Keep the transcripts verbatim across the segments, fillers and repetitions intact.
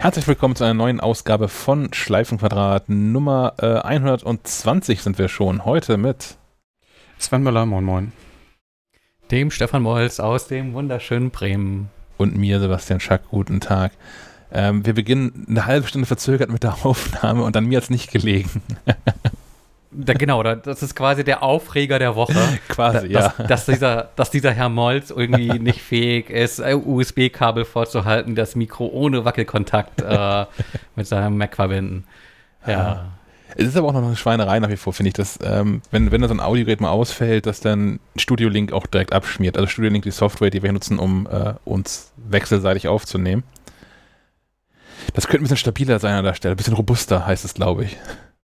Herzlich willkommen zu einer neuen Ausgabe von Schleifenquadrat. Nummer äh, hundertzwanzig sind wir schon. Heute mit Sven Möller, moin moin. Dem Stefan Molz aus dem wunderschönen Bremen. Und mir, Sebastian Schack, guten Tag. Ähm, wir beginnen eine halbe Stunde verzögert mit der Aufnahme und an mir hat es nicht gelegen. Da, genau, das ist quasi der Aufreger der Woche. Quasi, dass, ja. Dass dieser, dass dieser Herr Molz irgendwie nicht fähig ist, U S B-Kabel vorzuhalten, das Mikro ohne Wackelkontakt äh, mit seinem Mac verbinden. Ja. ja. Es ist aber auch noch eine Schweinerei nach wie vor, finde ich, dass, ähm, wenn, wenn da so ein Audiogerät mal ausfällt, dass dann Studio Link auch direkt abschmiert. Also Studio Link, die Software, die wir nutzen, um äh, uns wechselseitig aufzunehmen. Das könnte ein bisschen stabiler sein an der Stelle, ein bisschen robuster heißt es, glaube ich.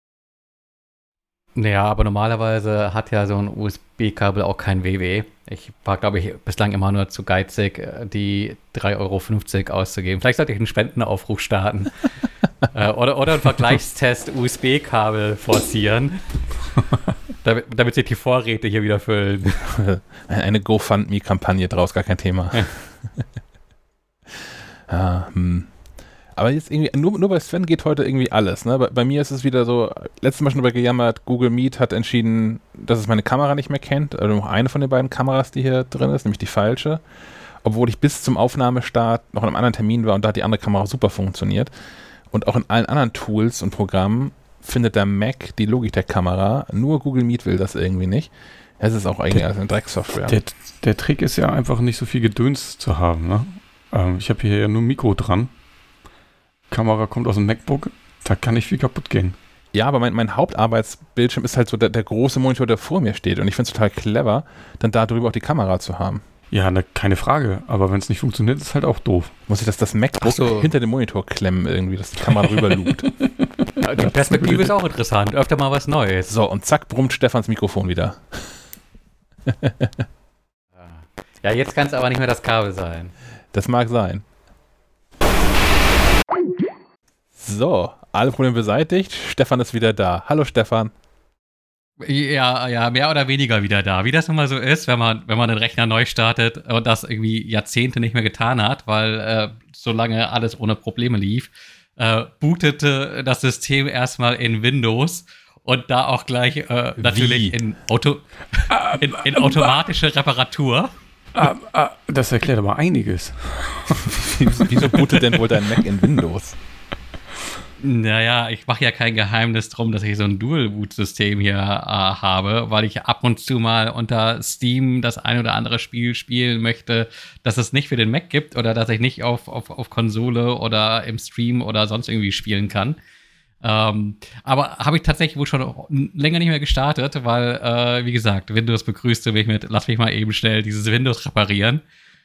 Naja, aber normalerweise hat ja so ein U S B-Kabel auch kein W W. Ich war, glaube ich, bislang immer nur zu geizig, die drei Euro fünfzig auszugeben. Vielleicht sollte ich einen Spendenaufruf starten. äh, oder, oder einen Vergleichstest U S B-Kabel forcieren, damit, damit sich die Vorräte hier wieder füllen. Eine GoFundMe-Kampagne draus, gar kein Thema. ah, hm. Aber jetzt irgendwie, nur, nur bei Sven geht heute irgendwie alles. Ne? Bei, bei mir ist es wieder so, letztes Mal schon darüber gejammert, Google Meet hat entschieden, dass es meine Kamera nicht mehr kennt. Also noch eine von den beiden Kameras, die hier drin ist, nämlich die falsche. Obwohl ich bis zum Aufnahmestart noch in einem anderen Termin war und da hat die andere Kamera super funktioniert. Und auch in allen anderen Tools und Programmen findet der Mac die Logitech-Kamera. Nur Google Meet will das irgendwie nicht. Es ist auch eigentlich als eine Drecksoftware. Der, der Trick ist ja einfach nicht so viel Gedöns zu haben. Ne? Ähm, ich habe hier ja nur Mikro dran. Kamera kommt aus dem MacBook, da kann nicht viel kaputt gehen. Ja, aber mein, mein Hauptarbeitsbildschirm ist halt so der, der große Monitor, der vor mir steht. Und ich finde es total clever, dann da drüber auch die Kamera zu haben. Ja, ne, keine Frage. Aber wenn es nicht funktioniert, ist es halt auch doof. Muss ich das, das MacBook so. hinter dem Monitor klemmen irgendwie, dass die Kamera rüber lugt. Die Perspektive ist auch interessant. Öfter mal was Neues. So, und zack, brummt Stefans Mikrofon wieder. Ja, jetzt kann es aber nicht mehr das Kabel sein. Das mag sein. So, alle Probleme beseitigt. Stefan ist wieder da. Hallo Stefan. Ja, ja, mehr oder weniger wieder da. Wie das nun mal so ist, wenn man, wenn man den Rechner neu startet und das irgendwie Jahrzehnte nicht mehr getan hat, weil äh, solange alles ohne Probleme lief, äh, bootete das System erstmal in Windows und da auch gleich äh, natürlich in, Auto, in, in automatische Reparatur. Ah, ah, das erklärt aber einiges. Wieso bootet denn wohl dein Mac in Windows? Naja, ich mache ja kein Geheimnis drum, dass ich so ein Dual-Boot-System hier äh, habe, weil ich ab und zu mal unter Steam das ein oder andere Spiel spielen möchte, das es nicht für den Mac gibt oder das ich nicht auf, auf, auf Konsole oder im Stream oder sonst irgendwie spielen kann. Ähm, aber habe ich tatsächlich wohl schon länger nicht mehr gestartet, weil, äh, wie gesagt, Windows begrüßte mich mit, lass mich mal eben schnell dieses Windows reparieren.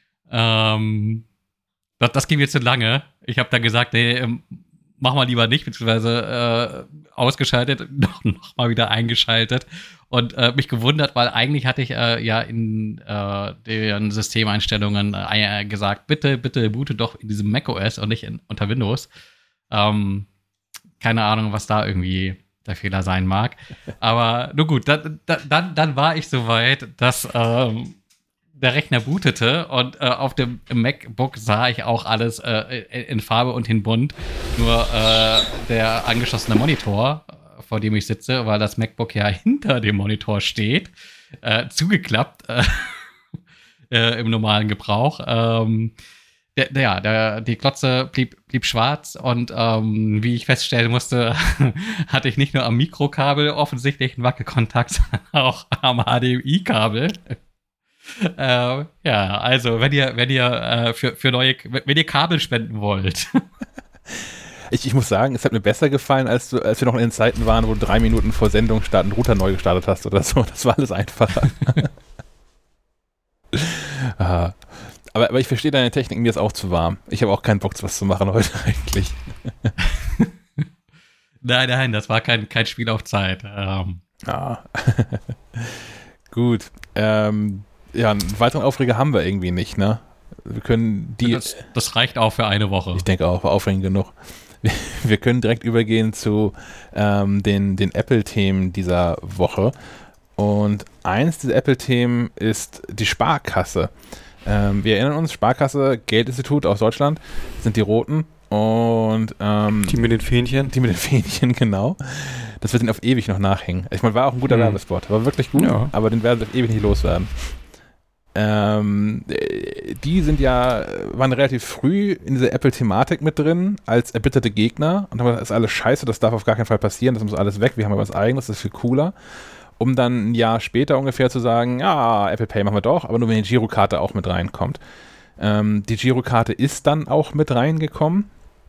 Ähm, das, das ging mir zu lange. Ich habe dann gesagt, nee, mach mal lieber nicht, beziehungsweise äh, ausgeschaltet, noch, noch mal wieder eingeschaltet und äh, mich gewundert, weil eigentlich hatte ich äh, ja in äh, den Systemeinstellungen äh, gesagt, bitte, bitte boote doch in diesem macOS und nicht in, unter Windows. Ähm, keine Ahnung, was da irgendwie der Fehler sein mag. Aber nur gut, da, da, dann, dann war ich soweit, dass ähm, der Rechner bootete und äh, auf dem MacBook sah ich auch alles äh, in Farbe und in bunt. Nur äh, der angeschlossene Monitor, vor dem ich sitze, weil das MacBook ja hinter dem Monitor steht, äh, zugeklappt äh, äh, im normalen Gebrauch. Ähm, der, der, der, die Glotze blieb, blieb schwarz und ähm, wie ich feststellen musste, hatte ich nicht nur am Mikrokabel offensichtlich einen Wackelkontakt, sondern auch am H D M I-Kabel. Äh, ja, also wenn ihr, wenn ihr äh, für, für neue, wenn ihr Kabel spenden wollt. Ich, ich muss sagen, es hat mir besser gefallen, als, du, als wir noch in den Zeiten waren, wo du drei Minuten vor Sendung starten, einen Router neu gestartet hast oder so. Das war alles einfacher. Aha. Aber, aber ich verstehe deine Technik, mir ist auch zu warm. Ich habe auch keinen Bock, was zu machen heute eigentlich. Nein, nein, das war kein, kein Spiel auf Zeit. Ähm. Ah. Gut. Ähm, ja, einen weiteren Aufreger haben wir irgendwie nicht, ne? Wir können die. Das, das reicht auch für eine Woche. Ich denke auch, war aufregend genug. Wir, wir können direkt übergehen zu ähm, den, den Apple-Themen dieser Woche. Und eins dieser Apple-Themen ist die Sparkasse. Ähm, wir erinnern uns, Sparkasse, Geldinstitut aus Deutschland, sind die Roten. Und ähm, die mit den Fähnchen? Die mit den Fähnchen, genau. Das wird ihnen auf ewig noch nachhängen. Ich meine, war auch ein guter mhm. Werbespot. War wirklich gut, ja. aber den werden sie auf ewig nicht loswerden. Ähm, die sind ja, waren relativ früh in dieser Apple-Thematik mit drin, als erbitterte Gegner. Und haben gesagt, das ist alles scheiße, das darf auf gar keinen Fall passieren, das muss alles weg, wir haben ja was Eigenes, das ist viel cooler. Um dann ein Jahr später ungefähr zu sagen, ja, Apple Pay machen wir doch, aber nur wenn die Girokarte auch mit reinkommt. Ähm, die Girokarte ist dann auch mit reingekommen.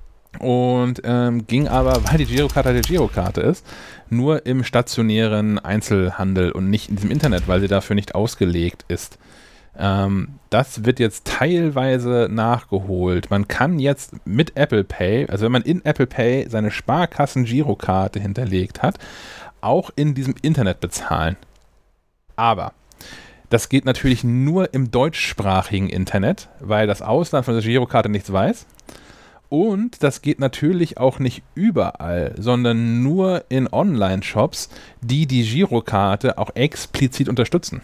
Und ähm, ging aber, weil die Girokarte halt die Girokarte ist, nur im stationären Einzelhandel und nicht in diesem Internet, weil sie dafür nicht ausgelegt ist. Ähm, das wird jetzt teilweise nachgeholt. Man kann jetzt mit Apple Pay, also wenn man in Apple Pay seine Sparkassen-Girokarte hinterlegt hat, auch in diesem Internet bezahlen. Aber das geht natürlich nur im deutschsprachigen Internet, weil das Ausland von der Girokarte nichts weiß. Und das geht natürlich auch nicht überall, sondern nur in Online-Shops, die die Girokarte auch explizit unterstützen.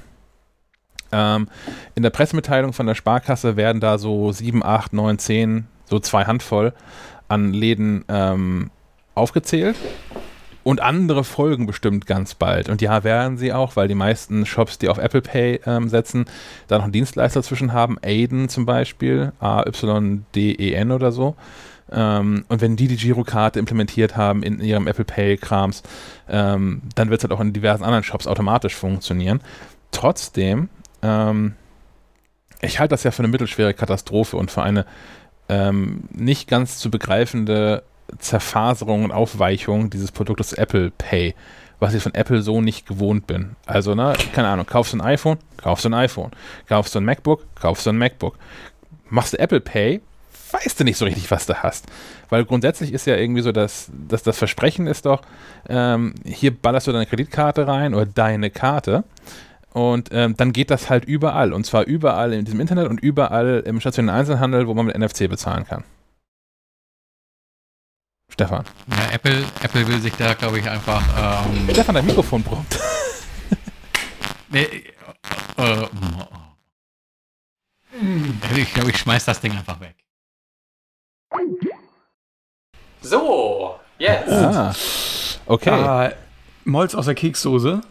Ähm, in der Pressemitteilung von der Sparkasse werden da so sieben, acht, neun, zehn, so zwei Handvoll an Läden ähm, aufgezählt. Und andere folgen bestimmt ganz bald. Und ja, werden sie auch, weil die meisten Shops, die auf Apple Pay ähm, setzen, da noch einen Dienstleister zwischen haben. Aiden zum Beispiel, A Y D E N oder so. Ähm, und wenn die die Girokarte implementiert haben in ihrem Apple Pay-Krams, ähm, dann wird es halt auch in diversen anderen Shops automatisch funktionieren. Trotzdem, ähm, ich halte das ja für eine mittelschwere Katastrophe und für eine ähm, nicht ganz zu begreifende Zerfaserung und Aufweichung dieses Produktes Apple Pay, was ich von Apple so nicht gewohnt bin. Also, ne, keine Ahnung, kaufst du ein iPhone, kaufst du ein iPhone. Kaufst du ein MacBook, kaufst du ein MacBook. Machst du Apple Pay, weißt du nicht so richtig, was du hast. Weil grundsätzlich ist ja irgendwie so, dass, dass das Versprechen ist doch, ähm, hier ballerst du deine Kreditkarte rein oder deine Karte und ähm, dann geht das halt überall. Und zwar überall in diesem Internet und überall im stationären Einzelhandel, wo man mit N F C bezahlen kann. Stefan. Ja, Apple, Apple will sich da, glaube ich, einfach... Ähm Stefan, dein Mikrofon brummt. nee, äh, äh, ich glaube, ich schmeiß das Ding einfach weg. So, jetzt. Ah, okay. Ah, Molz aus der Kekssoße.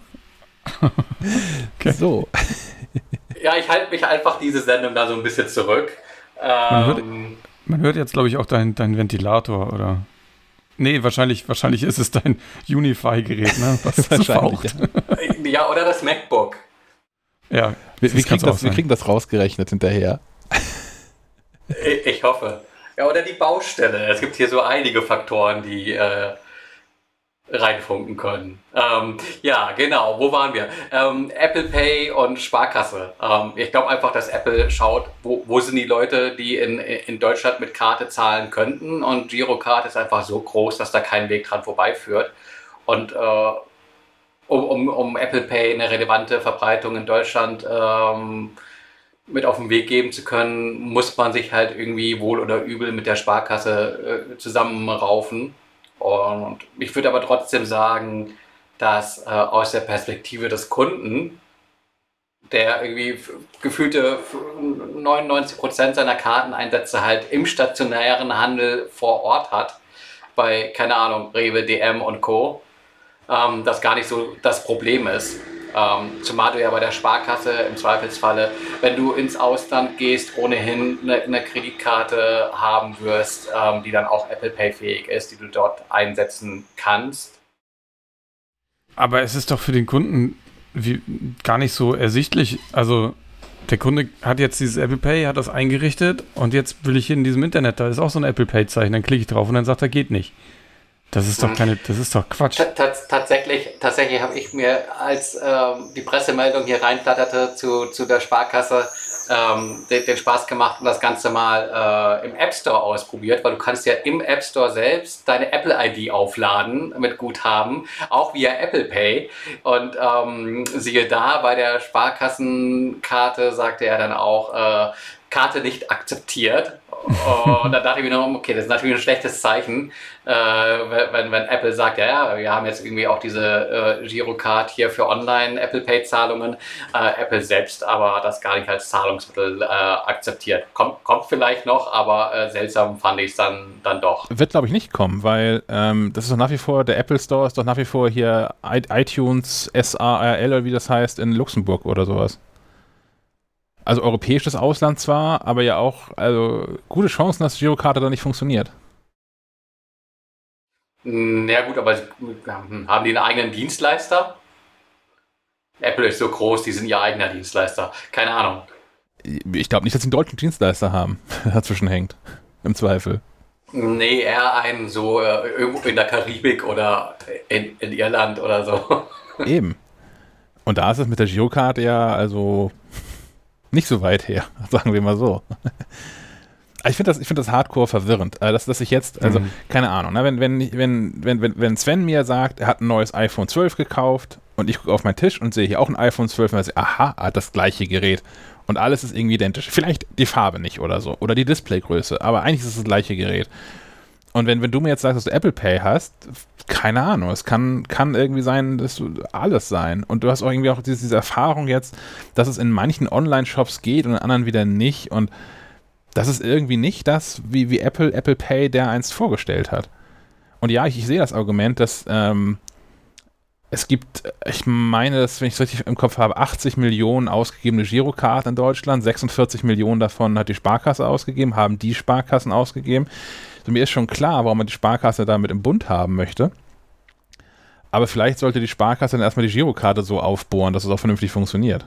Okay. So. Ja, ich halte mich einfach diese Sendung da so ein bisschen zurück. Ähm, man, hört, man hört jetzt, glaube ich, auch deinen dein Ventilator, oder... Nee, wahrscheinlich, wahrscheinlich ist es dein Unify-Gerät, ne? Was wahrscheinlich, ja. ja, oder das MacBook. Ja, wir, wir, kriegen das, wir kriegen das rausgerechnet hinterher. Ich, ich hoffe. Ja, oder die Baustelle. Es gibt hier so einige Faktoren, die äh, reinfunken können. Ähm, ja, genau. Wo waren wir? Ähm, Apple Pay und Sparkasse. Ähm, ich glaube einfach, dass Apple schaut, wo, wo sind die Leute, die in, in Deutschland mit Karte zahlen könnten. Und Girokarte ist einfach so groß, dass da kein Weg dran vorbeiführt. Und äh, um, um, um Apple Pay eine relevante Verbreitung in Deutschland ähm, mit auf den Weg geben zu können, muss man sich halt irgendwie wohl oder übel mit der Sparkasse äh, zusammenraufen. Und ich würde aber trotzdem sagen, dass äh, aus der Perspektive des Kunden, der irgendwie f- gefühlte neunundneunzig Prozent seiner Karteneinsätze halt im stationären Handel vor Ort hat, bei, keine Ahnung, Rewe, D M und Co., ähm, das gar nicht so das Problem ist. Ähm, zumal du ja bei der Sparkasse im Zweifelsfalle, wenn du ins Ausland gehst, ohnehin eine, eine Kreditkarte haben wirst, ähm, die dann auch Apple Pay fähig ist, die du dort einsetzen kannst. Aber es ist doch für den Kunden wie, gar nicht so ersichtlich. Also der Kunde hat jetzt dieses Apple Pay, hat das eingerichtet und jetzt will ich hier in diesem Internet, da ist auch so ein Apple Pay-Zeichen, dann klicke ich drauf und dann sagt er, geht nicht. Das ist doch keine, das ist doch Quatsch. T- tatsächlich tatsächlich habe ich mir, als ähm, die Pressemeldung hier reinflatterte zu, zu der Sparkasse, ähm, den, den Spaß gemacht und das Ganze mal äh, im App Store ausprobiert, weil du kannst ja im App Store selbst deine Apple I D aufladen mit Guthaben, auch via Apple Pay. Und ähm, siehe da, bei der Sparkassenkarte sagte er dann auch, äh, Karte nicht akzeptiert. Oh, und dann dachte ich mir noch, okay, das ist natürlich ein schlechtes Zeichen, äh, wenn, wenn Apple sagt, ja, ja, wir haben jetzt irgendwie auch diese äh, Girocard hier für Online-Apple Pay-Zahlungen. Äh, Apple selbst aber das gar nicht als Zahlungsmittel äh, akzeptiert. Kommt, kommt vielleicht noch, aber äh, seltsam fand ich es dann, dann doch. Wird, glaube ich, nicht kommen, weil ähm, das ist doch nach wie vor, der Apple Store ist doch nach wie vor hier iTunes S A R L oder wie das heißt in Luxemburg oder sowas. Also europäisches Ausland zwar, aber ja auch, also gute Chancen, dass Girocard da nicht funktioniert. Na gut, aber haben die einen eigenen Dienstleister? Apple ist so groß, die sind ihr eigener Dienstleister. Keine Ahnung. Ich glaube nicht, dass sie einen deutschen Dienstleister haben, der dazwischen hängt. Im Zweifel. Nee, eher einen so äh, irgendwo in der Karibik oder in, in Irland oder so. Eben. Und da ist es mit der Girocard ja, also nicht so weit her, sagen wir mal so. Ich finde das, ich find das hardcore verwirrend, dass, dass ich jetzt, also mhm. keine Ahnung, ne, wenn, wenn, wenn, wenn, wenn Sven mir sagt, er hat ein neues iPhone zwölf gekauft und ich gucke auf meinen Tisch und sehe hier auch ein iPhone zwölf und weiß, aha, er hat das gleiche Gerät und alles ist irgendwie identisch. Vielleicht die Farbe nicht oder so oder die Displaygröße, aber eigentlich ist es das gleiche Gerät. Und wenn, wenn du mir jetzt sagst, dass du Apple Pay hast, keine Ahnung, es kann, kann irgendwie sein, dass du alles sein. Und du hast auch irgendwie auch diese, diese Erfahrung jetzt, dass es in manchen Online-Shops geht und in anderen wieder nicht. Und das ist irgendwie nicht das, wie, wie Apple, Apple Pay der einst vorgestellt hat. Und ja, ich, ich sehe das Argument, dass ähm, es gibt, ich meine, dass, wenn ich es richtig im Kopf habe, achtzig Millionen ausgegebene Girocard in Deutschland, sechsundvierzig Millionen davon hat die Sparkasse ausgegeben, haben die Sparkassen ausgegeben. Also mir ist schon klar, warum man die Sparkasse damit im Bund haben möchte. Aber vielleicht sollte die Sparkasse dann erstmal die Girokarte so aufbohren, dass es auch vernünftig funktioniert.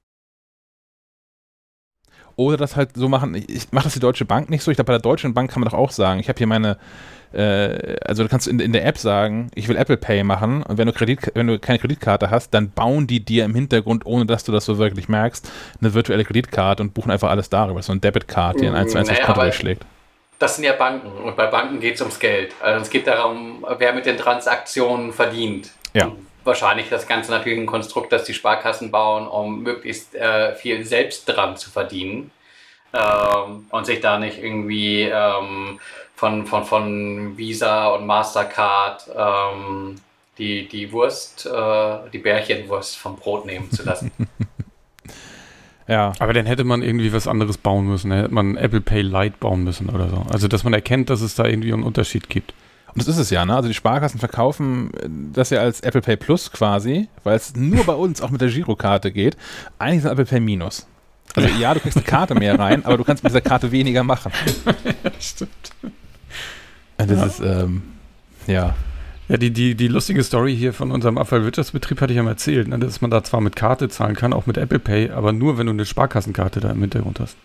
Oder das halt so machen, ich, ich mache das die Deutsche Bank nicht so. Ich glaube, bei der Deutschen Bank kann man doch auch sagen, ich habe hier meine, äh, also du kannst in, in der App sagen, ich will Apple Pay machen und wenn du, Kredit, wenn du keine Kreditkarte hast, dann bauen die dir im Hintergrund, ohne dass du das so wirklich merkst, eine virtuelle Kreditkarte und buchen einfach alles darüber. So ein Debitcard, die ein eins zu eins aufs Konto durchschlägt. Das sind ja Banken und bei Banken geht es ums Geld. Also es geht darum, wer mit den Transaktionen verdient. Ja. Und wahrscheinlich das Ganze natürlich ein Konstrukt, das die Sparkassen bauen, um möglichst äh, viel selbst dran zu verdienen ähm, und sich da nicht irgendwie ähm, von, von, von Visa und Mastercard ähm, die, die Wurst, äh, die Bärchenwurst vom Brot nehmen zu lassen. Ja. Aber dann hätte man irgendwie was anderes bauen müssen. Dann hätte man Apple Pay Lite bauen müssen oder so. Also, dass man erkennt, dass es da irgendwie einen Unterschied gibt. Und das ist es ja, ne? Also die Sparkassen verkaufen das ja als Apple Pay Plus quasi, weil es nur bei uns auch mit der Girokarte geht. Eigentlich ist Apple Pay Minus. Also ja, du kriegst eine Karte mehr rein, aber du kannst mit dieser Karte weniger machen. Ja, stimmt. Das ja. ist, ähm, ja. Ja, die, die, die lustige Story hier von unserem Abfallwirtschaftsbetrieb hatte ich ja mal erzählt, ne, dass man da zwar mit Karte zahlen kann, auch mit Apple Pay, aber nur, wenn du eine Sparkassenkarte da im Hintergrund hast.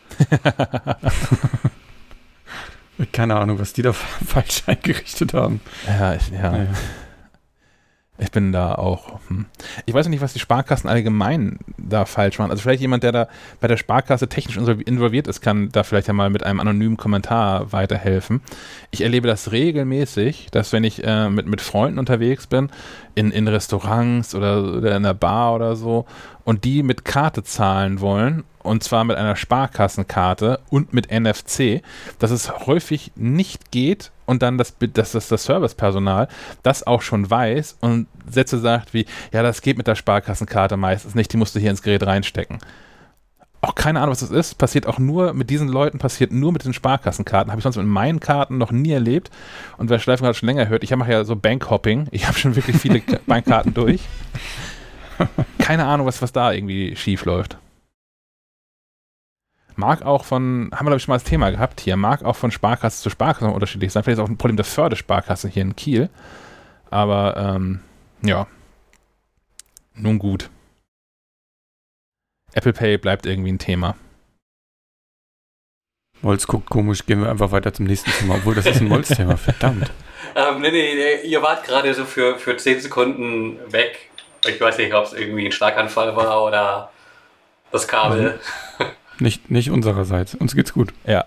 Keine Ahnung, was die da falsch eingerichtet haben. Ja, ich, ja. ja. Ich bin da auch. Hm. Ich weiß nicht, was die Sparkassen allgemein da falsch machen. Also vielleicht jemand, der da bei der Sparkasse technisch involviert ist, kann da vielleicht ja mal mit einem anonymen Kommentar weiterhelfen. Ich erlebe das regelmäßig, dass wenn ich äh, mit, mit Freunden unterwegs bin, in, in Restaurants oder, oder in der Bar oder so, und die mit Karte zahlen wollen, und zwar mit einer Sparkassenkarte und mit N F C, dass es häufig nicht geht und dann das, das, das, das Servicepersonal das auch schon weiß und Sätze sagt wie, ja, das geht mit der Sparkassenkarte meistens nicht, die musst du hier ins Gerät reinstecken. Auch keine Ahnung, was das ist, passiert auch nur mit diesen Leuten, passiert nur mit den Sparkassenkarten, habe ich sonst mit meinen Karten noch nie erlebt. Und wer Schleifenrad schon länger hört, ich mache ja so Bankhopping, ich habe schon wirklich viele Bankkarten durch. Keine Ahnung, was, was da irgendwie schief läuft. Mag auch von, haben wir glaube ich schon mal das Thema gehabt hier, mag auch von Sparkasse zu Sparkasse unterschiedlich sein. Vielleicht ist auch ein Problem der Fördersparkasse hier in Kiel. Aber, ähm, ja. Nun gut. Apple Pay bleibt irgendwie ein Thema. Molz guckt komisch, gehen wir einfach weiter zum nächsten Thema, obwohl das ist ein Molz-Thema, verdammt. Ähm, nee, nee, nee, ihr wart gerade so für, für zehn Sekunden weg. Ich weiß nicht, ob es irgendwie ein Schlaganfall war oder das Kabel. Mhm. Nicht, nicht unsererseits. Uns geht's gut. Ja.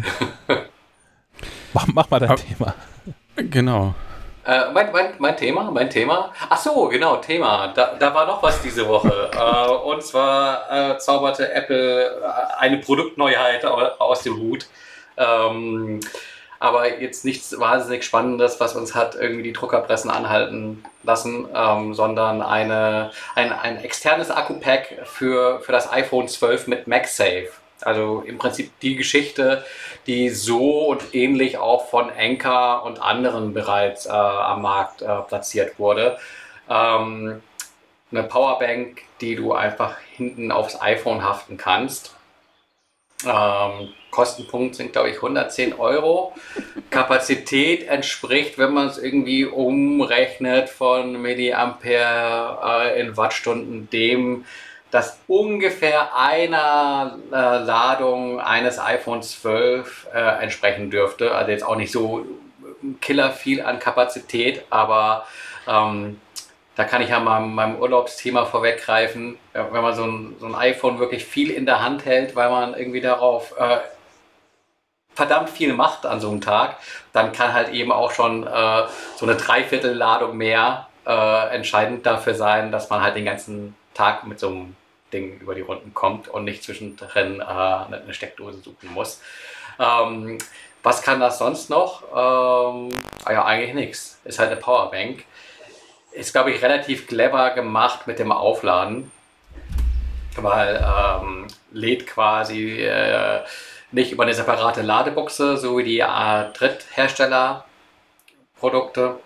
mach, mach mal dein Ab, Thema. Genau. Äh, mein, mein, mein Thema, mein Thema. Ach so, genau, Thema. Da, da war noch was diese Woche. äh, und zwar äh, zauberte Apple eine Produktneuheit aus dem Hut. Ähm, aber jetzt nichts wahnsinnig Spannendes, was uns hat irgendwie die Druckerpressen anhalten lassen, ähm, sondern eine, ein, ein externes Akku-Pack für, für das iPhone zwölf mit MagSafe. Also im Prinzip die Geschichte, die so und ähnlich auch von Anker und anderen bereits äh, am Markt äh, platziert wurde. Ähm, eine Powerbank, die du einfach hinten aufs iPhone haften kannst. Ähm, Kostenpunkt sind, glaube ich, hundertzehn Euro. Kapazität entspricht, wenn man es irgendwie umrechnet, von Milliampere äh, in Wattstunden dem, das ungefähr einer äh, Ladung eines iPhone zwölf äh, entsprechen dürfte. Also jetzt auch nicht so killer viel an Kapazität, aber ähm, da kann ich ja mal meinem Urlaubsthema vorweggreifen. Wenn man so ein, so ein iPhone wirklich viel in der Hand hält, weil man irgendwie darauf äh, verdammt viel macht an so einem Tag, dann kann halt eben auch schon äh, so eine Dreiviertelladung mehr äh, entscheidend dafür sein, dass man halt den ganzen Tag mit so einem Ding über die Runden kommt und nicht zwischendrin äh, eine Steckdose suchen muss. Ähm, was kann das sonst noch? Ähm, ja, eigentlich nichts. Ist halt eine Powerbank. Ist, glaube ich, relativ clever gemacht mit dem Aufladen, weil ähm, lädt quasi äh, nicht über eine separate Ladebuchse, so wie die äh, Drittherstellerprodukte.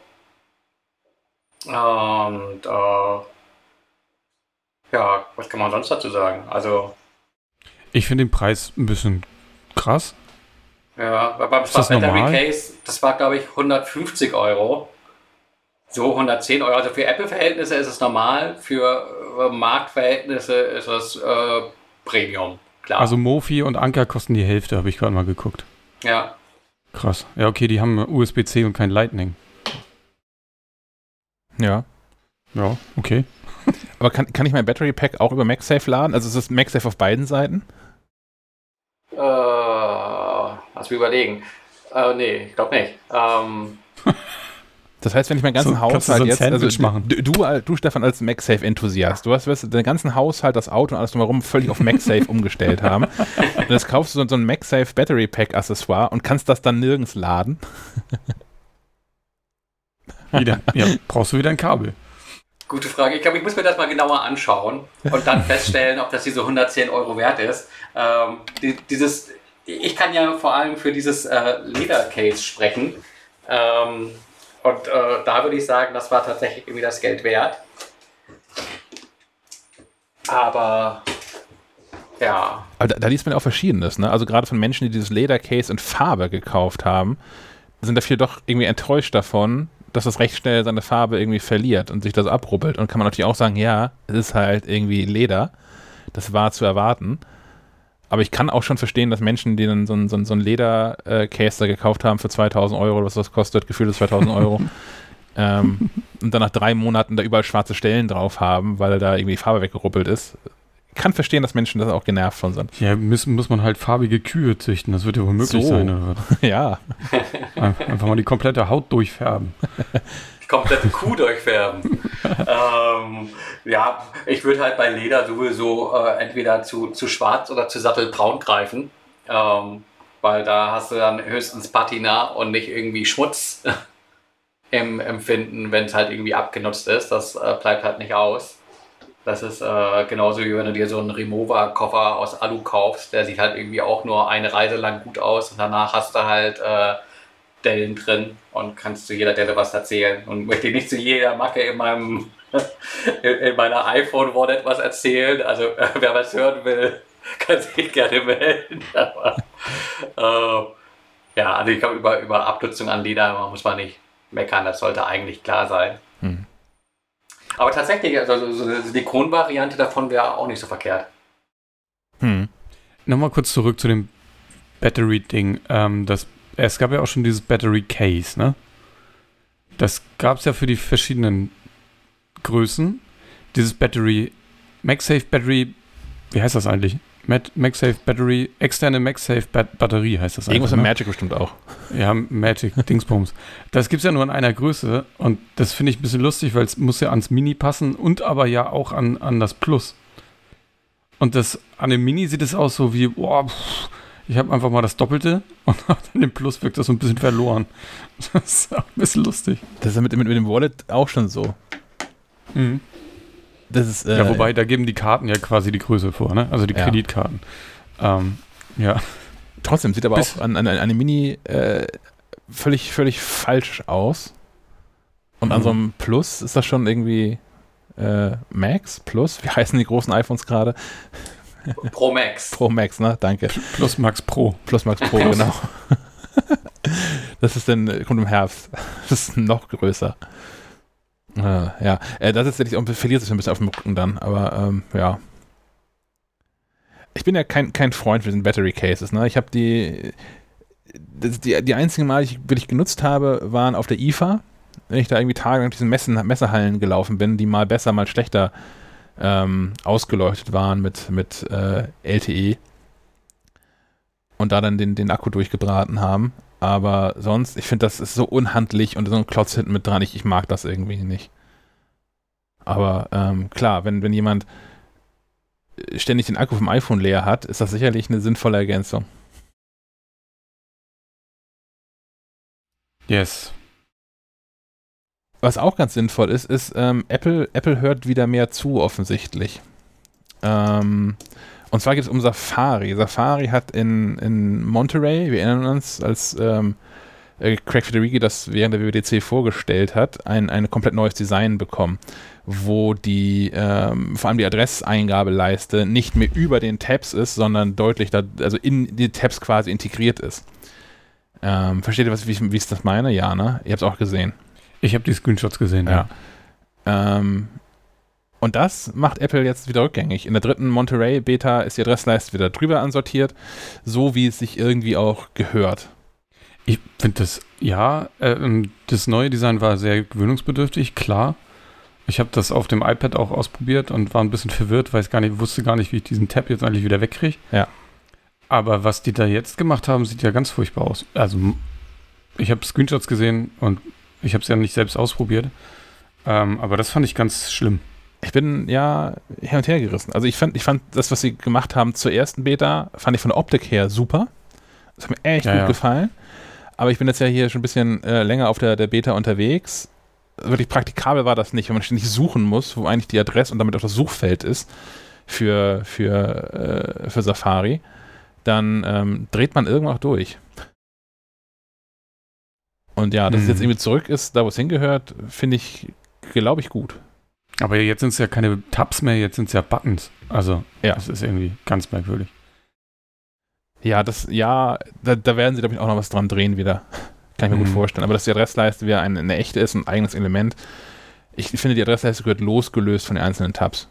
Und äh, ja, was kann man sonst dazu sagen? Also ich finde den Preis ein bisschen krass. Ja, beim Ist das Battery normal? Case, das war, glaube ich, hundertfünfzig Euro. So hundertzehn Euro. Also für Apple-Verhältnisse ist es normal, für äh, Marktverhältnisse ist es äh, Premium, klar. Also Mofi und Anker kosten die Hälfte, habe ich gerade mal geguckt. ja. Krass. Ja, okay, die haben U S B C und kein Lightning. Ja. Ja, okay. Aber kann, kann ich mein Battery Pack auch über MagSafe laden? Also ist es MagSafe auf beiden Seiten? Äh, lass mich überlegen. Äh, nee, ich glaube nicht. Ähm, Das heißt, wenn ich meinen ganzen So, kannst du Haushalt so ein jetzt, also Sandwich machen. du, du, du Stefan, als MagSafe-Enthusiast, du hast wirst deinen ganzen Haushalt, das Auto und alles drumherum völlig auf MagSafe umgestellt haben. Und jetzt kaufst du so, so ein MagSafe Battery Pack Accessoire und kannst das dann nirgends laden. Wieder, ja, brauchst du wieder ein Kabel. Gute Frage. Ich glaube, ich muss mir das mal genauer anschauen und dann feststellen, ob das diese hundertzehn Euro wert ist. Ähm, die, dieses, ich kann ja vor allem für dieses äh, Leder-Case sprechen. Ähm, und äh, da würde ich sagen, das war tatsächlich irgendwie das Geld wert. Aber ja. Aber da, da liest man ja auch Verschiedenes, ne? Also gerade von Menschen, die dieses Ledercase in Farbe gekauft haben, sind da viele doch irgendwie enttäuscht davon, dass das recht schnell seine Farbe irgendwie verliert und sich das abrubbelt. Und kann man natürlich auch sagen, ja, es ist halt irgendwie Leder. Das war zu erwarten. Aber ich kann auch schon verstehen, dass Menschen, die dann so ein, so ein, so ein Leder-Case da gekauft haben für zweitausend Euro, oder was das kostet, gefühlte zweitausend Euro, ähm, und dann nach drei Monaten da überall schwarze Stellen drauf haben, weil da irgendwie die Farbe weggeruppelt ist. Ich kann verstehen, dass Menschen da auch genervt von sind. Ja, müssen, muss man halt farbige Kühe züchten. Das wird ja wohl möglich So. sein, oder was? Ja. Einfach mal die komplette Haut durchfärben. Die komplette Kuh durchfärben. ähm, ja, ich würde halt bei Leder sowieso äh, entweder zu, zu schwarz oder zu sattelbraun greifen. Ähm, weil da hast du dann höchstens Patina und nicht irgendwie Schmutz im Empfinden, wenn es halt irgendwie abgenutzt ist. Das äh, bleibt halt nicht aus. Das ist äh, genauso wie wenn du dir so einen Rimowa-Koffer aus Alu kaufst. Der sieht halt irgendwie auch nur eine Reise lang gut aus und danach hast du halt äh, Dellen drin und kannst zu jeder Delle was erzählen. Und möchte ich nicht zu jeder Macke in meinem in, in meiner iPhone-Wallet was erzählen. Also äh, wer was hören will, kann sich gerne melden. Aber äh, ja, also ich glaube, über, über Abnutzung an Leder muss man nicht meckern. Das sollte eigentlich klar sein. Hm. Aber tatsächlich, also so eine Silikon-Variante davon wäre auch nicht so verkehrt. Hm. Nochmal kurz zurück zu dem Battery-Ding. Ähm, das, es gab ja auch schon dieses Battery-Case, ne? Das gab es ja für die verschiedenen Größen. Dieses Battery, MagSafe Battery, wie heißt das eigentlich? Mag, MagSafe Battery, externe MagSafe Bat- Batterie heißt das eigentlich. Irgendwas ne? im Magic bestimmt auch. Ja, Magic, Dingsbums. Das gibt es ja nur in einer Größe und das finde ich ein bisschen lustig, weil es muss ja ans Mini passen und aber ja auch an, an das Plus. Und das an dem Mini sieht es aus so wie, boah, pff, Ich habe einfach mal das Doppelte und in dem Plus wirkt das so ein bisschen verloren. Das ist auch ein bisschen lustig. Das ist ja mit, mit, mit dem Wallet auch schon so. Mhm. Das ist, äh, ja, wobei, da geben die Karten ja quasi die Größe vor, ne? Also die ja. Kreditkarten. Ähm, ja. Trotzdem sieht aber Bis- auch an, an, an eine Mini äh, völlig, völlig falsch aus. Und an Mhm. so einem Plus ist das schon irgendwie äh, Max, Plus, wie heißen die großen iPhones gerade? Pro Max. Pro Max, ne? Danke. Plus Max Pro. Plus Max Pro, genau. Das ist dann, kommt im Herbst. Das ist noch größer. Äh, ja, äh, das ist letztendlich auch, verliert sich ein bisschen auf dem Rücken dann, aber ähm, ja. Ich bin ja kein, kein Freund für diesen Battery Cases, ne? Ich habe die, das, die, die einzigen Mal, die ich wirklich genutzt habe, waren auf der I F A, wenn ich da irgendwie tagelang durch diese Messen, Messehallen gelaufen bin, die mal besser, mal schlechter ähm, ausgeleuchtet waren mit, mit äh, L T E und da dann den, den Akku durchgebraten haben. Aber sonst, ich finde, das ist so unhandlich und so ein Klotz hinten mit dran. Ich, ich mag das irgendwie nicht. Aber ähm, klar, wenn, wenn jemand ständig den Akku vom iPhone leer hat, ist das sicherlich eine sinnvolle Ergänzung. Yes. Was auch ganz sinnvoll ist, ist, ähm, Apple, Apple hört wieder mehr zu, offensichtlich. Ähm, und zwar geht es um Safari. Safari hat in, in Monterey, wir erinnern uns, als ähm, äh, Craig Federighi das während der W W D C vorgestellt hat, ein, ein komplett neues Design bekommen, wo die, ähm, vor allem die Adresseingabeleiste nicht mehr über den Tabs ist, sondern deutlich da, also in die Tabs quasi integriert ist. Ähm, versteht ihr, was, wie, wie ich das meine? Ja, ne? Ihr habt es auch gesehen. Ich habe die Screenshots gesehen, ja. ja. Ähm, und das macht Apple jetzt wieder rückgängig. In der dritten Monterey-Beta ist die Adressleiste wieder drüber ansortiert, so wie es sich irgendwie auch gehört. Ich finde das, ja, äh, das neue Design war sehr gewöhnungsbedürftig, klar. Ich habe das auf dem iPad auch ausprobiert und war ein bisschen verwirrt, weil ich gar nicht, wusste gar nicht, wie ich diesen Tab jetzt eigentlich wieder wegkriege. Ja. Aber was die da jetzt gemacht haben, sieht ja ganz furchtbar aus. Also, ich habe Screenshots gesehen und ich habe es ja nicht selbst ausprobiert. Ähm, aber das fand ich ganz schlimm. Ich bin ja hin und her gerissen. Also ich fand, ich fand das, was sie gemacht haben zur ersten Beta, fand ich von der Optik her super. Das hat mir echt ja, gut ja. gefallen. Aber ich bin jetzt ja hier schon ein bisschen äh, länger auf der, der Beta unterwegs. Wirklich praktikabel war das nicht, wenn man ständig suchen muss, wo eigentlich die Adresse und damit auch das Suchfeld ist für, für, äh, für Safari. Dann ähm, dreht man irgendwann auch durch. Und ja, dass hm. es jetzt irgendwie zurück ist, da wo es hingehört, finde ich, glaube ich, gut. Aber jetzt sind es ja keine Tabs mehr, jetzt sind es ja Buttons. Also, ja. Das ist irgendwie ganz merkwürdig. Ja, das, ja, da, da werden sie, glaube ich, auch noch was dran drehen wieder. Kann ich mir Mhm. gut vorstellen. Aber dass die Adressleiste wieder eine, eine echte ist, ein eigenes Element. Ich finde, die Adressleiste gehört losgelöst von den einzelnen Tabs.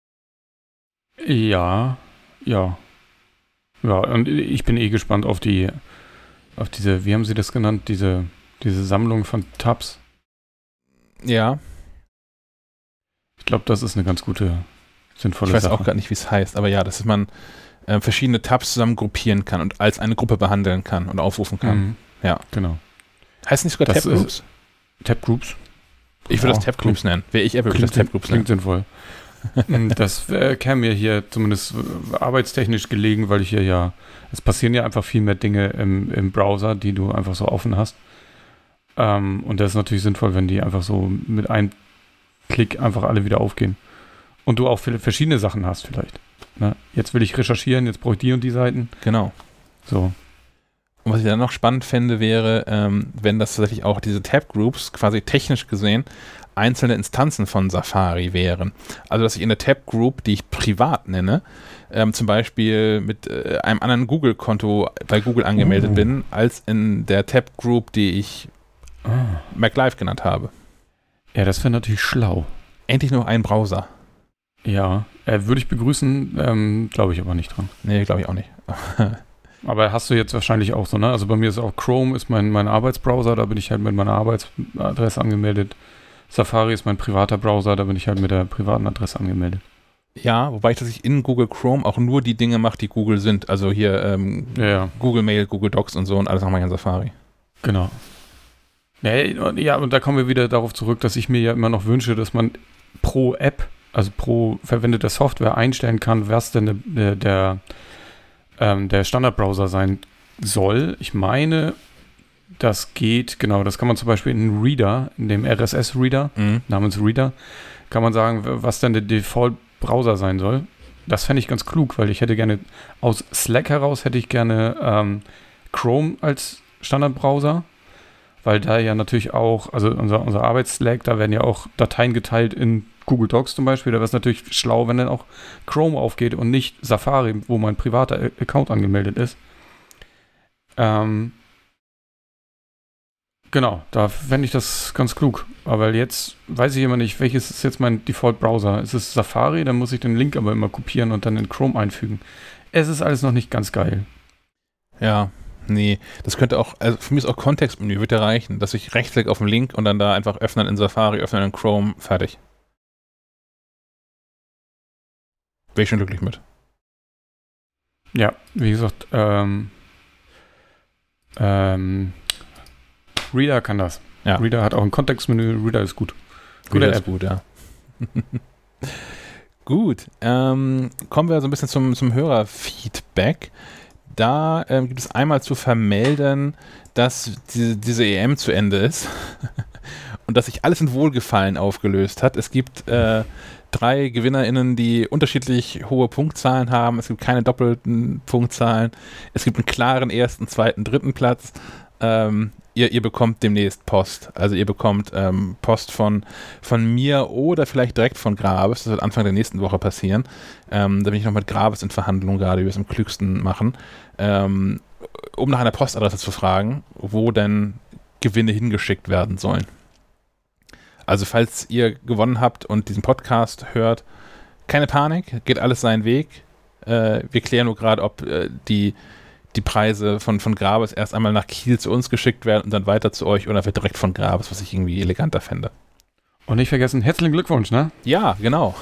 Ja, ja. Ja, und ich bin eh gespannt auf die, auf diese, wie haben sie das genannt, diese, diese Sammlung von Tabs. Ja. Ich glaube, das ist eine ganz gute, sinnvolle Ich weiß Sache. auch gar nicht, wie es heißt. Aber ja, dass man äh, verschiedene Tabs zusammen gruppieren kann und als eine Gruppe behandeln kann und aufrufen kann. Mhm. Ja. Genau. Heißt nicht sogar Das Tab Groups? Tab Groups? Ich würde Ja, das Tab Groups nennen. Wäre ich Apple, würde ich das Klingt, Tab Groups klingt nennen. sinnvoll. Das äh, käme mir hier zumindest äh, arbeitstechnisch gelegen, weil ich hier ja, es passieren ja einfach viel mehr Dinge im, im Browser, die du einfach so offen hast. Ähm, und das ist natürlich sinnvoll, wenn die einfach so mit einem Klick einfach alle wieder aufgehen. Und du auch viele verschiedene Sachen hast vielleicht. Ne? Jetzt will ich recherchieren, jetzt brauche ich die und die Seiten. Genau. So. Und was ich dann noch spannend fände, wäre, ähm, wenn das tatsächlich auch diese Tab-Groups quasi technisch gesehen einzelne Instanzen von Safari wären. Also, dass ich in der Tab-Group, die ich privat nenne, ähm, zum Beispiel mit äh, einem anderen Google-Konto bei Google angemeldet Oh. bin, als in der Tab-Group, die ich Ah. MacLive genannt habe. Ja, das wäre natürlich schlau. Endlich nur ein Browser. Ja, äh, würde ich begrüßen, ähm, glaube ich aber nicht dran. Nee, glaube ich auch nicht. Aber hast du jetzt wahrscheinlich auch so, ne? Also bei mir ist auch Chrome ist mein, mein Arbeitsbrowser, da bin ich halt mit meiner Arbeitsadresse angemeldet. Safari ist mein privater Browser, da bin ich halt mit der privaten Adresse angemeldet. Ja, wobei ich, dass ich in Google Chrome auch nur die Dinge mache, die Google sind. Also hier ähm, Ja, ja. Google Mail, Google Docs und so und alles nochmal in Safari. Genau. Ja, ja, und da kommen wir wieder darauf zurück, dass ich mir ja immer noch wünsche, dass man pro App, also pro verwendeter Software einstellen kann, was denn der, der ähm, der Standardbrowser sein soll. Ich meine, das geht, genau, das kann man zum Beispiel in einem Reader, in dem R S S-Reader, mhm. namens Reader, kann man sagen, was denn der Default-Browser sein soll. Das fände ich ganz klug, weil ich hätte gerne, aus Slack heraus hätte ich gerne ähm, Chrome als Standardbrowser, weil da ja natürlich auch, also unser, unser Arbeits-Slack, da werden ja auch Dateien geteilt in Google Docs zum Beispiel. Da wäre es natürlich schlau, wenn dann auch Chrome aufgeht und nicht Safari, wo mein privater Account angemeldet ist. Ähm, genau, da fände ich das ganz klug. Aber jetzt weiß ich immer nicht, welches ist jetzt mein Default-Browser. Ist es Safari? Dann muss ich den Link aber immer kopieren und dann in Chrome einfügen. Es ist alles noch nicht ganz geil. Ja, nee, das könnte auch, also für mich ist auch Kontextmenü, würde ja reichen, dass ich rechtsklick auf den Link und dann da einfach öffnen in Safari, öffnen in Chrome, fertig. Wäre ich schon glücklich mit. Ja, wie gesagt, ähm, ähm, Reader kann das. Ja. Reader hat auch ein Kontextmenü, Reader ist gut. Reader ist gut, ja. Gut, ähm, kommen wir so ein bisschen zum, zum Hörerfeedback. Da ähm, gibt es einmal zu vermelden, dass diese, diese E M zu Ende ist und dass sich alles in Wohlgefallen aufgelöst hat. Es gibt äh, drei GewinnerInnen, die unterschiedlich hohe Punktzahlen haben. Es gibt keine doppelten Punktzahlen. Es gibt einen klaren ersten, zweiten, dritten Platz. Ähm, ihr, ihr bekommt demnächst Post. Also ihr bekommt ähm, Post von, von mir oder vielleicht direkt von Graves. Das wird Anfang der nächsten Woche passieren. Ähm, da bin ich noch mit Graves in Verhandlung gerade, wie wir es am klügsten machen. Ähm, um nach einer Postadresse zu fragen, wo denn Gewinne hingeschickt werden sollen. Also falls ihr gewonnen habt und diesen Podcast hört, keine Panik, geht alles seinen Weg. Äh, wir klären nur gerade, ob äh, die, die Preise von, von Graves erst einmal nach Kiel zu uns geschickt werden und dann weiter zu euch oder wird direkt von Graves, was ich irgendwie eleganter fände. Und nicht vergessen, herzlichen Glückwunsch, ne? Ja, genau.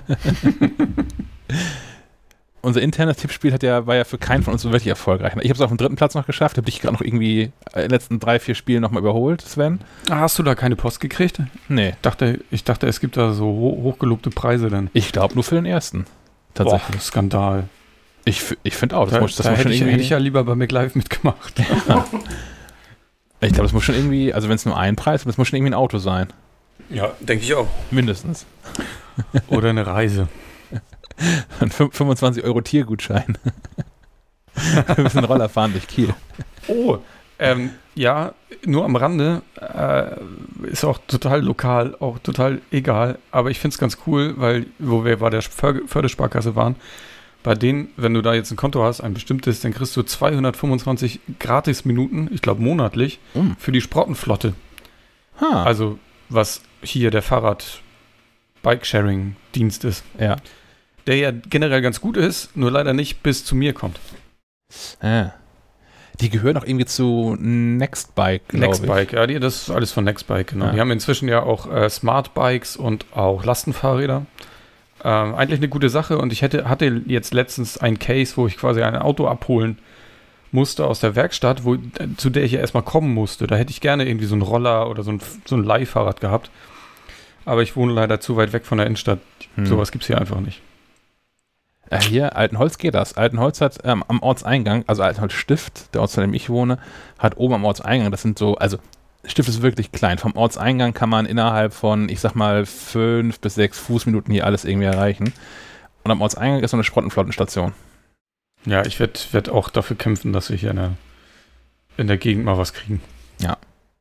Unser internes Tippspiel hat ja, war ja für keinen von uns so wirklich erfolgreich. Ich habe es auf dem dritten Platz noch geschafft, habe dich gerade noch irgendwie in den letzten drei, vier Spielen nochmal überholt, Sven. Hast du da keine Post gekriegt? Nee. Ich dachte, ich dachte, es gibt da so ho- hochgelobte Preise dann. Ich glaube nur für den ersten. Tatsächlich. Boah, Skandal. Ich, ich finde auch, das da, muss, das da muss hätte schon ich, irgendwie... hätte ich ja lieber bei McLive mitgemacht. Ja. Ich glaube, das muss schon irgendwie, also wenn es nur ein Preis ist, das muss schon irgendwie ein Auto sein. Ja, denke ich auch. Mindestens. Oder eine Reise. Ein fünfundzwanzig Euro Tiergutschein. Wir müssen Roller fahren durch Kiel. Oh, ähm, ja, nur am Rande, äh, ist auch total lokal, auch total egal, aber ich finde es ganz cool, weil, wo wir bei der Förg- Fördersparkasse waren, bei denen, wenn du da jetzt ein Konto hast, ein bestimmtes, dann kriegst du zweihundertfünfundzwanzig Gratis-Minuten, ich glaube monatlich, mm. für die Sprottenflotte. Ha. Also, was hier der Fahrrad-Bike-Sharing-Dienst ist. Ja. Der ja generell ganz gut ist, nur leider nicht bis zu mir kommt. Ah. Die gehören auch irgendwie zu Nextbike, glaube ich. Nextbike, ja, die, das ist alles von Nextbike, genau. Ja. Die haben inzwischen ja auch äh, Smartbikes und auch Lastenfahrräder. Ähm, eigentlich eine gute Sache und ich hätte, hatte jetzt letztens ein Case, wo ich quasi ein Auto abholen musste aus der Werkstatt, wo, zu der ich ja erstmal kommen musste. Da hätte ich gerne irgendwie so einen Roller oder so ein, so ein Leihfahrrad gehabt. Aber ich wohne leider zu weit weg von der Innenstadt. Hm. Sowas gibt es hier einfach nicht. Äh, hier, Altenholz geht das. Altenholz hat ähm, am Ortseingang, also Altenholz Stift, der Ort, in dem ich wohne, hat oben am Ortseingang, das sind so, also Stift ist wirklich klein. Vom Ortseingang kann man innerhalb von, ich sag mal, fünf bis sechs Fußminuten hier alles irgendwie erreichen. Und am Ortseingang ist so eine Sprottenflottenstation. Ja, ich werde werd auch dafür kämpfen, dass wir hier in der, in der Gegend mal was kriegen. Ja.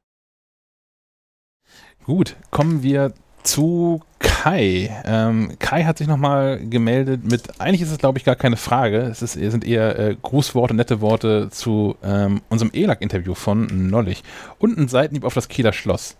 Gut, kommen wir zu Kai. Ähm, Kai hat sich nochmal gemeldet mit, eigentlich ist es glaube ich gar keine Frage, es ist, sind eher äh, Grußworte, nette Worte zu ähm, unserem E L A C-Interview von neulich. Und ein Seitenhieb auf das Kieler Schloss.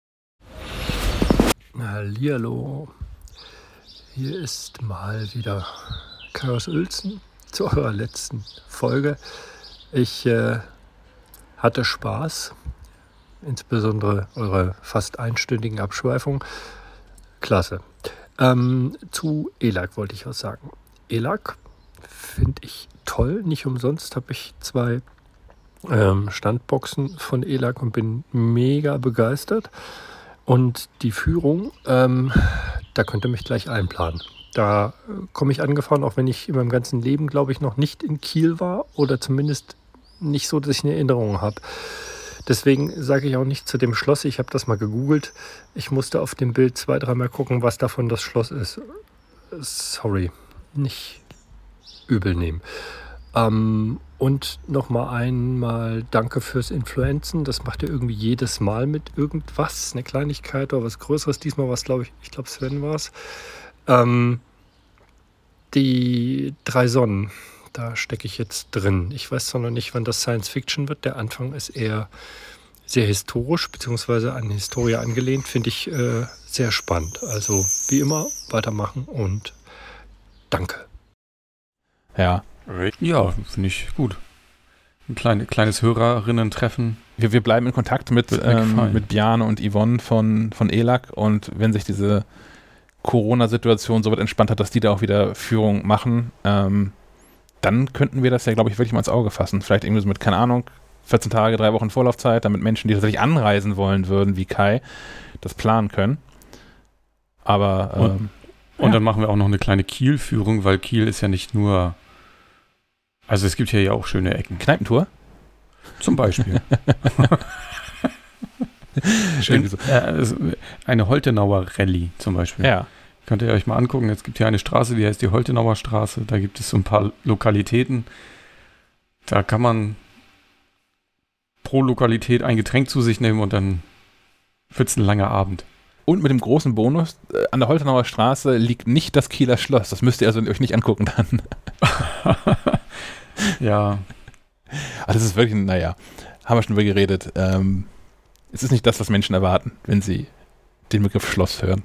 Hallihallo. Hier ist mal wieder Kai aus Uelzen zu eurer letzten Folge. Ich äh, hatte Spaß. Insbesondere eure fast einstündigen Abschweifungen. Klasse. Ähm, zu E L A C wollte ich was sagen. E L A C finde ich toll. Nicht umsonst habe ich zwei ähm, Standboxen von E L A C und bin mega begeistert. Und die Führung, ähm, da könnt ihr mich gleich einplanen. Da äh, komme ich angefahren, auch wenn ich in meinem ganzen Leben, glaube ich, noch nicht in Kiel war oder zumindest nicht so, dass ich eine Erinnerung habe. Deswegen sage ich auch nicht zu dem Schloss. Ich habe das mal gegoogelt. Ich musste auf dem Bild zwei, dreimal gucken, was davon das Schloss ist. Sorry, nicht übel nehmen. Ähm, und nochmal einmal danke fürs Influenzen. Das macht ihr irgendwie jedes Mal mit irgendwas. Eine Kleinigkeit oder was Größeres. Diesmal war es, glaube ich, ich glaube Sven war es. Ähm, die drei Sonnen, da stecke ich jetzt drin. Ich weiß zwar noch nicht, wann das Science Fiction wird. Der Anfang ist eher sehr historisch, beziehungsweise an Historie angelehnt. Finde ich äh, sehr spannend. Also wie immer, weitermachen und danke. Ja. Ja, finde ich gut. Ein kleine, kleines Hörerinnen-Treffen. Wir, wir bleiben in Kontakt mit, ähm, mit Bjarne und Yvonne von, von E L A C, und wenn sich diese Corona-Situation so weit entspannt hat, dass die da auch wieder Führung machen, ähm, dann könnten wir das ja, glaube ich, wirklich mal ins Auge fassen. Vielleicht irgendwie so mit, keine Ahnung, vierzehn Tage, drei Wochen Vorlaufzeit, damit Menschen, die tatsächlich anreisen wollen würden, wie Kai, das planen können. Aber ähm, und, und ja. dann machen wir auch noch eine kleine Kiel-Führung, weil Kiel ist ja nicht nur, also es gibt hier ja auch schöne Ecken. Kneipentour? Zum Beispiel. Schön. In, äh, eine Holtenauer Rallye zum Beispiel. Ja. Könnt ihr euch mal angucken. Es gibt hier eine Straße, die heißt die Holtenauer Straße. Da gibt es so ein paar Lokalitäten. Da kann man pro Lokalität ein Getränk zu sich nehmen und dann wird es ein langer Abend. Und mit dem großen Bonus, äh, an der Holtenauer Straße liegt nicht das Kieler Schloss. Das müsst ihr also euch nicht angucken dann. Ja. Also das ist wirklich, naja, haben wir schon drüber geredet. Ähm, es ist nicht das, was Menschen erwarten, wenn sie den Begriff Schloss hören.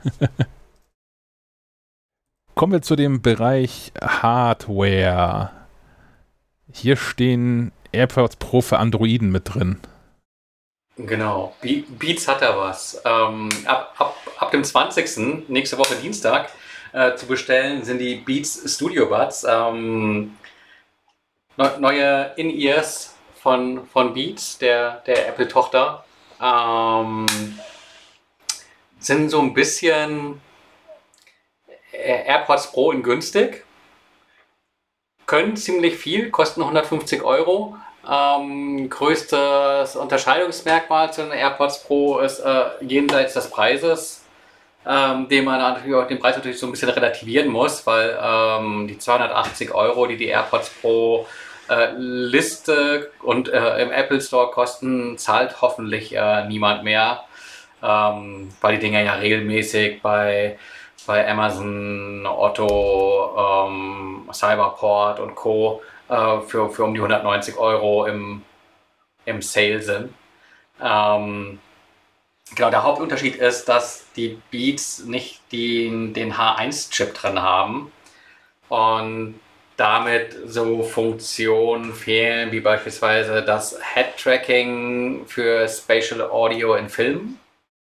Kommen wir zu dem Bereich Hardware. Hier stehen AirPods Pro für Androiden mit drin. Genau, Be- Beats hat da was. Ähm, ab, ab, ab dem zwanzigsten nächste Woche Dienstag, äh, zu bestellen sind die Beats Studio Buds. Ähm, ne- neue In-Ears von, von Beats, der, der Apple-Tochter. Ähm, sind so ein bisschen AirPods Pro in günstig. Können ziemlich viel, kosten hundertfünfzig Euro. Ähm, größtes Unterscheidungsmerkmal zu den AirPods Pro ist äh, jenseits des Preises, ähm, den man natürlich auch den Preis natürlich so ein bisschen relativieren muss, weil ähm, die zweihundertachtzig Euro, die die AirPods Pro äh, Liste und äh, im Apple Store kosten, zahlt hoffentlich äh, niemand mehr, ähm, weil die Dinger ja regelmäßig bei bei Amazon, Otto, ähm, Cyberport und Co. Äh, für, für um die hundertneunzig Euro im, im Sale sind. Ähm, genau, der Hauptunterschied ist, dass die Beats nicht den, den H eins Chip drin haben und damit so Funktionen fehlen, wie beispielsweise das Head-Tracking für Spatial Audio in Filmen.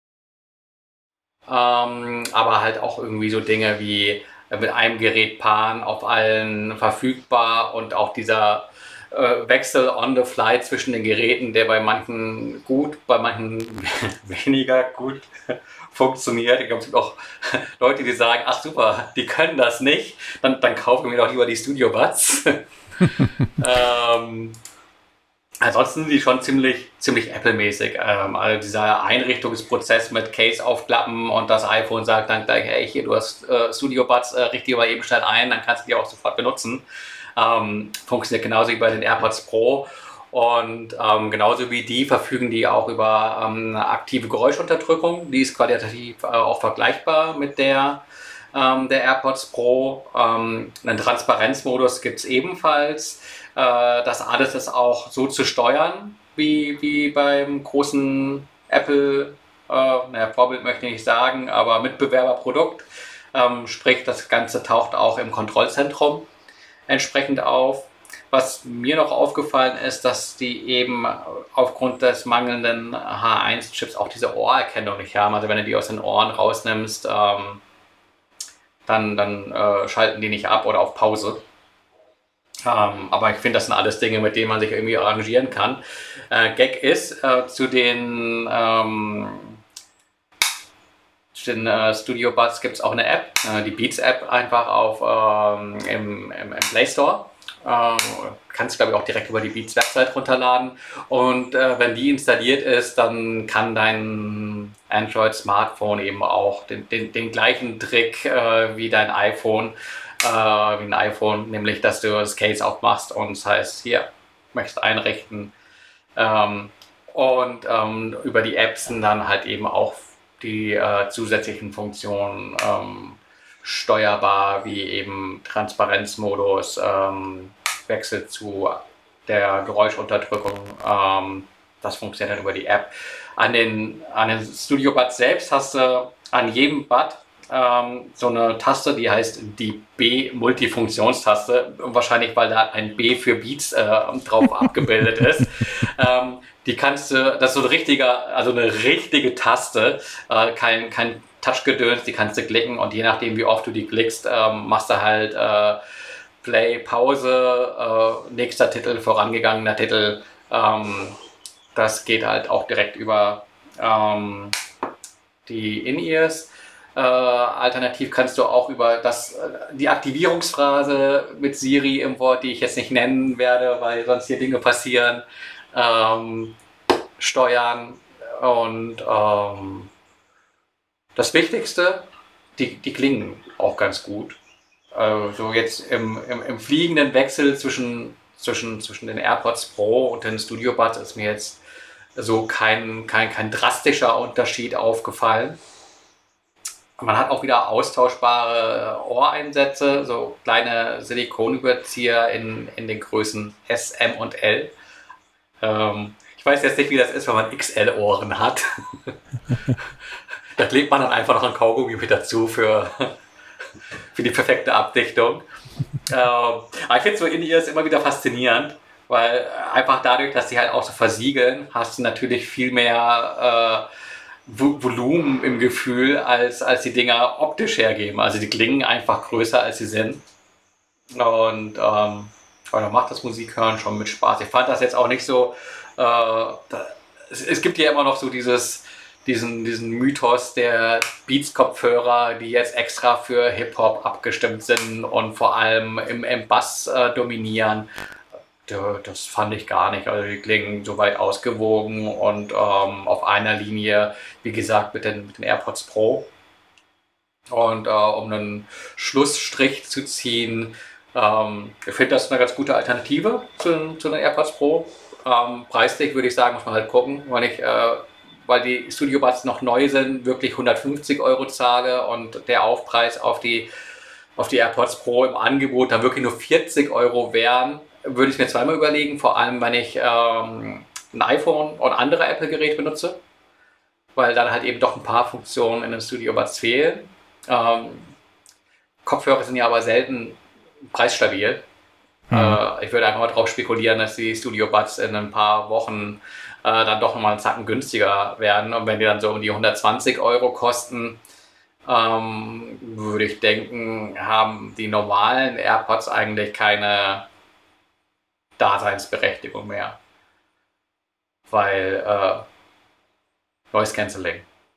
Ähm, aber halt auch irgendwie so Dinge wie äh, mit einem Gerät Pan auf allen verfügbar und auch dieser äh, Wechsel on the fly zwischen den Geräten, der bei manchen gut, bei manchen weniger gut funktioniert. Ich glaube, es gibt auch Leute, die sagen, ach super, die können das nicht, dann, dann kaufen wir doch lieber die Studio Buds. ähm, Ansonsten sind die schon ziemlich, ziemlich Apple-mäßig. Ähm, also dieser Einrichtungsprozess mit Case aufklappen und das iPhone sagt dann gleich, hey, hier, du hast äh, Studio Buds, äh, richte die mal eben schnell ein, dann kannst du die auch sofort benutzen. Ähm, funktioniert genauso wie bei den AirPods Pro. Und ähm, genauso wie die verfügen die auch über ähm, aktive Geräuschunterdrückung. Die ist qualitativ äh, auch vergleichbar mit der, ähm, der AirPods Pro. Ähm, einen Transparenzmodus gibt es ebenfalls. Das alles ist auch so zu steuern, wie, wie beim großen Apple, äh, naja, Vorbild möchte ich nicht sagen, aber Mitbewerberprodukt. Ähm, sprich, das Ganze taucht auch im Kontrollzentrum entsprechend auf. Was mir noch aufgefallen ist, dass die eben aufgrund des mangelnden H eins Chips auch diese Ohrerkennung nicht haben. Also wenn du die aus den Ohren rausnimmst, ähm, dann, dann äh, schalten die nicht ab oder auf Pause. Um, aber ich finde, das sind alles Dinge, mit denen man sich irgendwie arrangieren kann. Äh, Gag ist, äh, zu den ähm, den äh, Studio Buds gibt es auch eine App, äh, die Beats App einfach auf ähm, im, im, im Play Store. Äh, kannst du glaube ich auch direkt über die Beats Website runterladen und äh, wenn die installiert ist, dann kann dein Android Smartphone eben auch den, den, den gleichen Trick äh, wie dein iPhone, äh, wie ein iPhone, nämlich dass du das Case aufmachst und das heißt, hier, möchtest einrichten ähm, und ähm, über die Apps sind dann halt eben auch die äh, zusätzlichen Funktionen ähm, steuerbar, wie eben Transparenzmodus, ähm, Wechsel zu der Geräuschunterdrückung. Ähm, das funktioniert dann über die App. An den, an den Studio Buds selbst hast du an jedem Bud ähm, so eine Taste, die heißt die B-Multifunktionstaste. Wahrscheinlich, weil da ein B für Beats äh, drauf abgebildet ist. Ähm, die kannst du, das ist so ein richtiger, also eine richtige Taste, äh, kein, kein Touchgedöns, die kannst du klicken und je nachdem, wie oft du die klickst, ähm, machst du halt äh, Play, Pause, äh, nächster Titel, vorangegangener Titel. Ähm, das geht halt auch direkt über ähm, die In-Ears. Äh, alternativ kannst du auch über das, äh, die Aktivierungsphrase mit Siri im Wort, die ich jetzt nicht nennen werde, weil sonst hier Dinge passieren, ähm, steuern und ähm, das Wichtigste, die, die klingen auch ganz gut. Also jetzt im, im, im fliegenden Wechsel zwischen, zwischen, zwischen den AirPods Pro und den Studio Buds ist mir jetzt so kein, kein, kein drastischer Unterschied aufgefallen. Man hat auch wieder austauschbare Ohreinsätze, so kleine Silikonüberzieher in, in den Größen S, M und L. Ähm, ich weiß jetzt nicht, wie das ist, wenn man X L-Ohren hat. Da klebt man dann einfach noch ein Kaugummi mit dazu für, für die perfekte Abdichtung. Ähm, aber ich finde so In-Ears immer wieder faszinierend, weil einfach dadurch, dass sie halt auch so versiegeln, hast du natürlich viel mehr äh, Volumen im Gefühl, als, als die Dinger optisch hergeben. Also die klingen einfach größer, als sie sind. Und ähm, da macht das Musikhören schon mit Spaß. Ich fand das jetzt auch nicht so, äh, da, es, es gibt ja immer noch so dieses, diesen, diesen Mythos der Beats-Kopfhörer, die jetzt extra für Hip-Hop abgestimmt sind und vor allem im, im Bass äh, dominieren. Das fand ich gar nicht. Also die klingen soweit ausgewogen und ähm, auf einer Linie, wie gesagt, mit den, mit den AirPods Pro. Und äh, um einen Schlussstrich zu ziehen, ähm, ich finde das eine ganz gute Alternative zu, zu den AirPods Pro. Ähm, preislich würde ich sagen, muss man halt gucken, weil ich, äh, weil die Studio Buds noch neu sind, wirklich hundertfünfzig Euro zahle und der Aufpreis auf die, auf die AirPods Pro im Angebot dann wirklich nur vierzig Euro wären. Würde ich mir zweimal überlegen, vor allem wenn ich ähm, ein iPhone und andere Apple-Geräte benutze, weil dann halt eben doch ein paar Funktionen in den Studio Buds fehlen. Ähm, Kopfhörer sind ja aber selten preisstabil. Mhm. Äh, ich würde einfach mal drauf spekulieren, dass die Studio Buds in ein paar Wochen äh, dann doch nochmal einen Zacken günstiger werden und wenn die dann so um die hundertzwanzig Euro kosten, ähm, würde ich denken, haben die normalen AirPods eigentlich keine Daseinsberechtigung mehr, weil äh, Noise Cancelling.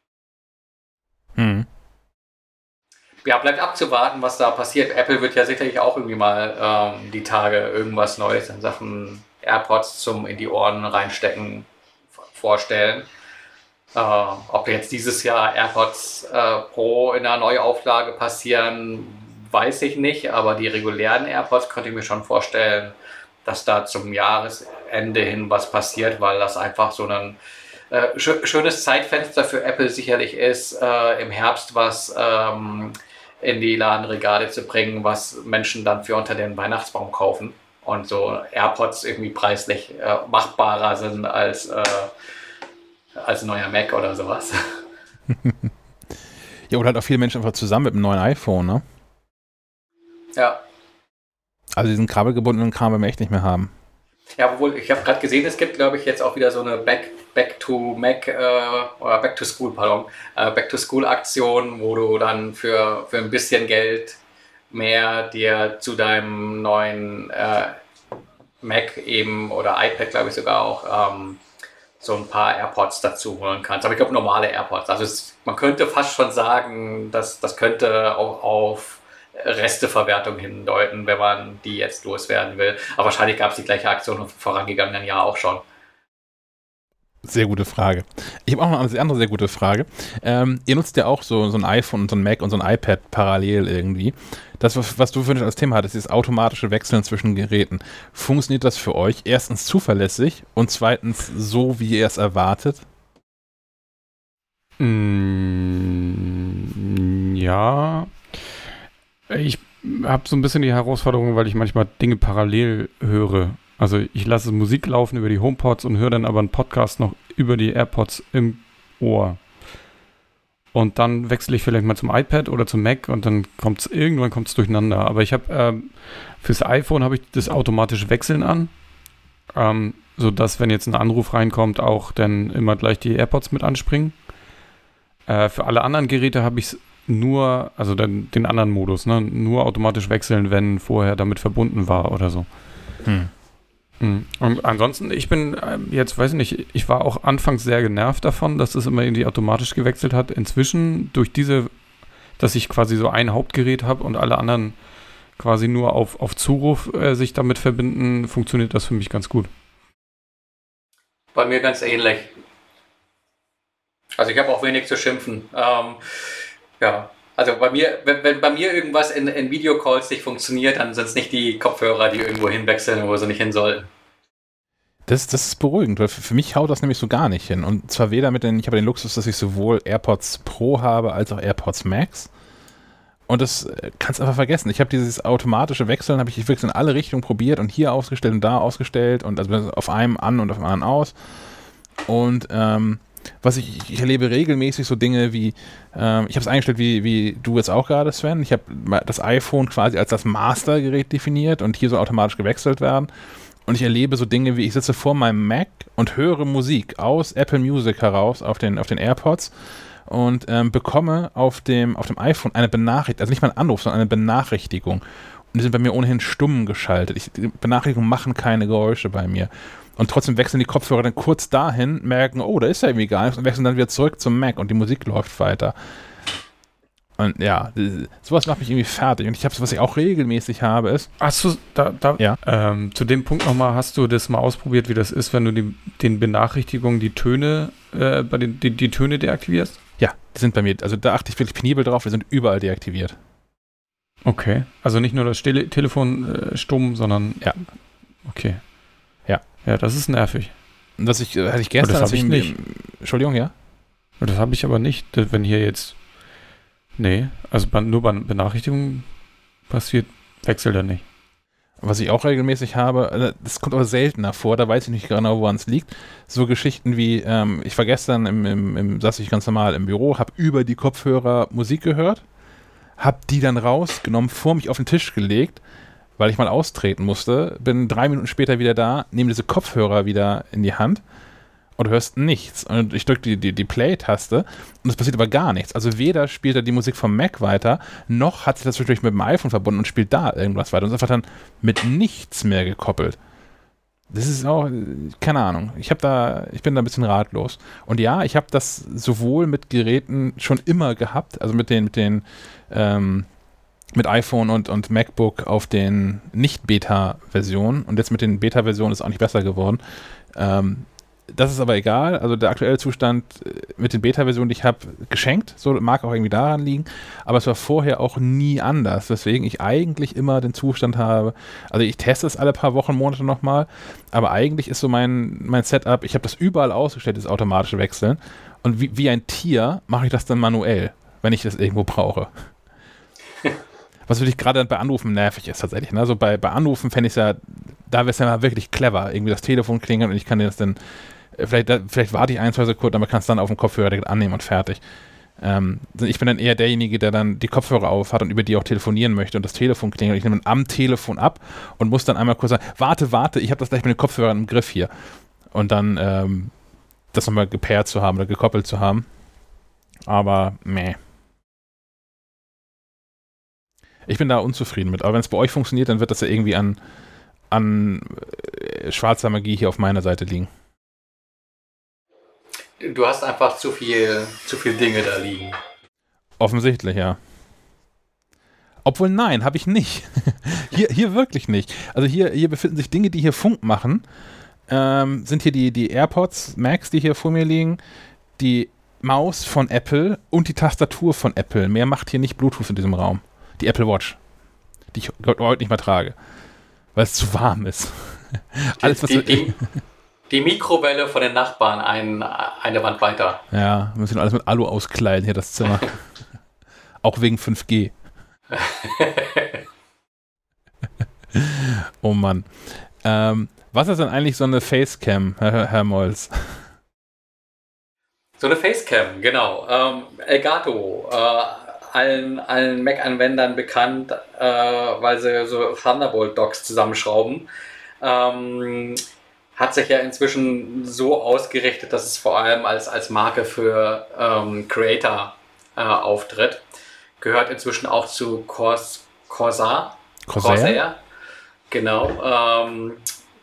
Hm. Ja, bleibt abzuwarten, was da passiert. Apple wird ja sicherlich auch irgendwie mal ähm, die Tage irgendwas Neues in Sachen AirPods zum in die Ohren reinstecken vorstellen. Äh, ob jetzt dieses Jahr AirPods äh, Pro in einer Neuauflage passieren, weiß ich nicht, aber die regulären AirPods könnte ich mir schon vorstellen, dass da zum Jahresende hin was passiert, weil das einfach so ein äh, sch- schönes Zeitfenster für Apple sicherlich ist, äh, im Herbst was ähm, in die Ladenregale zu bringen, was Menschen dann für unter den Weihnachtsbaum kaufen und so AirPods irgendwie preislich äh, machbarer sind als, äh, als ein neuer Mac oder sowas. Ja, oder halt auch viele Menschen einfach zusammen mit einem neuen iPhone, ne? Ja. Also diesen kabelgebundenen Kram werden wir echt nicht mehr haben. Ja, obwohl, ich habe gerade gesehen, es gibt, glaube ich, jetzt auch wieder so eine Back, Back to Mac äh, oder Back to School, pardon, äh, Back to School Aktion, wo du dann für, für ein bisschen Geld mehr dir zu deinem neuen äh, Mac eben oder iPad, glaube ich sogar auch, ähm, so ein paar AirPods dazu holen kannst. Aber ich glaube, normale AirPods. Also es, man könnte fast schon sagen, dass das könnte auch auf Resteverwertung hindeuten, wenn man die jetzt loswerden will. Aber wahrscheinlich gab es die gleiche Aktion im vorangegangenen Jahr auch schon. Sehr gute Frage. Ich habe auch noch eine andere sehr gute Frage. Ähm, ihr nutzt ja auch so, so ein iPhone und so ein Mac und so ein iPad parallel irgendwie. Das, was, was du für als Thema hattest, ist automatische Wechseln zwischen Geräten. Funktioniert das für euch erstens zuverlässig und zweitens so, wie ihr es erwartet? Mm, ja. Ich habe so ein bisschen die Herausforderung, weil ich manchmal Dinge parallel höre. Also ich lasse Musik laufen über die HomePods und höre dann aber einen Podcast noch über die AirPods im Ohr. Und dann wechsle ich vielleicht mal zum iPad oder zum Mac und dann kommt es, irgendwann kommt es durcheinander. Aber ich habe, ähm, fürs iPhone habe ich das automatische Wechseln an, ähm, sodass, wenn jetzt ein Anruf reinkommt, auch dann immer gleich die AirPods mit anspringen. Äh, für alle anderen Geräte habe ich es nur, also dann den anderen Modus, ne, nur automatisch wechseln, wenn vorher damit verbunden war oder so. Hm. Und ansonsten, ich bin jetzt, weiß ich nicht, ich war auch anfangs sehr genervt davon, dass es immer irgendwie automatisch gewechselt hat. Inzwischen, durch diese, dass ich quasi so ein Hauptgerät habe und alle anderen quasi nur auf, auf Zuruf äh, sich damit verbinden, funktioniert das für mich ganz gut. Bei mir ganz ähnlich. Also ich habe auch wenig zu schimpfen. Ähm, ja, also bei mir, wenn, wenn bei mir irgendwas in, in Videocalls nicht funktioniert, dann sind es nicht die Kopfhörer, die irgendwo hinwechseln, wo sie nicht hin sollten. Das, das ist beruhigend, weil für, für mich haut das nämlich so gar nicht hin. Und zwar weder mit den, ich habe den Luxus, dass ich sowohl AirPods Pro habe, als auch AirPods Max. Und das kannst du einfach vergessen. Ich habe dieses automatische Wechseln, habe ich wirklich in alle Richtungen probiert und hier ausgestellt und da ausgestellt und also auf einem an und auf dem anderen aus. Und ähm, was ich, ich erlebe regelmäßig so Dinge wie, ähm, ich habe es eingestellt, wie, wie du jetzt auch gerade, Sven. Ich habe das iPhone quasi als das Mastergerät definiert und hier so automatisch gewechselt werden. Und ich erlebe so Dinge wie, ich sitze vor meinem Mac und höre Musik aus Apple Music heraus auf den, auf den AirPods und ähm, bekomme auf dem, auf dem iPhone eine Benachrichtigung, also nicht mal einen Anruf, sondern eine Benachrichtigung. Und die sind bei mir ohnehin stumm geschaltet. Ich, die Benachrichtigungen machen keine Geräusche bei mir. Und trotzdem wechseln die Kopfhörer dann kurz dahin, merken, oh, da ist ja irgendwie gar nichts und wechseln dann wieder zurück zum Mac und die Musik läuft weiter. Und ja, sowas macht mich irgendwie fertig. Und ich habe was ich auch regelmäßig habe, ist... Hast du, da, da, ja? ähm, zu dem Punkt nochmal, hast du das mal ausprobiert, wie das ist, wenn du die, den Benachrichtigungen die Töne, äh, bei den, die, die Töne deaktivierst? Ja, die sind bei mir, also da achte ich wirklich penibel drauf, die sind überall deaktiviert. Okay, also nicht nur das Stille, Telefon äh, stumm, sondern... Ja. Okay. Ja. Ja, das ist nervig. Und das ich, hatte ich gestern... das habe ich nicht. Entschuldigung, ja? Das habe ich aber nicht, wenn hier jetzt... Nee, also nur bei Benachrichtigungen passiert, wechselt er nicht. Was ich auch regelmäßig habe, das kommt aber seltener vor, da weiß ich nicht genau, woran es liegt. So Geschichten wie, ähm, ich war gestern, im, im, im, saß ich ganz normal im Büro, habe über die Kopfhörer Musik gehört, habe die dann rausgenommen, vor mich auf den Tisch gelegt, weil ich mal austreten musste, bin drei Minuten später wieder da, nehme diese Kopfhörer wieder in die Hand und du hörst nichts. Und ich drücke die, die, die Play-Taste und es passiert aber gar nichts. Also weder spielt er die Musik vom Mac weiter, noch hat sich das natürlich mit dem iPhone verbunden und spielt da irgendwas weiter. Und es ist einfach dann mit nichts mehr gekoppelt. Das ist auch, keine Ahnung. Ich habe da, ich bin da ein bisschen ratlos. Und ja, ich habe das sowohl mit Geräten schon immer gehabt, also mit den, mit den, ähm, mit iPhone und, und MacBook auf den Nicht-Beta-Versionen. Und jetzt mit den Beta-Versionen ist es auch nicht besser geworden. Ähm, Das ist aber egal, also der aktuelle Zustand mit den Beta-Versionen, die ich habe, geschenkt, so mag auch irgendwie daran liegen, aber es war vorher auch nie anders, weswegen ich eigentlich immer den Zustand habe, also ich teste es alle paar Wochen, Monate nochmal, aber eigentlich ist so mein, mein Setup, ich habe das überall ausgestellt, das automatische Wechseln und wie, wie ein Tier mache ich das dann manuell, wenn ich das irgendwo brauche. Was natürlich gerade bei Anrufen nervig ist tatsächlich, ne? Also bei, bei Anrufen fände ich es ja, da wäre es ja mal wirklich clever, irgendwie das Telefon klingelt und ich kann das dann Vielleicht, vielleicht warte ich ein, zwei Sekunden, aber kann es dann auf dem Kopfhörer direkt annehmen und fertig. Ähm, ich bin dann eher derjenige, der dann die Kopfhörer auf hat und über die auch telefonieren möchte und das Telefon klingelt. Ich nehme dann am Telefon ab und muss dann einmal kurz sagen, warte, warte, ich habe das gleich mit den Kopfhörern im Griff hier. Und dann ähm, das nochmal gepaart zu haben oder gekoppelt zu haben. Aber, meh. Ich bin da unzufrieden mit. Aber wenn es bei euch funktioniert, dann wird das ja irgendwie an, an äh, schwarzer Magie hier auf meiner Seite liegen. Du hast einfach zu viel, zu viel Dinge da liegen. Offensichtlich, ja. Obwohl, nein, habe ich nicht. hier, hier wirklich nicht. Also hier, hier befinden sich Dinge, die hier Funk machen. Ähm, sind hier die, die AirPods Max, die hier vor mir liegen, die Maus von Apple und die Tastatur von Apple. Mehr macht hier nicht Bluetooth in diesem Raum. Die Apple Watch, die ich heute nicht mehr trage, weil es zu warm ist. Alles, was die, die, die Mikrowelle von den Nachbarn ein, eine Wand weiter. Ja, wir müssen alles mit Alu auskleiden hier, das Zimmer. Auch wegen fünf G. Oh Mann. Ähm, was ist denn eigentlich so eine Facecam, Herr, Herr Molz? So eine Facecam, genau. Ähm, Elgato, äh, allen, allen Mac-Anwendern bekannt, äh, weil sie so Thunderbolt-Docks zusammenschrauben. Ähm, hat sich ja inzwischen so ausgerichtet, dass es vor allem als, als Marke für ähm, Creator äh, auftritt. Gehört inzwischen auch zu Cors, Corsair. Corsair? Corsair. Genau. Ähm,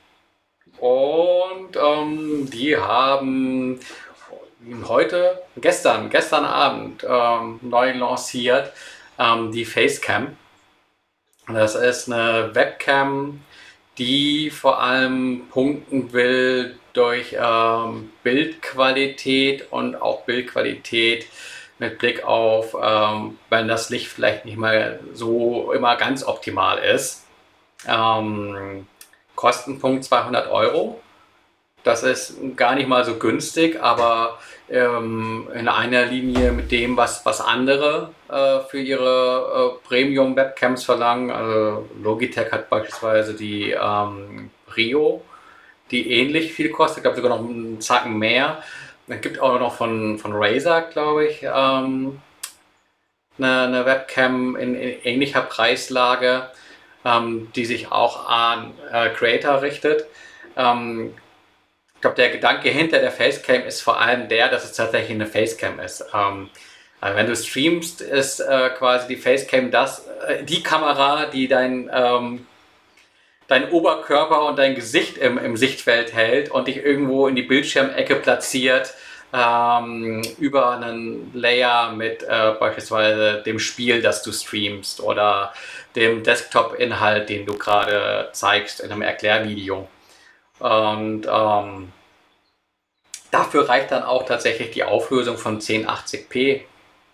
und ähm, die haben heute, gestern, gestern Abend ähm, neu lanciert ähm, die Facecam. Das ist eine Webcam, die vor allem punkten will durch ähm, Bildqualität und auch Bildqualität mit Blick auf, ähm, wenn das Licht vielleicht nicht mal so immer ganz optimal ist. Ähm, Kostenpunkt zweihundert Euro. Das ist gar nicht mal so günstig, aber ähm, in einer Linie mit dem, was, was andere äh, für ihre äh, Premium-Webcams verlangen. Also Logitech hat beispielsweise die ähm, Brio, die ähnlich viel kostet, ich glaube sogar noch einen Zacken mehr. Es gibt auch noch von, von Razer, glaube ich, ähm, eine, eine Webcam in, in ähnlicher Preislage, ähm, die sich auch an äh, Creator richtet. Ähm, ich glaube, der Gedanke hinter der Facecam ist vor allem der, dass es tatsächlich eine Facecam ist. Ähm, also wenn du streamst, ist äh, quasi die Facecam das, äh, die Kamera, die dein, ähm, dein Oberkörper und dein Gesicht im, im Sichtfeld hält und dich irgendwo in die Bildschirmecke platziert, ähm, über einen Layer mit äh, beispielsweise dem Spiel, das du streamst oder dem Desktop-Inhalt, den du gerade zeigst in einem Erklärvideo. Und ähm, dafür reicht dann auch tatsächlich die Auflösung von zehn achtzig p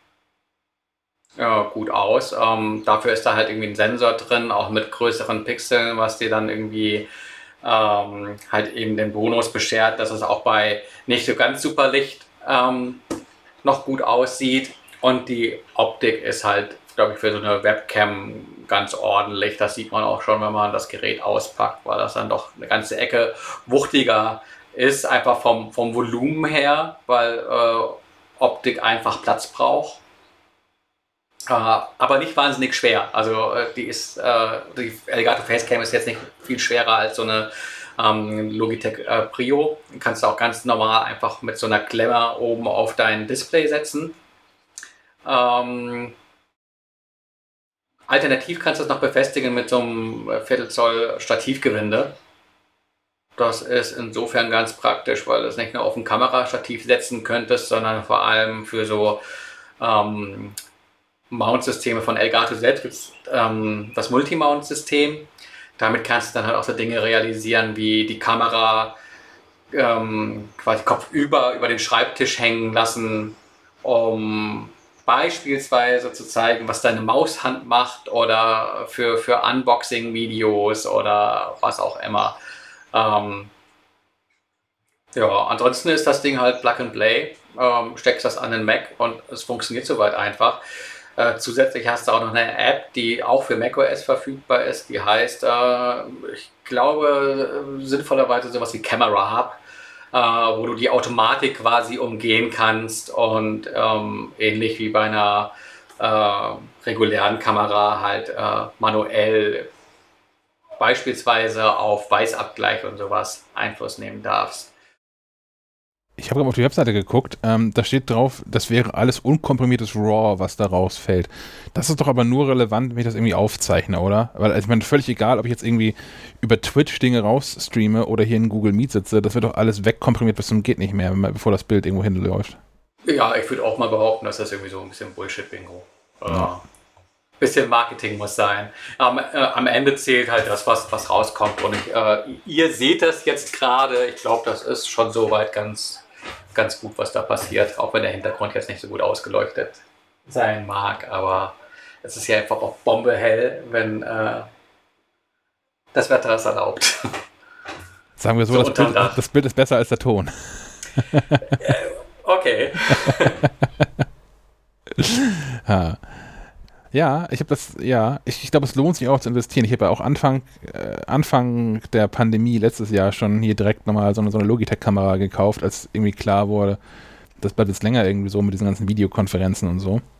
ja, gut aus. Ähm, dafür ist da halt irgendwie ein Sensor drin, auch mit größeren Pixeln, was dir dann irgendwie ähm, halt eben den Bonus beschert, dass es auch bei nicht so ganz super Licht ähm, noch gut aussieht. Und die Optik ist halt, glaube ich, für so eine Webcam ganz ordentlich. Das sieht man auch schon, wenn man das Gerät auspackt, weil das dann doch eine ganze Ecke wuchtiger ist, einfach vom, vom Volumen her, weil äh, Optik einfach Platz braucht. Äh, aber nicht wahnsinnig schwer. Also äh, die ist, äh, die Elgato Facecam ist jetzt nicht viel schwerer als so eine ähm, Logitech äh, Brio. Du kannst auch ganz normal einfach mit so einer Klemme oben auf dein Display setzen. Ähm, Alternativ kannst du es noch befestigen mit so einem Viertelzoll Stativgewinde. Das ist insofern ganz praktisch, weil du es nicht nur auf ein Kamerastativ setzen könntest, sondern vor allem für so ähm, Mount-Systeme von Elgato selbst gibt es ähm, das Multi-Mount-System. Damit kannst du dann halt auch so Dinge realisieren, wie die Kamera ähm, quasi kopfüber über den Schreibtisch hängen lassen, um beispielsweise zu zeigen, was deine Maushand macht oder für, für Unboxing-Videos oder was auch immer. Ähm, ja, ansonsten ist das Ding halt Plug and Play. Ähm, steckst das an den Mac und es funktioniert soweit einfach. Äh, zusätzlich hast du auch noch eine App, die auch für macOS verfügbar ist. Die heißt, äh, ich glaube, sinnvollerweise sowas wie Camera Hub. Uh, wo du die Automatik quasi umgehen kannst und ähm, ähnlich wie bei einer äh, regulären Kamera halt äh, manuell beispielsweise auf Weißabgleich und sowas Einfluss nehmen darfst. ich habe gerade auf die Webseite geguckt, ähm, da steht drauf, das wäre alles unkomprimiertes RAW, was da rausfällt. Das ist doch aber nur relevant, wenn ich das irgendwie aufzeichne, oder? Weil also ich meine, völlig egal, ob ich jetzt irgendwie über Twitch Dinge rausstreame oder hier in Google Meet sitze, das wird doch alles wegkomprimiert bis zum geht nicht mehr, bevor das Bild irgendwo hinläuft. Ja, ich würde auch mal behaupten, dass das irgendwie so ein bisschen Bullshit-Bingo. Ja. Äh, bisschen Marketing muss sein. Am, äh, am Ende zählt halt das, was, was rauskommt. Und ich, äh, ihr seht das jetzt gerade. Ich glaube, das ist schon soweit ganz, ganz gut, was da passiert. Auch wenn der Hintergrund jetzt nicht so gut ausgeleuchtet sein mag. Aber es ist ja einfach auch bombehell, wenn äh, das Wetter es erlaubt. Sagen wir so, so das, Bild, das Bild ist besser als der Ton. äh, okay. ha. Ja, ich habe das, ja, ich, ich glaube, es lohnt sich auch zu investieren. Ich habe ja auch Anfang, äh, Anfang der Pandemie letztes Jahr schon hier direkt nochmal so eine, so eine Logitech-Kamera gekauft, als irgendwie klar wurde, das bleibt jetzt länger irgendwie so mit diesen ganzen Videokonferenzen und so.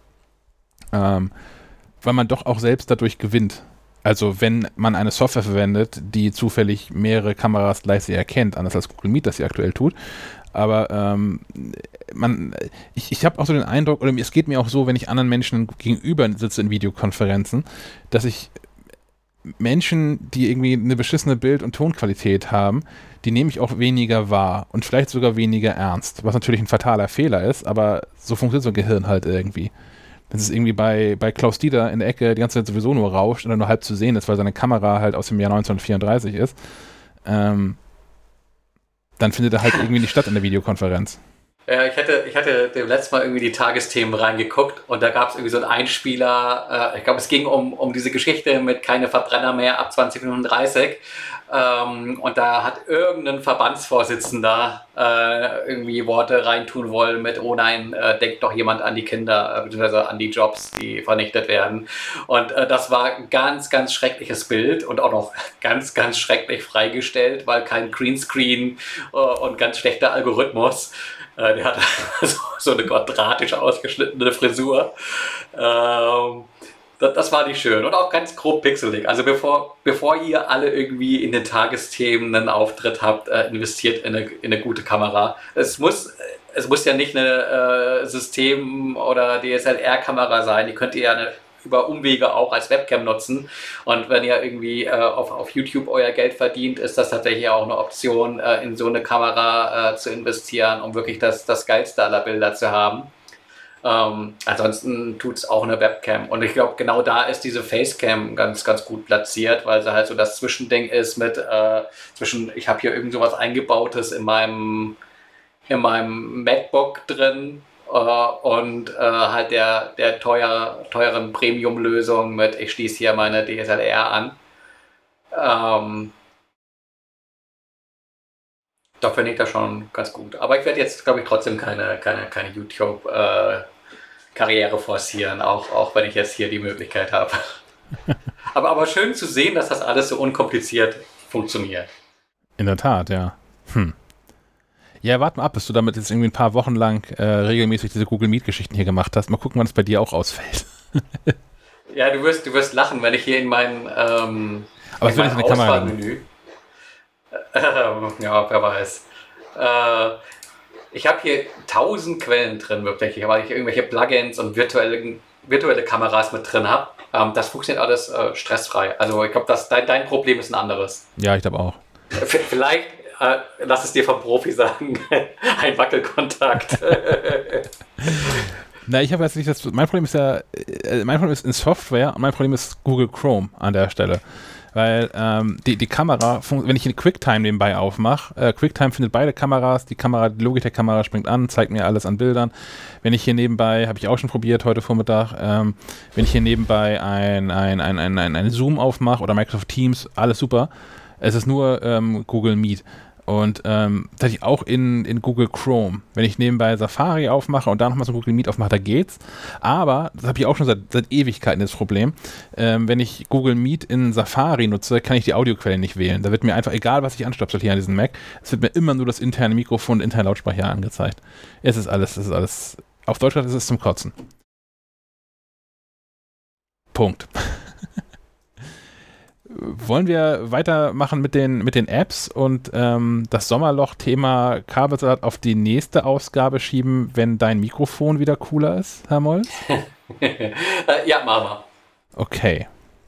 Ähm, weil man doch auch selbst dadurch gewinnt. Also wenn man eine Software verwendet, die zufällig mehrere Kameras gleichzeitig erkennt, anders als Google Meet das sie aktuell tut. Aber ähm, man, ich, ich habe auch so den Eindruck, oder es geht mir auch so, wenn ich anderen Menschen gegenüber sitze in Videokonferenzen, dass ich Menschen, die irgendwie eine beschissene Bild- und Tonqualität haben, die nehme ich auch weniger wahr und vielleicht sogar weniger ernst, was natürlich ein fataler Fehler ist, aber so funktioniert so ein Gehirn halt irgendwie. Wenn es irgendwie bei, bei Klaus Dieter in der Ecke die ganze Zeit sowieso nur rauscht oder nur halb zu sehen ist, weil seine Kamera halt aus dem Jahr neunzehnhundertvierunddreißig ist, ähm, dann findet er halt irgendwie nicht statt in der Videokonferenz. Ja, ich hatte, ich hatte dem letzten Mal irgendwie die Tagesthemen reingeguckt und da gab es irgendwie so einen Einspieler, äh, ich glaube, es ging um, um diese Geschichte mit keine Verbrenner mehr ab zwanzig fünfunddreißig ähm, und da hat irgendein Verbandsvorsitzender äh, irgendwie Worte reintun wollen mit, oh nein, äh, denkt doch jemand an die Kinder, äh, beziehungsweise an die Jobs, die vernichtet werden. Und äh, das war ein ganz, ganz schreckliches Bild und auch noch ganz, ganz schrecklich freigestellt, weil kein Greenscreen äh, und ganz schlechter Algorithmus. Der hat so eine quadratisch ausgeschnittene Frisur. Ähm, das, das war nicht schön und auch ganz grob pixelig. Also bevor, bevor ihr alle irgendwie in den Tagesthemen einen Auftritt habt, äh, investiert in eine, in eine gute Kamera. Es muss, es muss ja nicht eine äh, System- oder D S L R-Kamera sein. Die könnt ihr ja eine über Umwege auch als Webcam nutzen. Und wenn ihr irgendwie äh, auf, auf YouTube euer Geld verdient, ist das tatsächlich auch eine Option, äh, in so eine Kamera äh, zu investieren, um wirklich das, das geilste aller Bilder zu haben. Ähm, ansonsten tut es auch eine Webcam. Und ich glaube, genau da ist diese Facecam ganz, ganz gut platziert, weil sie halt so das Zwischending ist mit äh, zwischen, ich habe hier irgend sowas Eingebautes in meinem, in meinem MacBook drin, Uh, und uh, halt der, der teuer, teuren Premium-Lösung mit, ich schließe hier meine D S L R an. Ähm, da finde ich das schon ganz gut. Aber ich werde jetzt, glaube ich, trotzdem keine, keine, keine YouTube-Karriere äh, forcieren, auch, auch wenn ich jetzt hier die Möglichkeit habe. aber, aber schön zu sehen, dass das alles so unkompliziert funktioniert. In der Tat, ja. Hm. Ja, warte mal ab, bis du damit jetzt irgendwie ein paar Wochen lang äh, regelmäßig diese Google Meet-Geschichten hier gemacht hast. Mal gucken, wann es bei dir auch ausfällt. Ja, du wirst, du wirst lachen, wenn ich hier in mein, ähm, Aber in mein eine Auswahlmenü... Ähm, ja, wer weiß. Äh, ich habe hier tausend Quellen drin, wirklich, weil ich irgendwelche Plugins und virtuelle, virtuelle Kameras mit drin habe. Ähm, das funktioniert alles äh, stressfrei. Also ich glaube, dein, dein Problem ist ein anderes. Ja, ich glaube auch. V- vielleicht äh, lass es dir vom Profi sagen, ein Wackelkontakt. Na, ich habe jetzt nicht das. Mein Problem ist ja, äh, mein Problem ist in Software und mein Problem ist Google Chrome an der Stelle. Weil ähm, die, die Kamera, wenn ich eine QuickTime nebenbei aufmache, äh, QuickTime findet beide Kameras, die Kamera, die Logitech-Kamera springt an, zeigt mir alles an Bildern. Wenn ich hier nebenbei, habe ich auch schon probiert heute Vormittag, ähm, wenn ich hier nebenbei ein, ein, ein, ein, ein, ein Zoom aufmache oder Microsoft Teams, alles super. Es ist nur ähm, Google Meet. Und ähm, tatsächlich auch in, in Google Chrome. Wenn ich nebenbei Safari aufmache und da nochmal so Google Meet aufmache, da geht's. Aber, das habe ich auch schon seit, seit Ewigkeiten das Problem, ähm, wenn ich Google Meet in Safari nutze, kann ich die Audioquelle nicht wählen. Da wird mir einfach, egal was ich anstöpsel hier an diesem Mac, es wird mir immer nur das interne Mikrofon und interne Lautsprecher angezeigt. Es ist alles, es ist alles, auf Deutsch ist es zum Kotzen. wollen wir weitermachen mit den, mit den Apps und ähm, das Sommerloch-Thema Kabelsalat auf die nächste Ausgabe schieben, wenn dein Mikrofon wieder cooler ist, Herr Molz? Ja, machen wir. Okay.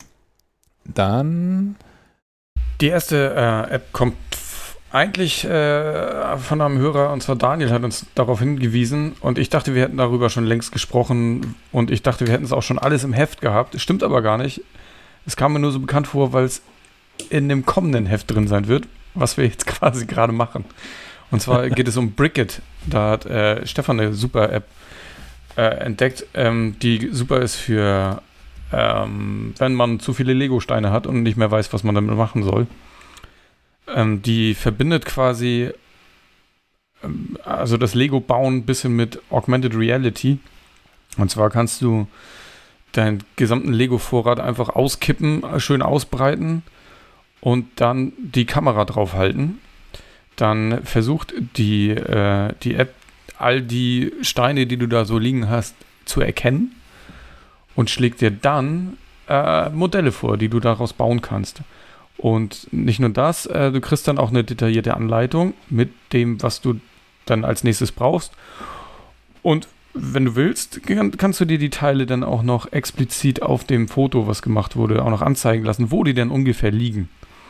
Dann... Die erste äh, App kommt f- eigentlich äh, von einem Hörer, und zwar Daniel hat uns darauf hingewiesen und ich dachte, wir hätten darüber schon längst gesprochen und ich dachte, wir hätten es auch schon alles im Heft gehabt. Das stimmt aber gar nicht. Es kam mir nur so bekannt vor, weil es in dem kommenden Heft drin sein wird, was wir jetzt quasi gerade machen. Und zwar geht es um Brickit. Da hat äh, Stefan eine super App äh, entdeckt, ähm, die super ist für Ähm, wenn man zu viele Lego-Steine hat und nicht mehr weiß, was man damit machen soll. Ähm, die verbindet quasi ähm, also das Lego-Bauen ein bisschen mit Augmented Reality. Und zwar kannst du deinen gesamten Lego-Vorrat einfach auskippen, schön ausbreiten und dann die Kamera drauf halten. Dann versucht die, äh, die App all die Steine, die du da so liegen hast, zu erkennen. Und schlägt dir dann äh, Modelle vor, die du daraus bauen kannst. Und nicht nur das, äh, du kriegst dann auch eine detaillierte Anleitung mit dem, was du dann als nächstes brauchst. Und wenn du willst, kann, kannst du dir die Teile dann auch noch explizit auf dem Foto, was gemacht wurde, auch noch anzeigen lassen, wo die denn ungefähr liegen.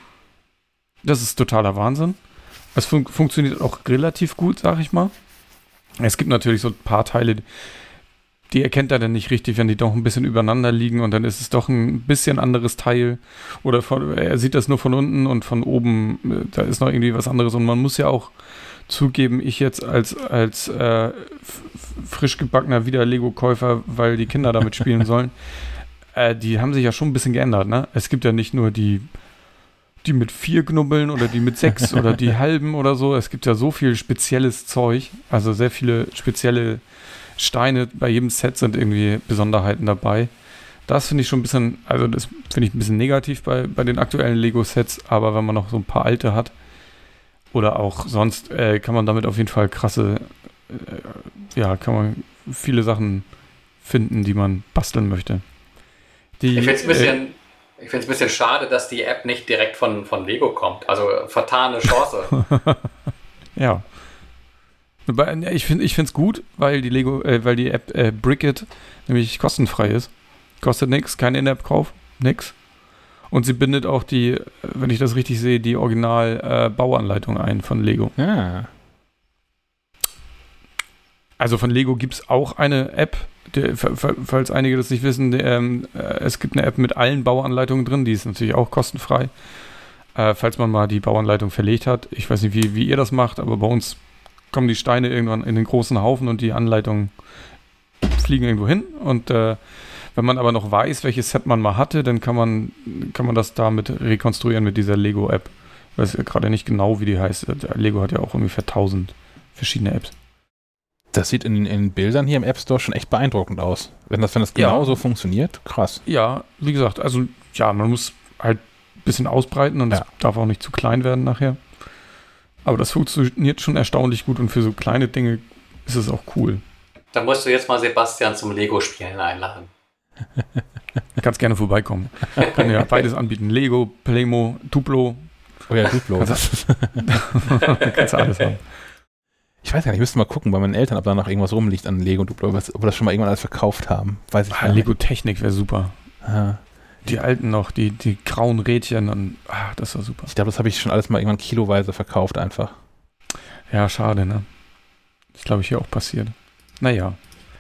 Das ist totaler Wahnsinn. Es fun- funktioniert auch relativ gut, sag ich mal. Es gibt natürlich so ein paar Teile, die erkennt er dann nicht richtig, wenn die doch ein bisschen übereinander liegen und dann ist es doch ein bisschen anderes Teil oder von, er sieht das nur von unten und von oben, da ist noch irgendwie was anderes und man muss ja auch zugeben, ich jetzt als, als äh, f- frisch gebackener Wieder-Lego-Käufer, weil die Kinder damit spielen sollen, äh, die haben sich ja schon ein bisschen geändert, ne? Es gibt ja nicht nur die die mit vier Knubbeln oder die mit sechs oder die halben oder so, es gibt ja so viel spezielles Zeug, also sehr viele spezielle Steine, bei jedem Set sind irgendwie Besonderheiten dabei. Das finde ich schon ein bisschen, also das finde ich ein bisschen negativ bei, bei den aktuellen Lego-Sets, aber wenn man noch so ein paar alte hat oder auch sonst, äh, kann man damit auf jeden Fall krasse, äh, ja, kann man viele Sachen finden, die man basteln möchte. Die, ich finde es ein bisschen, äh, ich finde es ein bisschen schade, dass die App nicht direkt von, von Lego kommt. Also vertane Chance. Ja. Ich finde es gut, weil die Lego, äh, weil die App äh, Brickit nämlich kostenfrei ist. Kostet nichts, kein In-App-Kauf, nix. Und sie bindet auch die, wenn ich das richtig sehe, die Original-Bauanleitung äh, ein von Lego. Ja. Also von Lego gibt es auch eine App, die, falls einige das nicht wissen, die, ähm, äh, es gibt eine App mit allen Bauanleitungen drin, die ist natürlich auch kostenfrei. Äh, falls man mal die Bauanleitung verlegt hat. Ich weiß nicht, wie, wie ihr das macht, aber bei uns kommen die Steine irgendwann in den großen Haufen und die Anleitungen fliegen irgendwo hin. Und äh, wenn man aber noch weiß, welches Set man mal hatte, dann kann man, kann man das damit rekonstruieren mit dieser Lego-App. Ich weiß gerade nicht genau, wie die heißt. Lego hat ja auch ungefähr tausend verschiedene Apps. Das sieht in, in den Bildern hier im App Store schon echt beeindruckend aus. Wenn das, wenn das genau Ja. so funktioniert, krass. Ja, wie gesagt, also ja, man muss halt ein bisschen ausbreiten und es Ja. darf auch nicht zu klein werden nachher. Aber das funktioniert schon erstaunlich gut und für so kleine Dinge ist es auch cool. Da musst du jetzt mal Sebastian zum Lego-Spielen einladen. Kannst gerne vorbeikommen. Kann ja beides anbieten. Lego, Playmo, Duplo. Oh ja, Duplo. Das Kannst du alles haben. ich weiß gar nicht, ich müsste mal gucken bei meinen Eltern, ob da noch irgendwas rumliegt an Lego und Duplo, ob wir das schon mal irgendwann alles verkauft haben. Weiß ich Ah, gar nicht. Lego Technik wäre super. Ah, Die alten noch, die, die grauen Rädchen. Und, ah, das war super. ich glaube, das habe ich schon alles mal irgendwann kiloweise verkauft einfach. Ja, schade, ne? Das glaube ich hier auch passiert. Naja.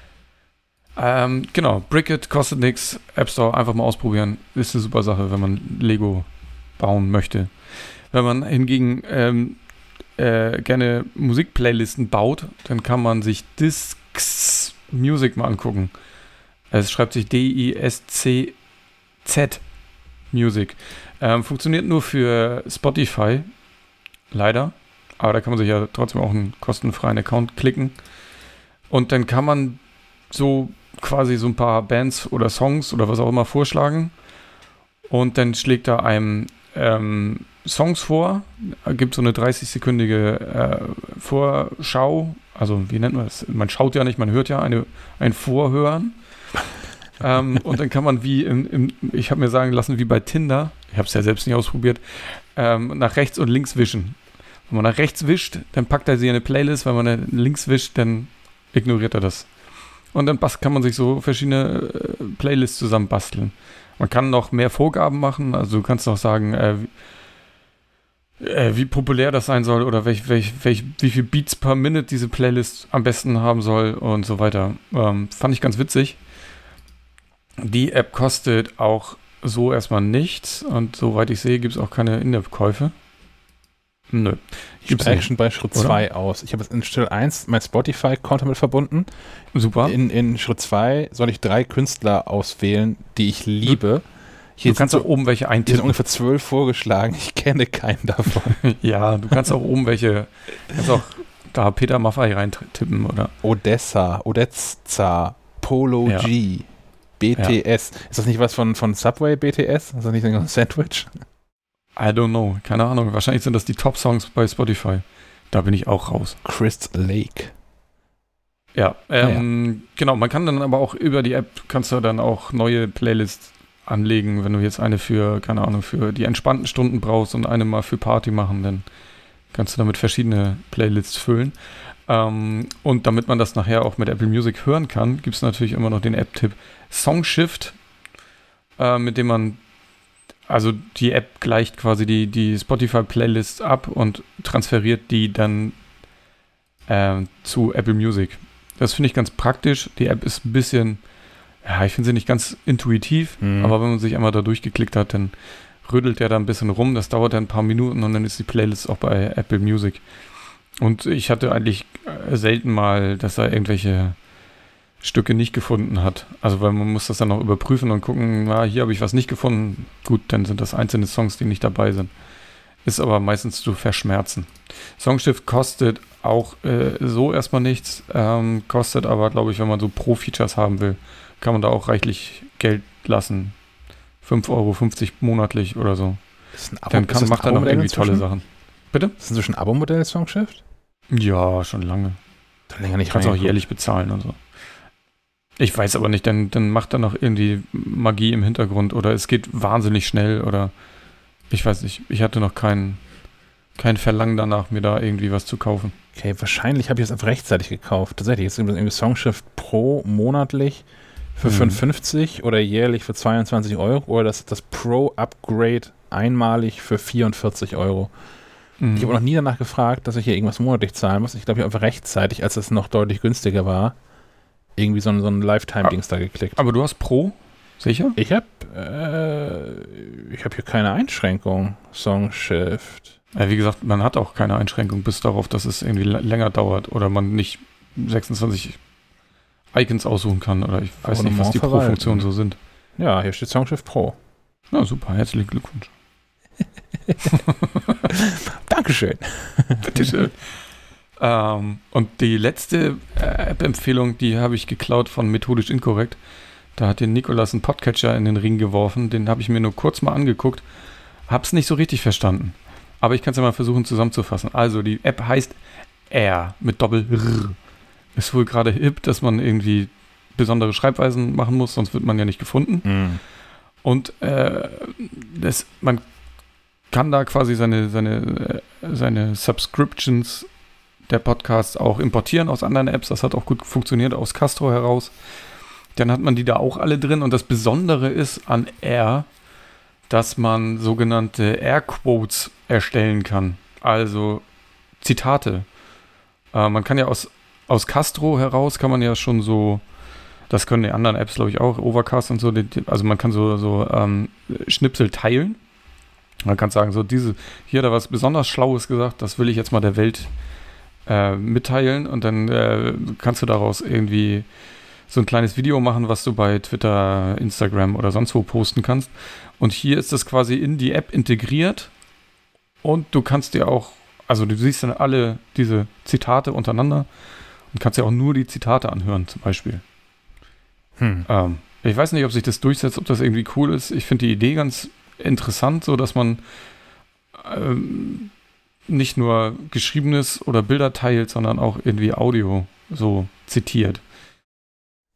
Ähm, genau, Brickit kostet nichts. App Store einfach mal ausprobieren. Ist eine super Sache, wenn man Lego bauen möchte. Wenn man hingegen ähm, äh, gerne Musikplaylisten baut, dann kann man sich Discs Music mal angucken. Es schreibt sich D I S C Z Music. Ähm, funktioniert nur für Spotify. Leider. Aber da kann man sich ja trotzdem auch einen kostenfreien Account klicken. Und dann kann man so quasi so ein paar Bands oder Songs oder was auch immer vorschlagen. Und dann schlägt er einem ähm, Songs vor. Gibt so eine dreißig-sekündige äh, Vorschau. Also wie nennt man das? Man schaut ja nicht, man hört ja eine, ein Vorhören. ähm, und dann kann man wie, im, im, ich habe mir sagen lassen, wie bei Tinder ich habe es ja selbst nicht ausprobiert, ähm, nach rechts und links wischen. Wenn man nach rechts wischt, dann packt er sie in eine Playlist. Wenn man nach links wischt, dann ignoriert er das. Und dann kann man sich so verschiedene äh, Playlists zusammen basteln. Man kann noch mehr Vorgaben machen. Also du kannst noch sagen, äh, wie, äh, wie populär das sein soll oder welch, welch, welch, wie viel Beats per Minute diese Playlist am besten haben soll und so weiter. Ähm, fand ich ganz witzig. Die App kostet auch so erstmal nichts. Und soweit ich sehe, gibt es auch keine In-App-Käufe. Nö. Ich steige schon bei Schritt zwei aus. Ich habe jetzt in Schritt eins mein Spotify-Konto mit verbunden. Super. In, in Schritt zwei soll ich drei Künstler auswählen, die ich liebe. Hier du kannst auch oben welche eintippen. Die sind ungefähr zwölf vorgeschlagen. Ich kenne keinen davon. Ja, du kannst auch oben welche, kannst auch da Peter Maffay reintippen, oder? Odessa, Odessa, Polo Ja. G, B T S. Ja. Ist das nicht was von, von Subway, B T S? Ist das nicht ein Sandwich? I don't know. Keine Ahnung. Wahrscheinlich sind das die Top-Songs bei Spotify. Da bin ich auch raus. Chris Lake. Ja, ähm, ja. Genau. Man kann dann aber auch über die App, kannst du dann auch neue Playlists anlegen. Wenn du jetzt eine für, keine Ahnung, für die entspannten Stunden brauchst und eine mal für Party machen, dann kannst du damit verschiedene Playlists füllen. Ähm, und damit man das nachher auch mit Apple Music hören kann, gibt es natürlich immer noch den App-Tipp Songshift, äh, mit dem man Also die App gleicht quasi die, die Spotify-Playlist ab und transferiert die dann äh, zu Apple Music. Das finde ich ganz praktisch. Die App ist ein bisschen, ja, ich finde sie nicht ganz intuitiv, mhm. aber wenn man sich einmal da durchgeklickt hat, dann rüttelt der da ein bisschen rum. Das dauert dann ein paar Minuten und dann ist die Playlist auch bei Apple Music. Und ich hatte eigentlich selten mal, dass da irgendwelche Stücke nicht gefunden hat. Also weil man muss das dann noch überprüfen und gucken, na, hier habe ich was nicht gefunden. Gut, dann sind das einzelne Songs, die nicht dabei sind. Ist aber meistens zu verschmerzen. Songshift kostet auch äh, so erstmal nichts, ähm, kostet aber, glaube ich, wenn man so Pro-Features haben will, kann man da auch reichlich Geld lassen. fünf Euro fünfzig monatlich oder so. Das ist ein Abo, dann kann, macht er noch irgendwie inzwischen? tolle Sachen. Bitte? Ist das inzwischen ein Abo-Modell, Songshift? Ja, schon lange. Dann länger nicht. Kannst auch jährlich bezahlen und so. Ich weiß aber nicht, dann, dann macht er noch irgendwie Magie im Hintergrund oder es geht wahnsinnig schnell oder ich weiß nicht. Ich hatte noch kein, kein Verlangen danach, mir da irgendwie was zu kaufen. Okay, wahrscheinlich habe ich es einfach rechtzeitig gekauft. Tatsächlich, jetzt ist irgendwie Songshift Pro monatlich für hm. fünf fünfzig oder jährlich für zweiundzwanzig Euro oder das, das Pro-Upgrade einmalig für vierundvierzig Euro. Hm. Ich habe noch nie danach gefragt, dass ich hier irgendwas monatlich zahlen muss. Ich glaube, ich habe einfach rechtzeitig, als es noch deutlich günstiger war, irgendwie so ein, so ein Lifetime-Dings da geklickt. Aber du hast Pro? Sicher? Ich habe äh, ich habe hier keine Einschränkung. Songshift. Ja, wie gesagt, man hat auch keine Einschränkung bis darauf, dass es irgendwie l- länger dauert oder man nicht sechsundzwanzig Icons aussuchen kann oder ich weiß nicht, was die Pro-Funktionen so sind. Ja, hier steht Songshift Pro. Na super, herzlichen Glückwunsch. Dankeschön. Bitteschön. Ähm, und die letzte äh, App-Empfehlung, die habe ich geklaut von Methodisch Inkorrekt. Da hat den Nikolas einen Podcatcher in den Ring geworfen. Den habe ich mir nur kurz mal angeguckt. Hab's nicht so richtig verstanden. Aber ich kann es ja mal versuchen zusammenzufassen. Also die App heißt Air mit Doppel-R. Ist wohl gerade hip, dass man irgendwie besondere Schreibweisen machen muss, sonst wird man ja nicht gefunden. Mm. Und äh, das, man kann da quasi seine, seine, seine Subscriptions der Podcasts auch importieren aus anderen Apps. Das hat auch gut funktioniert aus Castro heraus. Dann hat man die da auch alle drin. Und das Besondere ist an Air, dass man sogenannte Air-Quotes erstellen kann. Also Zitate. Äh, man kann ja aus, aus Castro heraus, kann man ja schon so, das können die anderen Apps, glaube ich, auch, Overcast und so, die, also man kann so, so ähm, Schnipsel teilen. Man kann sagen, so diese, hier hat er was besonders Schlaues gesagt, das will ich jetzt mal der Welt äh, mitteilen und dann äh, kannst du daraus irgendwie so ein kleines Video machen, was du bei Twitter, Instagram oder sonst wo posten kannst. Und hier ist das quasi in die App integriert und du kannst dir auch, also du siehst dann alle diese Zitate untereinander und kannst dir auch nur die Zitate anhören, zum Beispiel. Hm. Ähm, ich weiß nicht, ob sich das durchsetzt, ob das irgendwie cool ist. Ich finde die Idee ganz interessant, so dass man ähm, nicht nur Geschriebenes oder Bilder teilt, sondern auch irgendwie Audio so zitiert.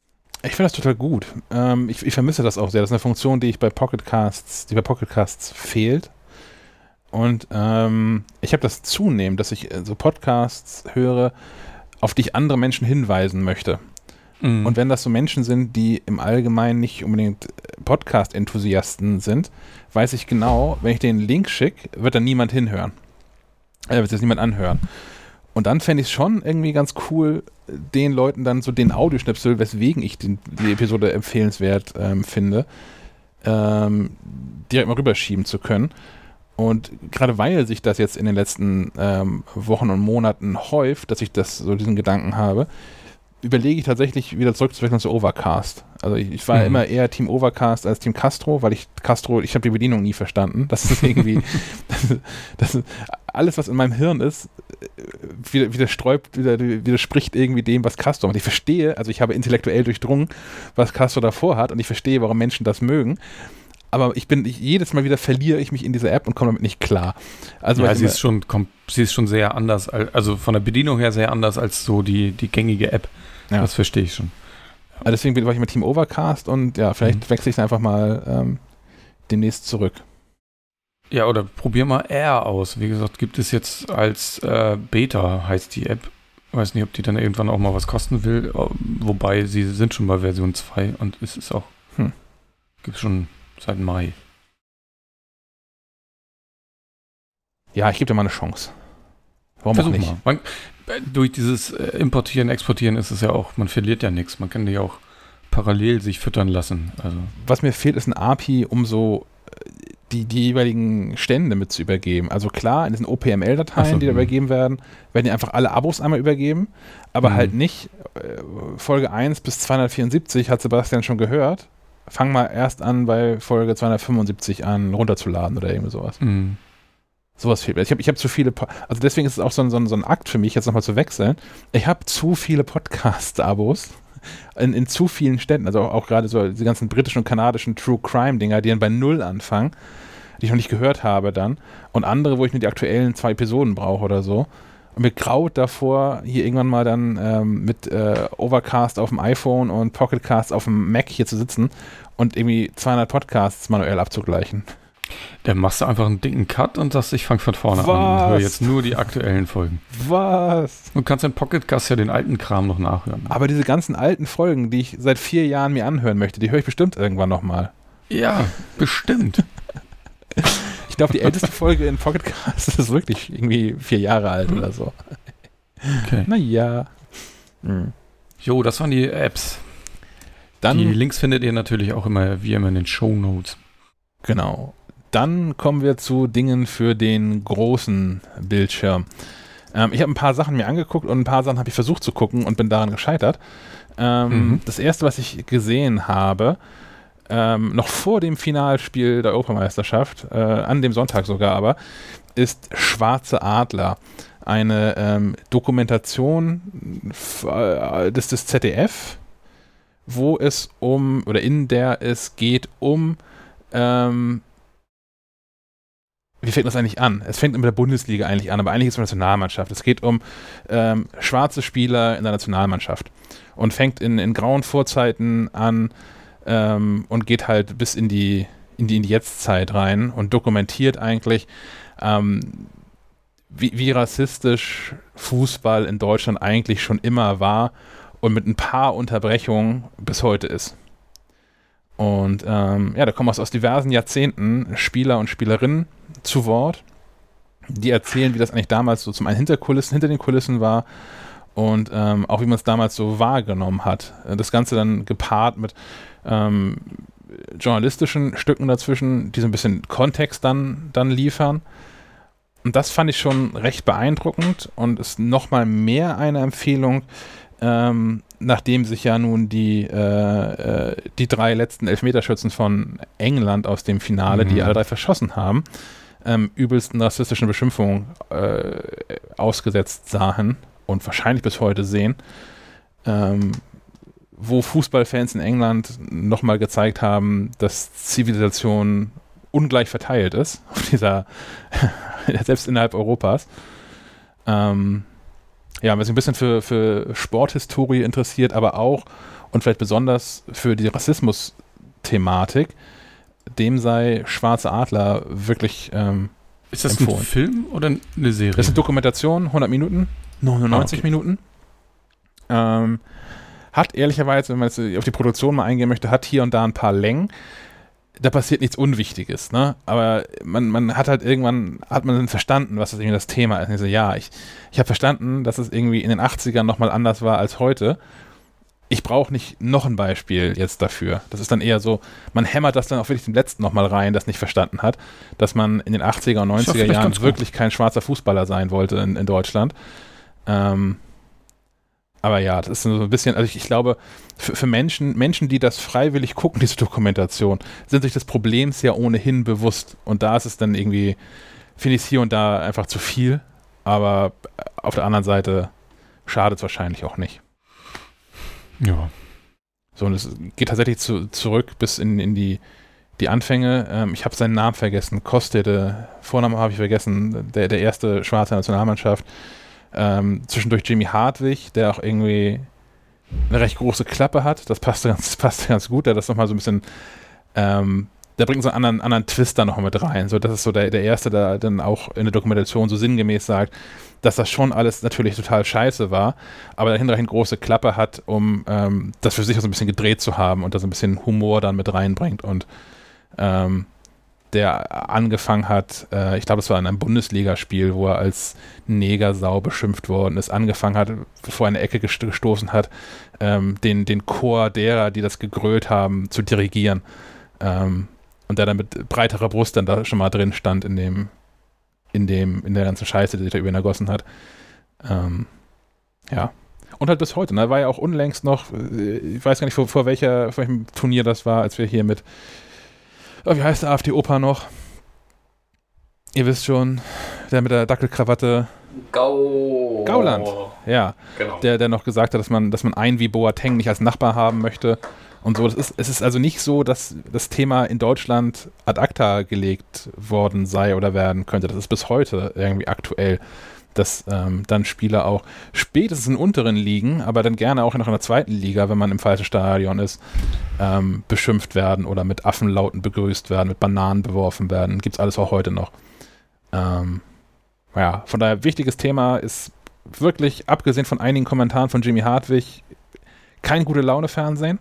Ich finde das total gut. Ähm, ich, ich vermisse das auch sehr. Das ist eine Funktion, die ich bei Pocket Casts, die bei Pocket Casts fehlt. Und ähm, ich habe das zunehmend, dass ich so Podcasts höre, auf die ich andere Menschen hinweisen möchte. Mhm. Und wenn das so Menschen sind, die im Allgemeinen nicht unbedingt Podcast-Enthusiasten sind, weiß ich genau, wenn ich den Link schicke, wird da niemand hinhören. Äh, wird sich niemand anhören. Und dann fände ich es schon irgendwie ganz cool, den Leuten dann so den Audioschnipsel, weswegen ich den, die Episode empfehlenswert ähm, finde, ähm, direkt mal rüberschieben zu können. Und gerade weil sich das jetzt in den letzten ähm, Wochen und Monaten häuft, dass ich das so diesen Gedanken habe, überlege ich tatsächlich wieder zurückzuwechseln zu Overcast. Also ich, ich war mhm. immer eher Team Overcast als Team Castro, weil ich Castro, ich habe die Bedienung nie verstanden. Das ist irgendwie, das, das ist, alles, was in meinem Hirn ist, widersträubt, wieder, widerspricht irgendwie dem, was Castro macht. Ich verstehe, also ich habe intellektuell durchdrungen, was Castro davor hat und ich verstehe, warum Menschen das mögen. Aber ich bin, ich, jedes Mal wieder verliere ich mich in dieser App und komme damit nicht klar. Also ja, sie ist, schon, sie ist schon sehr anders, also von der Bedienung her sehr anders als so die, die gängige App. Ja. Das verstehe ich schon. Also deswegen war ich mit Team Overcast und ja, vielleicht mhm. wechsle ich einfach mal ähm, demnächst zurück. Ja, oder probier mal Air aus. Wie gesagt, gibt es jetzt als äh, Beta, heißt die App. Ich weiß nicht, ob die dann irgendwann auch mal was kosten will, wobei sie sind schon bei Version zwei und es ist auch, hm. gibt es schon seit Mai. Ja, ich gebe dir mal eine Chance. Warum Versuch auch nicht? Mal. Man, durch dieses äh, Importieren, Exportieren ist es ja auch, man verliert ja nichts. Man kann die auch parallel sich füttern lassen. Also. Was mir fehlt, ist ein A P I, um so die, die jeweiligen Stände mit zu übergeben. Also klar, in diesen O P M L-Dateien, so, die da mh. übergeben werden, werden die einfach alle Abos einmal übergeben, aber mhm. halt nicht äh, Folge eins bis zweihundertvierundsiebzig hat Sebastian schon gehört. Fang mal erst an, bei Folge zweihundertfünfundsiebzig an, runterzuladen oder irgendwie sowas. Mhm. Sowas fehlt mir. Ich habe ich hab zu viele, po- also deswegen ist es auch so ein, so ein, so ein Akt für mich, jetzt nochmal zu wechseln. Ich habe zu viele Podcast-Abos in, in zu vielen Städten, also auch, auch gerade so die ganzen britischen und kanadischen True-Crime-Dinger, die dann bei Null anfangen, die ich noch nicht gehört habe dann, und andere, wo ich nur die aktuellen zwei Episoden brauche oder so. Und mir graut davor, hier irgendwann mal dann ähm, mit äh, Overcast auf dem iPhone und Pocketcast auf dem Mac hier zu sitzen und irgendwie zweihundert Podcasts manuell abzugleichen. Dann machst du einfach einen dicken Cut und sagst, ich fange von vorne Was? an und höre jetzt nur die aktuellen Folgen. Was? Du kannst im Pocketcast ja den alten Kram noch nachhören. Aber diese ganzen alten Folgen, die ich seit vier Jahren mir anhören möchte, die höre ich bestimmt irgendwann nochmal. Ja, bestimmt. Ich glaube, die älteste Folge in Pocketcast ist wirklich irgendwie vier Jahre alt oder so. Okay. Naja. Mhm. Jo, das waren die Apps. Dann, die Links findet ihr natürlich auch immer, wie immer, in den Shownotes. Genau. Dann kommen wir zu Dingen für den großen Bildschirm. Ähm, ich habe ein paar Sachen mir angeguckt und ein paar Sachen habe ich versucht zu gucken und bin daran gescheitert. Ähm, mhm. Das erste, was ich gesehen habe, ähm, noch vor dem Finalspiel der Europameisterschaft, äh, an dem Sonntag sogar aber, ist Schwarze Adler. Eine ähm, Dokumentation f- äh, des, des Z D F, wo es um, oder in der es geht um ähm, wie fängt das eigentlich an? Es fängt mit der Bundesliga eigentlich an, aber eigentlich ist es eine Nationalmannschaft. Es geht um ähm, schwarze Spieler in der Nationalmannschaft und fängt in, in grauen Vorzeiten an ähm, und geht halt bis in die, in die, in die Jetztzeit rein und dokumentiert eigentlich, ähm, wie, wie rassistisch Fußball in Deutschland eigentlich schon immer war und mit ein paar Unterbrechungen bis heute ist. Und ähm, ja, da kommen aus, aus diversen Jahrzehnten Spieler und Spielerinnen zu Wort, die erzählen, wie das eigentlich damals so zum einen hinter Kulissen, hinter den Kulissen war und ähm, auch wie man es damals so wahrgenommen hat. Das Ganze dann gepaart mit ähm, journalistischen Stücken dazwischen, die so ein bisschen Kontext dann, dann liefern. Und das fand ich schon recht beeindruckend und ist nochmal mehr eine Empfehlung, ähm, nachdem sich ja nun die, äh, äh, die drei letzten Elfmeterschützen von England aus dem Finale, mhm. die alle drei verschossen haben, ähm, übelsten rassistischen Beschimpfungen äh, ausgesetzt sahen und wahrscheinlich bis heute sehen, ähm, wo Fußballfans in England nochmal gezeigt haben, dass Zivilisation ungleich verteilt ist, auf dieser, selbst innerhalb Europas. Ähm, ja, wer sich ein bisschen für, für Sporthistorie interessiert, aber auch und vielleicht besonders für die Rassismus-Thematik, dem sei Schwarze Adler wirklich ähm, Ist das empfohlen. ein Film oder eine Serie? Das ist eine Dokumentation, hundert Minuten, neunundneunzig Ah, okay. Minuten. Ähm, hat ehrlicherweise, wenn man jetzt auf die Produktion mal eingehen möchte, hat hier und da ein paar Längen. Da passiert nichts Unwichtiges, ne? Aber man, man hat halt irgendwann, hat man dann verstanden, was das irgendwie das Thema ist. Und ich so, ja, ich, ich habe verstanden, dass es irgendwie in den achtzigern nochmal anders war als heute. Ich brauche nicht noch ein Beispiel jetzt dafür. Das ist dann eher so, man hämmert das dann auch wirklich den letzten nochmal rein, das nicht verstanden hat, dass man in den achtziger und Ist doch neunziger vielleicht Jahren ganz gut. wirklich kein schwarzer Fußballer sein wollte in, in Deutschland. Ähm, aber ja, das ist so ein bisschen, also ich, ich glaube, für, für Menschen, Menschen, die das freiwillig gucken, diese Dokumentation, sind sich des Problems ja ohnehin bewusst. Und da ist es dann irgendwie, finde ich es hier und da einfach zu viel. Aber auf der anderen Seite schadet es wahrscheinlich auch nicht. Ja. So, und es geht tatsächlich zu, zurück bis in, in die, die Anfänge. Ähm, ich habe seinen Namen vergessen. Koste, der Vorname habe ich vergessen. Der, der erste schwarze Nationalmannschaft. Ähm, zwischendurch Jimmy Hartwig, der auch irgendwie eine recht große Klappe hat. Das passte ganz, passte ganz gut. Der das nochmal so ein bisschen, ähm, der bringt so einen anderen, anderen Twist da noch mit rein. So, das ist so der, der Erste, der dann auch in der Dokumentation so sinngemäß sagt, dass das schon alles natürlich total scheiße war, aber der hinterher eine große Klappe hat, um ähm, das für sich auch so ein bisschen gedreht zu haben und da so ein bisschen Humor dann mit reinbringt und ähm, der angefangen hat, äh, ich glaube, es war in einem Bundesligaspiel, wo er als Negersau beschimpft worden ist, angefangen hat, vor eine Ecke gest- gestoßen hat, ähm, den, den Chor derer, die das gegrölt haben, zu dirigieren. Ähm, und der dann mit breiterer Brust dann da schon mal drin stand in dem, in dem, in der ganzen Scheiße, die sich da über ihn ergossen hat. Ähm, ja. Und halt bis heute, ne? War ja auch unlängst noch, ich weiß gar nicht, vor, vor, welcher, vor welchem Turnier das war, als wir hier mit, oh, wie heißt der AfD-Opa noch? Ihr wisst schon, der mit der Dackelkrawatte. Gau. Gauland. Ja, Genau. der, der noch gesagt hat, dass man, dass man einen wie Boateng nicht als Nachbar haben möchte und so. Das ist, es ist also nicht so, dass das Thema in Deutschland ad acta gelegt worden sei oder werden könnte. Das ist bis heute irgendwie aktuell, dass ähm, dann Spieler auch spätestens in unteren Ligen, aber dann gerne auch noch in der zweiten Liga, wenn man im falschen Stadion ist, ähm, beschimpft werden oder mit Affenlauten begrüßt werden, mit Bananen beworfen werden. Gibt's alles auch heute noch. Ähm, ja, von daher wichtiges Thema ist wirklich, abgesehen von einigen Kommentaren von Jimmy Hartwig, kein gute Laune Fernsehen,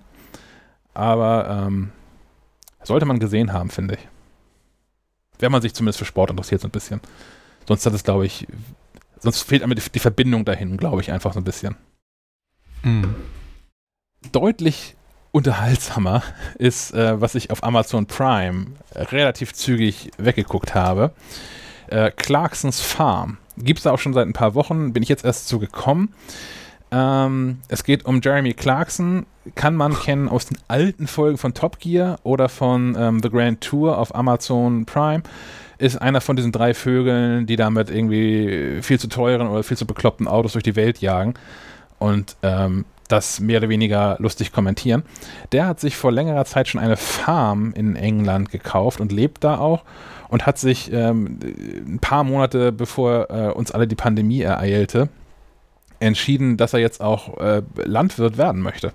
aber ähm, sollte man gesehen haben, finde ich. Wenn man sich zumindest für Sport interessiert so ein bisschen. Sonst hat es, glaube ich, sonst fehlt einem die, die Verbindung dahin, glaube ich, einfach so ein bisschen. Mhm. Deutlich unterhaltsamer ist, äh, was ich auf Amazon Prime relativ zügig weggeguckt habe. Äh, Clarksons Farm. Gibt es da auch schon seit ein paar Wochen, bin ich jetzt erst zu gekommen. Ähm, es geht um Jeremy Clarkson, kann man kennen aus den alten Folgen von Top Gear oder von ähm, The Grand Tour auf Amazon Prime. Ist einer von diesen drei Vögeln, die damit irgendwie viel zu teuren oder viel zu bekloppten Autos durch die Welt jagen und ähm, das mehr oder weniger lustig kommentieren. Der hat sich vor längerer Zeit schon eine Farm in England gekauft und lebt da auch und hat sich ähm, ein paar Monate bevor äh, uns alle die Pandemie ereilte, entschieden, dass er jetzt auch äh, Landwirt werden möchte.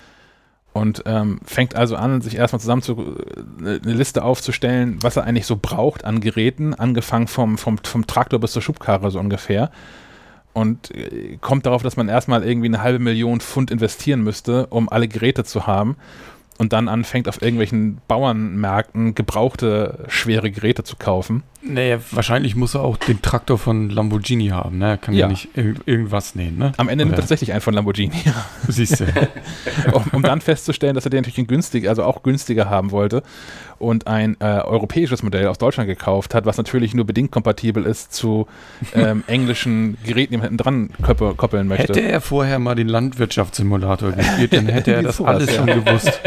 Und ähm, fängt also an, sich erstmal zusammen zu, eine Liste aufzustellen, was er eigentlich so braucht an Geräten, angefangen vom, vom, vom Traktor bis zur Schubkarre so ungefähr. Und äh, kommt darauf, dass man erstmal irgendwie eine halbe Million Pfund investieren müsste, um alle Geräte zu haben. Und dann anfängt, auf irgendwelchen Bauernmärkten gebrauchte, schwere Geräte zu kaufen. Naja, wahrscheinlich muss er auch den Traktor von Lamborghini haben, ne? Er kann ja, Ja. nicht irg- irgendwas nähen, ne? Am Ende nimmt er Oder- tatsächlich einen von Lamborghini. Siehst du. um, um dann festzustellen, dass er den natürlich in günstig, also auch günstiger haben wollte und ein äh, europäisches Modell aus Deutschland gekauft hat, was natürlich nur bedingt kompatibel ist zu ähm, englischen Geräten, die man hinten dran köppe, koppeln möchte. Hätte er vorher mal den Landwirtschaftssimulator gespielt, dann hätte er das Sowas, alles ja. schon gewusst.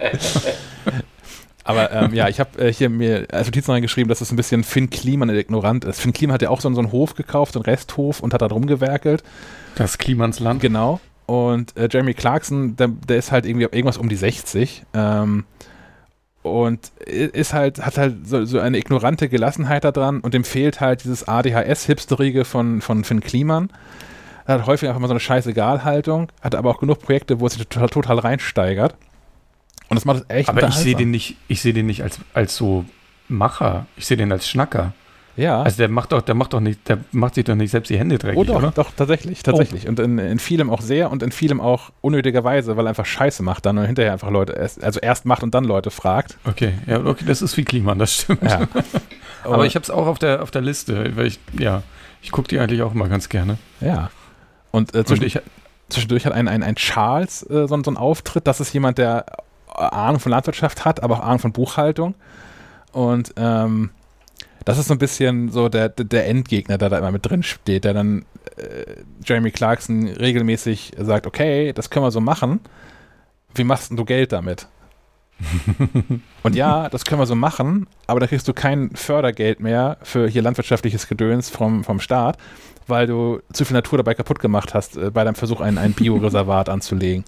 Aber ähm, ja, ich habe äh, hier mir als Notizen reingeschrieben, dass es ein bisschen Finn Kliman ignorant ist. Finn Kliman hat ja auch so, so einen Hof gekauft, so einen Resthof und hat da drum gewerkelt. Das Klimans Land. Genau. Und äh, Jeremy Clarkson, der, der ist halt irgendwie irgendwas um die sechzig. Ähm, und ist halt, hat halt so, so eine ignorante Gelassenheit da dran und dem fehlt halt dieses A D H S-Hipsterige von, von Finn Kliman. hat häufig einfach mal so eine Scheißegal-Haltung, hat aber auch genug Projekte, wo es sich total, total reinsteigert. Und das macht es echt Aber ich sehe den nicht, ich sehe den nicht als, als so Macher. Ich sehe den als Schnacker. Ja. Also der macht doch, der macht doch nicht, der macht sich doch nicht selbst die Hände dreckig, oh, doch, oder? Doch, tatsächlich, tatsächlich. Oh. Und in, in vielem auch sehr und in vielem auch unnötigerweise, weil er einfach Scheiße macht dann und hinterher einfach Leute, erst, also erst macht und dann Leute fragt. Okay, ja, okay, das ist wie Kliman, das stimmt. Ja. Aber ich habe es auch auf der, auf der Liste, weil ich, ja, ich gucke die eigentlich auch immer ganz gerne. Ja. Und, äh, zwischen, und ich, zwischendurch hat ein, ein, ein Charles äh, so, so einen Auftritt, das ist jemand, der Ahnung von Landwirtschaft hat, aber auch Ahnung von Buchhaltung. Und ähm, das ist so ein bisschen so der, der Endgegner, der da immer mit drin steht, der dann äh, Jeremy Clarkson regelmäßig sagt, okay, das können wir so machen. Wie machst denn du Geld damit? Und ja, das können wir so machen, aber da kriegst du kein Fördergeld mehr für hier landwirtschaftliches Gedöns vom, vom Staat, weil du zu viel Natur dabei kaputt gemacht hast, äh, bei deinem Versuch, ein, ein Bioreservat anzulegen.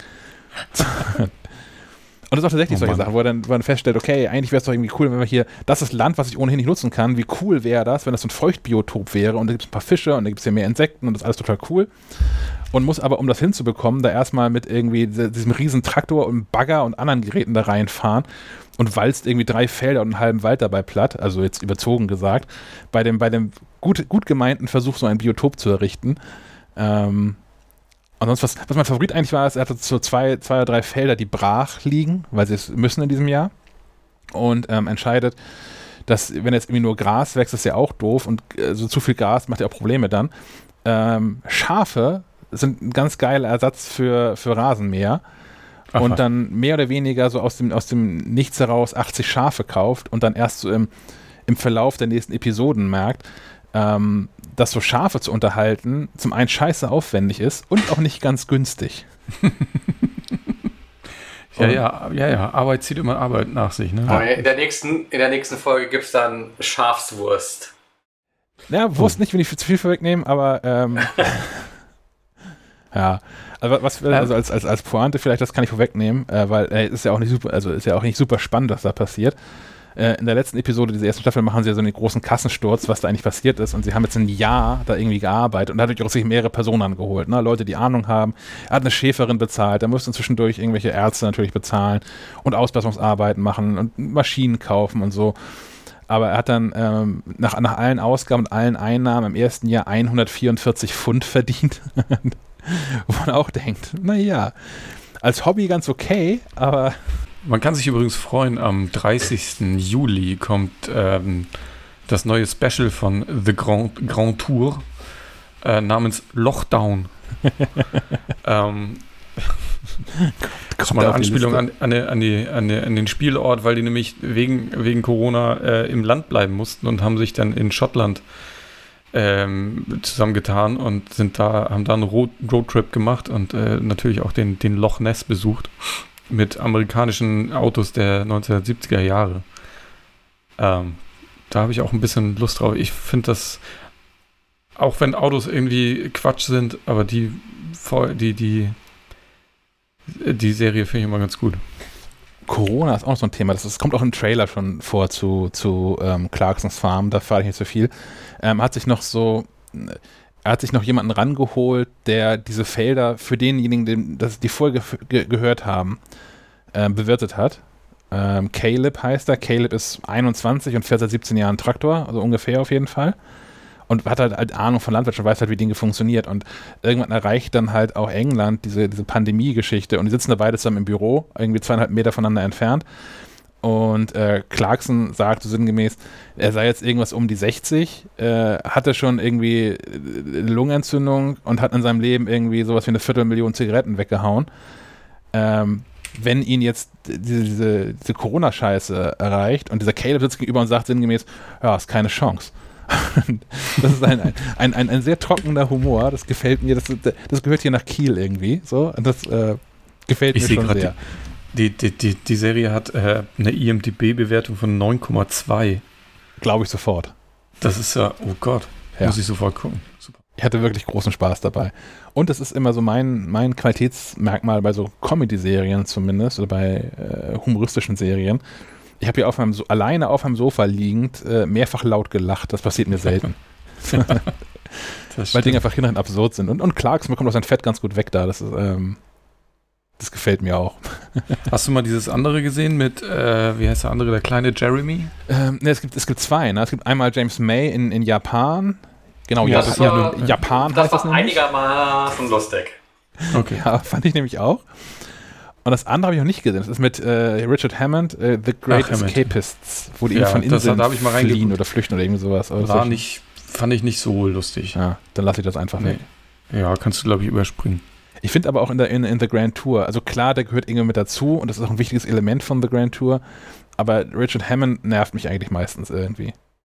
Und das ist auch tatsächlich oh solche Sachen, wo er dann, wo er feststellt, okay, eigentlich wäre es doch irgendwie cool, wenn wir hier, das ist Land, was ich ohnehin nicht nutzen kann, wie cool wäre das, wenn das so ein Feuchtbiotop wäre und da gibt es ein paar Fische und da gibt es ja mehr Insekten und das ist alles total cool. Und muss aber, um das hinzubekommen, da erstmal mit irgendwie diesem riesen Traktor und Bagger und anderen Geräten da reinfahren und walzt irgendwie drei Felder und einen halben Wald dabei platt, also jetzt überzogen gesagt, bei dem, bei dem gut, gut gemeinten Versuch, so ein Biotop zu errichten. Ähm, Und sonst, was, was mein Favorit eigentlich war, ist, er hatte so zwei, zwei oder drei Felder, die brach liegen, weil sie es müssen in diesem Jahr. Und ähm, entscheidet, dass, wenn jetzt irgendwie nur Gras wächst, ist ja auch doof. Und äh, so zu viel Gras macht ja auch Probleme dann. Ähm, Schafe sind ein ganz geiler Ersatz für, für Rasenmäher. Aha. Und dann mehr oder weniger so aus dem, aus dem Nichts heraus achtzig Schafe kauft und dann erst so im, im Verlauf der nächsten Episoden merkt, ähm, dass so Schafe zu unterhalten zum einen scheiße aufwendig ist und auch nicht ganz günstig. ja, ja, ja, ja, Arbeit zieht immer Arbeit nach sich. Ne? Aber in der nächsten, in der nächsten Folge gibt es dann Schafswurst. Ja, Wurst oh. nicht, wenn ich zu viel vorwegnehmen, aber ähm, ja, also was also als, als, als Pointe vielleicht, das kann ich vorwegnehmen, äh, weil es äh, ist ja auch nicht super, also ist ja auch nicht super spannend, was da passiert. Äh, in der letzten Episode dieser ersten Staffel machen sie ja so einen großen Kassensturz, was da eigentlich passiert ist, und sie haben jetzt ein Jahr da irgendwie gearbeitet und dadurch auch sich mehrere Personen angeholt, ne? Leute, die Ahnung haben. Er hat eine Schäferin bezahlt, er musste zwischendurch irgendwelche Ärzte natürlich bezahlen und Ausbesserungsarbeiten machen und Maschinen kaufen und so. Aber er hat dann ähm, nach, nach allen Ausgaben und allen Einnahmen im ersten Jahr hundertvierundvierzig Pfund verdient. Wo man auch denkt, naja, als Hobby ganz okay, aber... Man kann sich übrigens freuen, am dreißigsten Juli kommt ähm, das neue Special von The Grand, Grand Tour äh, namens Lochdown. ähm, das ist mal eine Anspielung an, an, an, die, an, die, an den Spielort, weil die nämlich wegen, wegen Corona äh, im Land bleiben mussten und haben sich dann in Schottland ähm, zusammengetan und sind da, haben da einen Road, Roadtrip gemacht und äh, natürlich auch den, den Loch Ness besucht mit amerikanischen Autos der neunzehnhundertsiebziger Jahre. Ähm, da habe ich auch ein bisschen Lust drauf. Ich finde das, auch wenn Autos irgendwie Quatsch sind, aber die die, die, die Serie finde ich immer ganz gut. Corona ist auch noch so ein Thema. Das, das kommt auch im Trailer schon vor zu, zu ähm, Clarksons Farm. Da fahre ich nicht so viel. Ähm, hat sich noch so... Er hat sich noch jemanden rangeholt, der diese Felder für denjenigen, dem das die Folge ge- gehört haben, äh, bewirtet hat. Ähm, Caleb heißt er. Caleb ist einundzwanzig und fährt seit siebzehn Jahren Traktor, also ungefähr auf jeden Fall. Und hat halt, halt Ahnung von Landwirtschaft, weiß halt, wie Dinge funktionieren. Und irgendwann erreicht dann halt auch England diese, diese Pandemie-Geschichte. Und die sitzen da beide zusammen im Büro, irgendwie zweieinhalb Meter voneinander entfernt. Und äh, Clarkson sagt so sinngemäß, er sei jetzt irgendwas um die sechzig, äh, hatte schon irgendwie Lungenentzündung und hat in seinem Leben irgendwie sowas wie eine Viertelmillion Zigaretten weggehauen. Ähm, wenn ihn jetzt diese, diese, diese Corona-Scheiße erreicht und dieser Caleb sitzt gegenüber und sagt sinngemäß, ja, ist keine Chance. Das ist ein, ein, ein, ein sehr trockener Humor, das gefällt mir, das, das gehört hier nach Kiel irgendwie, so, und das äh, gefällt ich mir schon sehr. Die, die, die, die Serie hat äh, eine I M D B-Bewertung von neun Komma zwei. Glaube ich sofort. Das ist ja, oh Gott, ja. Muss ich sofort gucken. Super. Ich hatte wirklich großen Spaß dabei. Und das ist immer so mein, mein Qualitätsmerkmal bei so Comedy-Serien zumindest, oder bei äh, humoristischen Serien. Ich habe hier auf meinem so alleine auf meinem Sofa liegend äh, mehrfach laut gelacht. Das passiert mir selten. Das weil Dinge stimmt. einfach hinterher absurd sind. Und, und Clarkson bekommt auch sein Fett ganz gut weg da. Das ist, ähm, das gefällt mir auch. Hast du mal dieses andere gesehen mit, äh, wie heißt der andere, der kleine Jeremy? Ähm, ne, es gibt, es gibt zwei. Ne? Es gibt einmal James May in, in Japan. Genau, Ja, Jap- das ja, war- Japan Das heißt das war nämlich. einigermaßen lustig. Okay. Ja, fand ich nämlich auch. Und das andere habe ich noch nicht gesehen. Das ist mit äh, Richard Hammond, äh, The Great Ach, Hammond. Escapists, wo die Ja, eben von das- Inseln da hab ich mal reinge- fliehen oder flüchten oder irgendwie sowas. Aber das War ist- nicht, fand ich nicht so lustig. Ja, dann lasse ich das einfach Nee. weg. Ja, kannst du, glaube ich, überspringen. Ich finde aber auch in der in, in The Grand Tour, also klar, der gehört irgendwie mit dazu und das ist auch ein wichtiges Element von The Grand Tour, aber Richard Hammond nervt mich eigentlich meistens irgendwie.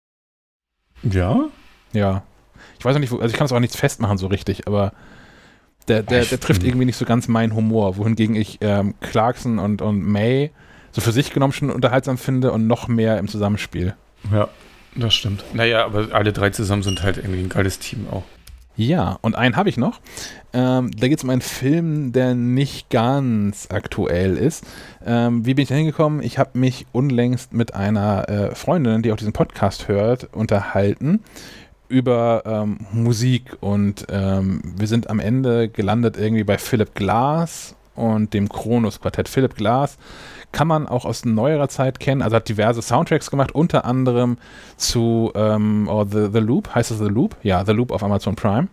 Ja? Ja. Ich weiß auch nicht, wo, also ich kann es auch nichts festmachen so richtig, aber der, der, Ich der trifft find- irgendwie nicht so ganz meinen Humor, wohingegen ich ähm, Clarkson und, und May so für sich genommen schon unterhaltsam finde und noch mehr im Zusammenspiel. Ja, das stimmt. Naja, aber alle drei zusammen sind halt irgendwie ein geiles Team auch. Ja, und einen habe ich noch. Ähm, da geht es um einen Film, der nicht ganz aktuell ist. Ähm, wie bin ich da hingekommen? Ich habe mich unlängst mit einer äh, Freundin, die auch diesen Podcast hört, unterhalten über ähm, Musik und ähm, wir sind am Ende gelandet irgendwie bei Philip Glass und dem Kronos-Quartett. Philip Glass kann man auch aus neuerer Zeit kennen, also hat diverse Soundtracks gemacht, unter anderem zu ähm, oh, The, The Loop, heißt es The Loop? Ja, The Loop auf Amazon Prime.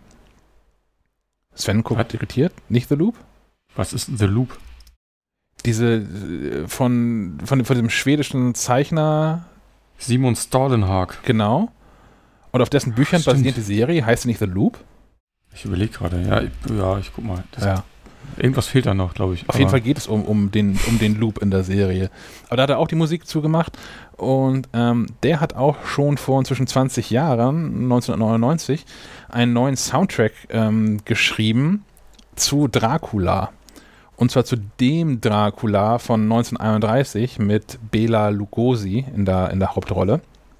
Sven guckt Was? irritiert, nicht The Loop? Was ist The Loop? Diese äh, von, von, von dem schwedischen Zeichner, Simon Stalenhag. genau. Und auf dessen Büchern Stimmt. basiert die Serie, heißt sie nicht The Loop? Ich überlege gerade. Ja, ich, ja, ich guck mal. Das, Ja. Irgendwas fehlt da noch, glaube ich. Auf jeden Fall geht es um, um, den, um den Loop in der Serie. Aber da hat er auch die Musik zugemacht und ähm, der hat auch schon vor inzwischen zwanzig Jahren, neunzehnhundertneunundneunzig, einen neuen Soundtrack ähm, geschrieben zu Dracula. Und zwar zu dem Dracula von neunzehnhunderteinunddreißig mit Bela Lugosi in der, in der Hauptrolle.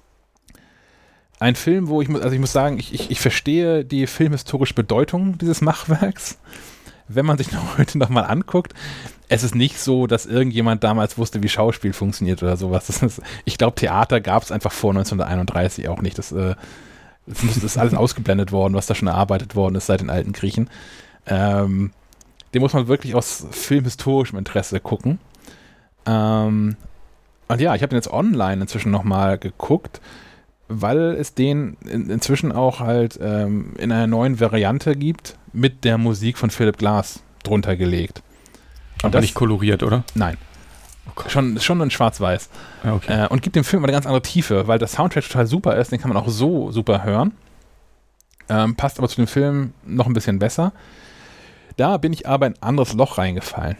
Ein Film, wo ich muss, also ich muss sagen, ich, ich, ich verstehe die filmhistorische Bedeutung dieses Machwerks. Wenn man sich noch heute nochmal anguckt, es ist nicht so, dass irgendjemand damals wusste, wie Schauspiel funktioniert oder sowas. Das ist, ich glaube, Theater gab es einfach vor neunzehnhunderteinunddreißig auch nicht. Das, äh, das, muss, das ist alles ausgeblendet worden, was da schon erarbeitet worden ist seit den alten Griechen. Ähm, den muss man wirklich aus filmhistorischem Interesse gucken. Ähm, und ja, ich habe den jetzt online inzwischen nochmal geguckt, weil es den in, inzwischen auch halt ähm, in einer neuen Variante gibt, mit der Musik von Philip Glass drunter gelegt. Und Aber das, nicht koloriert, oder? nein, Oh Gott. schon, schon in schwarz-weiß. Ja, okay. Äh, und gibt dem Film eine ganz andere Tiefe, weil der Soundtrack total super ist, den kann man auch so super hören. Ähm, passt aber zu dem Film noch ein bisschen besser. Da bin ich aber in ein anderes Loch reingefallen.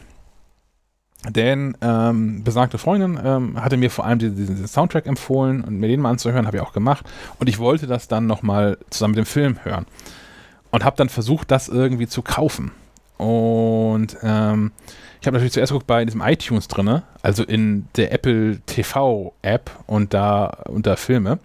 Denn ähm, besagte Freundin ähm, hatte mir vor allem diesen, diesen Soundtrack empfohlen und mir den mal anzuhören, habe ich auch gemacht. Und ich wollte das dann nochmal zusammen mit dem Film hören. Und habe dann versucht, das irgendwie zu kaufen. Und ähm, ich habe natürlich zuerst geguckt bei diesem iTunes drinne, also in der Apple T V App und da unter Filme.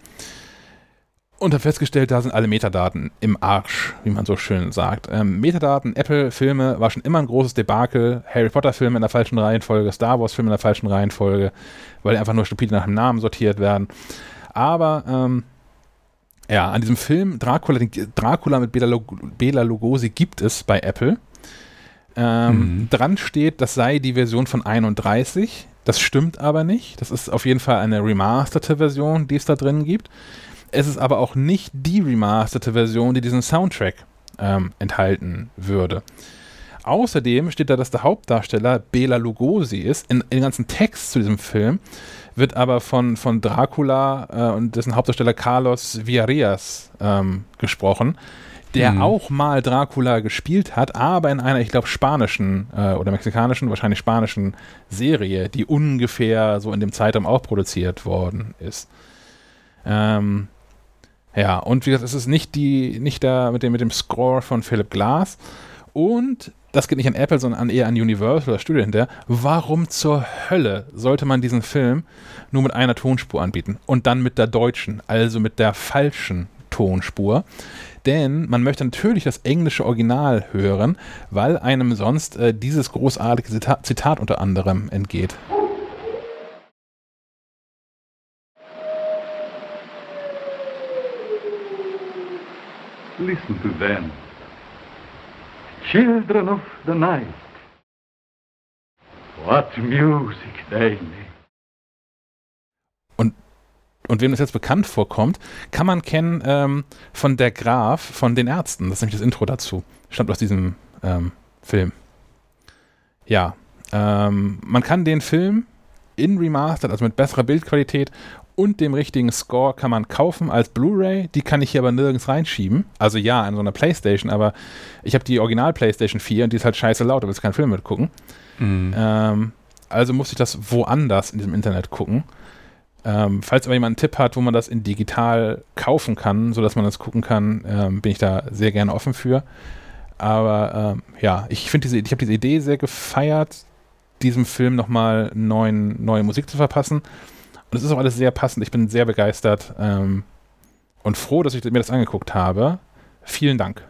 Und habe festgestellt, da sind alle Metadaten im Arsch, wie man so schön sagt. Ähm, Metadaten, Apple-Filme war schon immer ein großes Debakel. Harry Potter-Filme in der falschen Reihenfolge, Star Wars-Filme in der falschen Reihenfolge, weil die einfach nur stupide nach dem Namen sortiert werden. Aber ähm, ja, an diesem Film Dracula, den, Dracula mit Bela, Bela Lugosi gibt es bei Apple. Ähm, Mhm. Dran steht, das sei die Version von einunddreißig. Das stimmt aber nicht. Das ist auf jeden Fall eine remasterte Version, die es da drin gibt. Es ist aber auch nicht die remasterte Version, die diesen Soundtrack ähm, enthalten würde. Außerdem steht da, dass der Hauptdarsteller Bela Lugosi ist. In, in den ganzen Text zu diesem Film wird aber von, von Dracula äh, und dessen Hauptdarsteller Carlos Villarreal ähm, gesprochen, der Mhm. auch mal Dracula gespielt hat, aber in einer, ich glaube, spanischen äh, oder mexikanischen, wahrscheinlich spanischen Serie, die ungefähr so in dem Zeitraum auch produziert worden ist. Ähm, ja, und wie gesagt, es ist nicht die, nicht da mit dem, mit dem Score von Philip Glass. Und das geht nicht an Apple, sondern an, eher an Universal oder Studio hinterher. Warum zur Hölle sollte man diesen Film nur mit einer Tonspur anbieten? Und dann mit der deutschen, also mit der falschen Tonspur. Denn man möchte natürlich das englische Original hören, weil einem sonst äh, dieses großartige Zitat, Zitat unter anderem entgeht. listen to them. Children of the night. What music they make. Und, und wem das jetzt bekannt vorkommt, kann man kennen ähm, von Der Graf von den Ärzten. Das ist nämlich das Intro dazu. Stammt aus diesem ähm, Film. Ja, ähm, man kann den Film in Remastered, also mit besserer Bildqualität und dem richtigen Score, kann man kaufen als Blu-ray. Die kann ich hier aber nirgends reinschieben. Also ja, an so einer Playstation, aber ich habe die Original Playstation vier und die ist halt scheiße laut, da willst du keinen Film mitgucken. Mhm. Ähm, also musste ich das woanders in diesem Internet gucken. Ähm, falls aber jemand einen Tipp hat, wo man das in digital kaufen kann, sodass man das gucken kann, ähm, bin ich da sehr gerne offen für. Aber ähm, ja, ich finde diese, ich habe diese Idee sehr gefeiert, diesem Film nochmal neuen, neue Musik zu verpassen. Und es ist auch alles sehr passend. Ich bin sehr begeistert ähm, und froh, dass ich mir das angeguckt habe. Vielen Dank.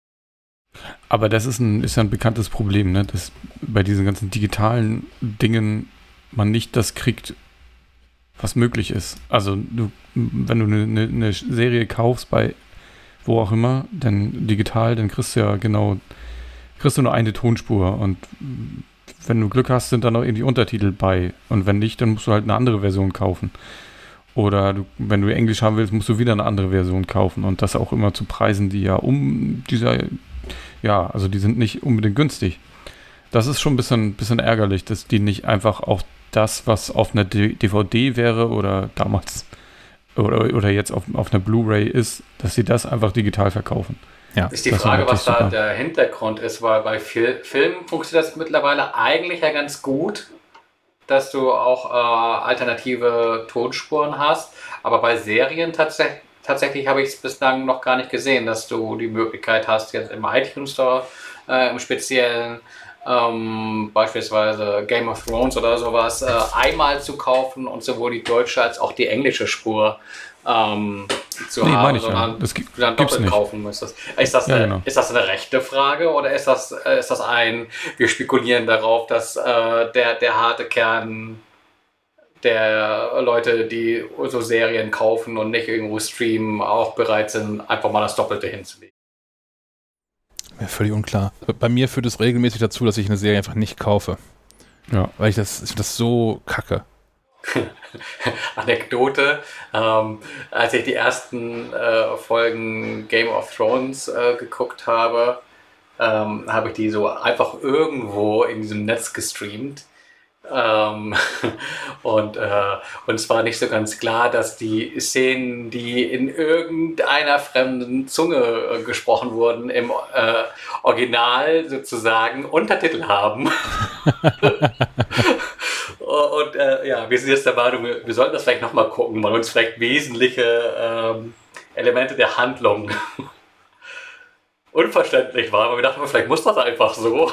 Aber das ist, ein, ist ja ein bekanntes Problem, ne? Dass bei diesen ganzen digitalen Dingen man nicht das kriegt, was möglich ist. Also du, wenn du eine, eine, eine Serie kaufst bei wo auch immer, dann digital, dann kriegst du ja genau, kriegst du nur eine Tonspur und wenn du Glück hast, sind da noch irgendwie Untertitel bei und wenn nicht, dann musst du halt eine andere Version kaufen. Oder du, wenn du Englisch haben willst, musst du wieder eine andere Version kaufen und das auch immer zu Preisen, die ja um dieser, ja, also die sind nicht unbedingt günstig. Das ist schon ein bisschen, bisschen ärgerlich, dass die nicht einfach auch das, was auf einer D V D wäre oder damals oder, oder jetzt auf, auf einer Blu-ray ist, dass sie das einfach digital verkaufen. Ja, ist die Frage, was da super. Der Hintergrund ist, weil bei Fil- Filmen funktioniert das mittlerweile eigentlich ja ganz gut, dass du auch äh, alternative Tonspuren hast, aber bei Serien tatsächlich tatsächlich habe ich es bislang noch gar nicht gesehen, dass du die Möglichkeit hast, jetzt im iTunes Store äh, im Speziellen ähm, beispielsweise Game of Thrones oder sowas äh, einmal zu kaufen und sowohl die deutsche als auch die englische Spur ähm, zu nee, haben, ich sondern ja. das du dann doppelt nicht. kaufen müsstest. Ist das, ja, eine, genau. ist das eine rechte Frage oder ist das, äh, ist das ein, wir spekulieren darauf, dass äh, der, der harte Kern der Leute, die so Serien kaufen und nicht irgendwo streamen, auch bereit sind, einfach mal das Doppelte hinzulegen? Ja, völlig unklar. Bei mir führt es regelmäßig dazu, dass ich eine Serie einfach nicht kaufe. Ja. Weil ich das, ich das so kacke. Anekdote, ähm, als ich die ersten äh, Folgen Game of Thrones äh, geguckt habe, ähm, habe ich die so einfach irgendwo in diesem Netz gestreamt. Ähm, und, äh, und es war nicht so ganz klar, dass die Szenen, die in irgendeiner fremden Zunge äh, gesprochen wurden, im äh, Original sozusagen Untertitel haben. Und äh, ja, wir sind jetzt der Meinung, wir, wir sollten das vielleicht nochmal gucken, weil uns vielleicht wesentliche ähm, Elemente der Handlung unverständlich waren, aber wir dachten, vielleicht muss das einfach so.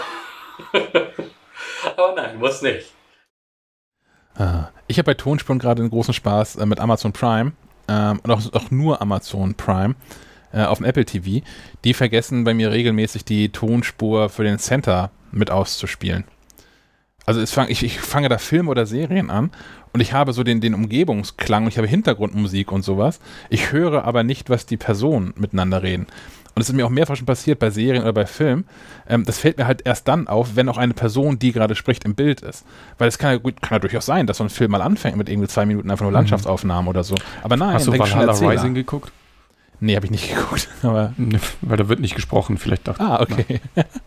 Aber nein, muss nicht. Ich habe bei Tonspuren gerade einen großen Spaß äh, mit Amazon Prime ähm, und auch, auch nur Amazon Prime äh, auf dem Apple T V. Die vergessen bei mir regelmäßig die Tonspur für den Center mit auszuspielen. Also es fang, ich, ich fange da Filme oder Serien an und ich habe so den, den Umgebungsklang und ich habe Hintergrundmusik und sowas. Ich höre aber nicht, was die Personen miteinander reden. Und es ist mir auch mehrfach schon passiert bei Serien oder bei Filmen. Ähm, das fällt mir halt erst dann auf, wenn auch eine Person, die gerade spricht, im Bild ist. Weil es kann ja, gut, kann ja durchaus sein, dass so ein Film mal anfängt mit irgendwie zwei Minuten einfach nur Landschaftsaufnahmen mhm. oder so. Aber nein, hast du Valhalla Rising geguckt? Nee, habe ich nicht geguckt. Aber weil da wird nicht gesprochen, vielleicht dachte ich. Ah, okay.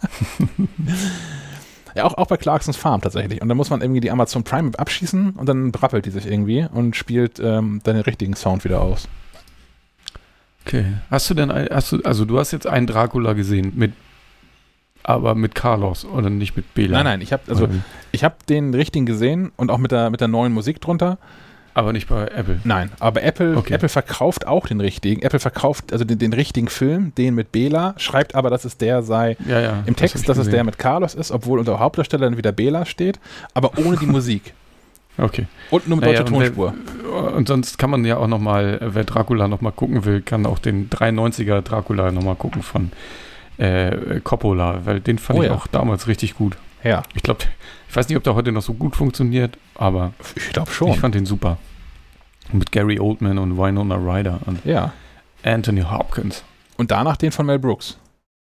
Ja, auch, auch bei Clarksons Farm tatsächlich. Und da muss man irgendwie die Amazon Prime abschießen und dann brappelt die sich irgendwie und spielt ähm, dann den richtigen Sound wieder aus. Okay. Hast du denn, hast du, also du hast jetzt einen Dracula gesehen, mit, aber mit Carlos oder nicht mit Bela? Nein, nein, ich habe also ich habe den richtigen gesehen und auch mit der mit der neuen Musik drunter. Aber nicht bei Apple? Nein, aber Apple, okay. Apple verkauft auch den richtigen. Apple verkauft also den, den richtigen Film, den mit Bela, schreibt aber, dass es der sei ja, ja, im Text, das dass gesehen. Es der mit Carlos ist, obwohl unter Hauptdarsteller dann wieder Bela steht, aber ohne die Musik. Okay. Und nur mit deutscher naja, Tonspur. Wer, und sonst kann man ja auch nochmal, wer Dracula nochmal gucken will, kann auch den dreiundneunziger Dracula nochmal gucken von äh, Coppola, weil den fand oh, ich ja. auch damals richtig gut. Ja. Ich glaube, ich weiß nicht, ob der heute noch so gut funktioniert, aber ich glaube schon. Ich fand den super. Mit Gary Oldman und Winona Ryder und ja. Anthony Hopkins. Und danach den von Mel Brooks.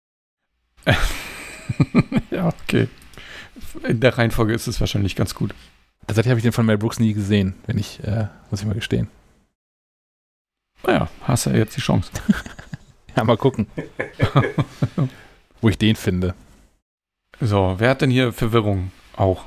Ja, okay. In der Reihenfolge ist es wahrscheinlich ganz gut. Tatsächlich habe ich den von Mel Brooks nie gesehen, wenn ich, äh, muss ich mal gestehen. Naja, hast ja jetzt die Chance. Ja, mal gucken. Wo ich den finde. So, wer hat denn hier Verwirrung auch?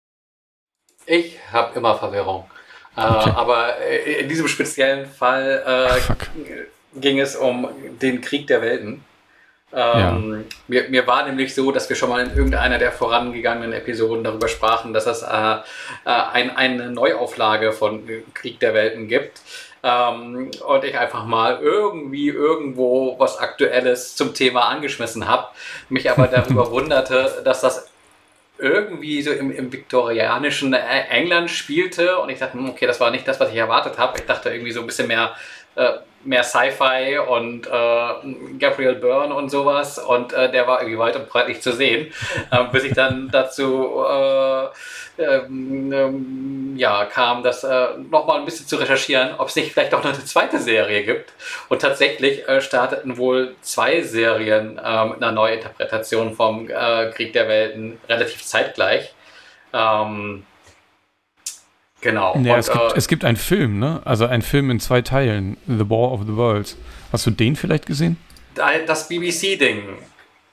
Ich habe immer Verwirrung. Äh, Okay. Aber äh, in diesem speziellen Fall äh, Ach, fuck. ging es um den Krieg der Welten. Ähm, mir, mir war nämlich so, dass wir schon mal in irgendeiner der vorangegangenen Episoden darüber sprachen, dass es äh, äh, ein, eine Neuauflage von Krieg der Welten gibt. Ähm, und ich einfach mal irgendwie irgendwo was Aktuelles zum Thema angeschmissen habe, mich aber darüber wunderte, dass das irgendwie so im, im viktorianischen England spielte und ich dachte, hm, okay, das war nicht das, was ich erwartet habe. Ich dachte irgendwie so ein bisschen mehr, äh, mehr Sci-Fi und äh, Gabriel Byrne und sowas und äh, der war irgendwie weit und breit nicht zu sehen, äh, bis ich dann dazu äh, ähm, ähm, ja, kam, das äh, nochmal ein bisschen zu recherchieren, ob es nicht vielleicht auch noch eine zweite Serie gibt. Und tatsächlich äh, starteten wohl zwei Serien äh, mit einer Neuinterpretation vom äh, Krieg der Welten relativ zeitgleich. Ähm, genau. Ja, Und, es, gibt, äh, es gibt einen Film, ne? Also einen Film in zwei Teilen, The War of the Worlds. Hast du den vielleicht gesehen? das B B C-Ding, äh,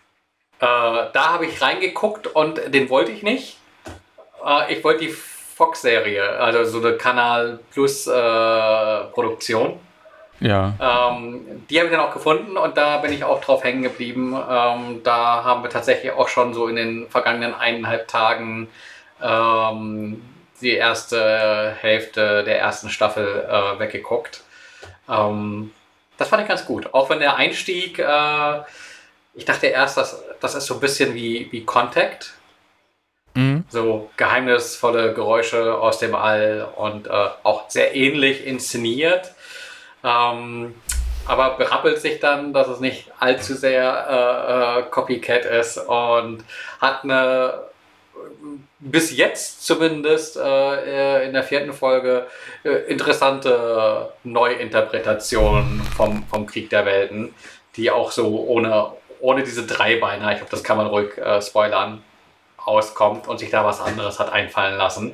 da habe ich reingeguckt und den wollte ich nicht. Äh, ich wollte die Fox-Serie, also so eine Kanal Plus äh, Produktion. Ja. Ähm, die habe ich dann auch gefunden und da bin ich auch drauf hängen geblieben. Ähm, da haben wir tatsächlich auch schon so in den vergangenen eineinhalb Tagen ähm, die erste Hälfte der ersten Staffel äh, weggeguckt. Ähm, das fand ich ganz gut. Auch wenn der Einstieg, äh, ich dachte erst, dass, das ist so ein bisschen wie, wie Contact. Mhm. So geheimnisvolle Geräusche aus dem All und äh, auch sehr ähnlich inszeniert. Ähm, aber berappelt sich dann, dass es nicht allzu sehr äh, äh, Copycat ist und hat eine bis jetzt zumindest äh, in der vierten Folge äh, interessante Neuinterpretation vom, vom Krieg der Welten, die auch so ohne, ohne diese Dreibeiner, ich glaube, das kann man ruhig äh, spoilern, auskommt und sich da was anderes hat einfallen lassen.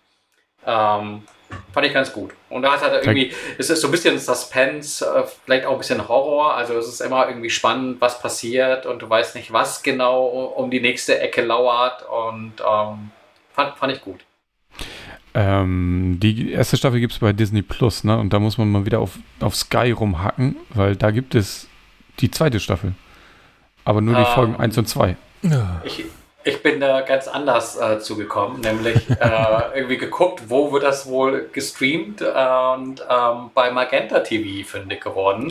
Ähm, fand ich ganz gut. Und da ist halt irgendwie, es ist so ein bisschen Suspense, äh, vielleicht auch ein bisschen Horror, also es ist immer irgendwie spannend, was passiert und du weißt nicht, was genau um die nächste Ecke lauert und ähm, fand, fand ich gut. Ähm, die erste Staffel gibt es bei Disney Plus, ne? Und da muss man mal wieder auf, auf Sky rumhacken, weil da gibt es die zweite Staffel. Aber nur die Ähm, Folgen eins und zwei. Ich, ich bin da ganz anders äh, zugekommen, nämlich äh, irgendwie geguckt, wo wird das wohl gestreamt und ähm, bei Magenta T V fündig geworden.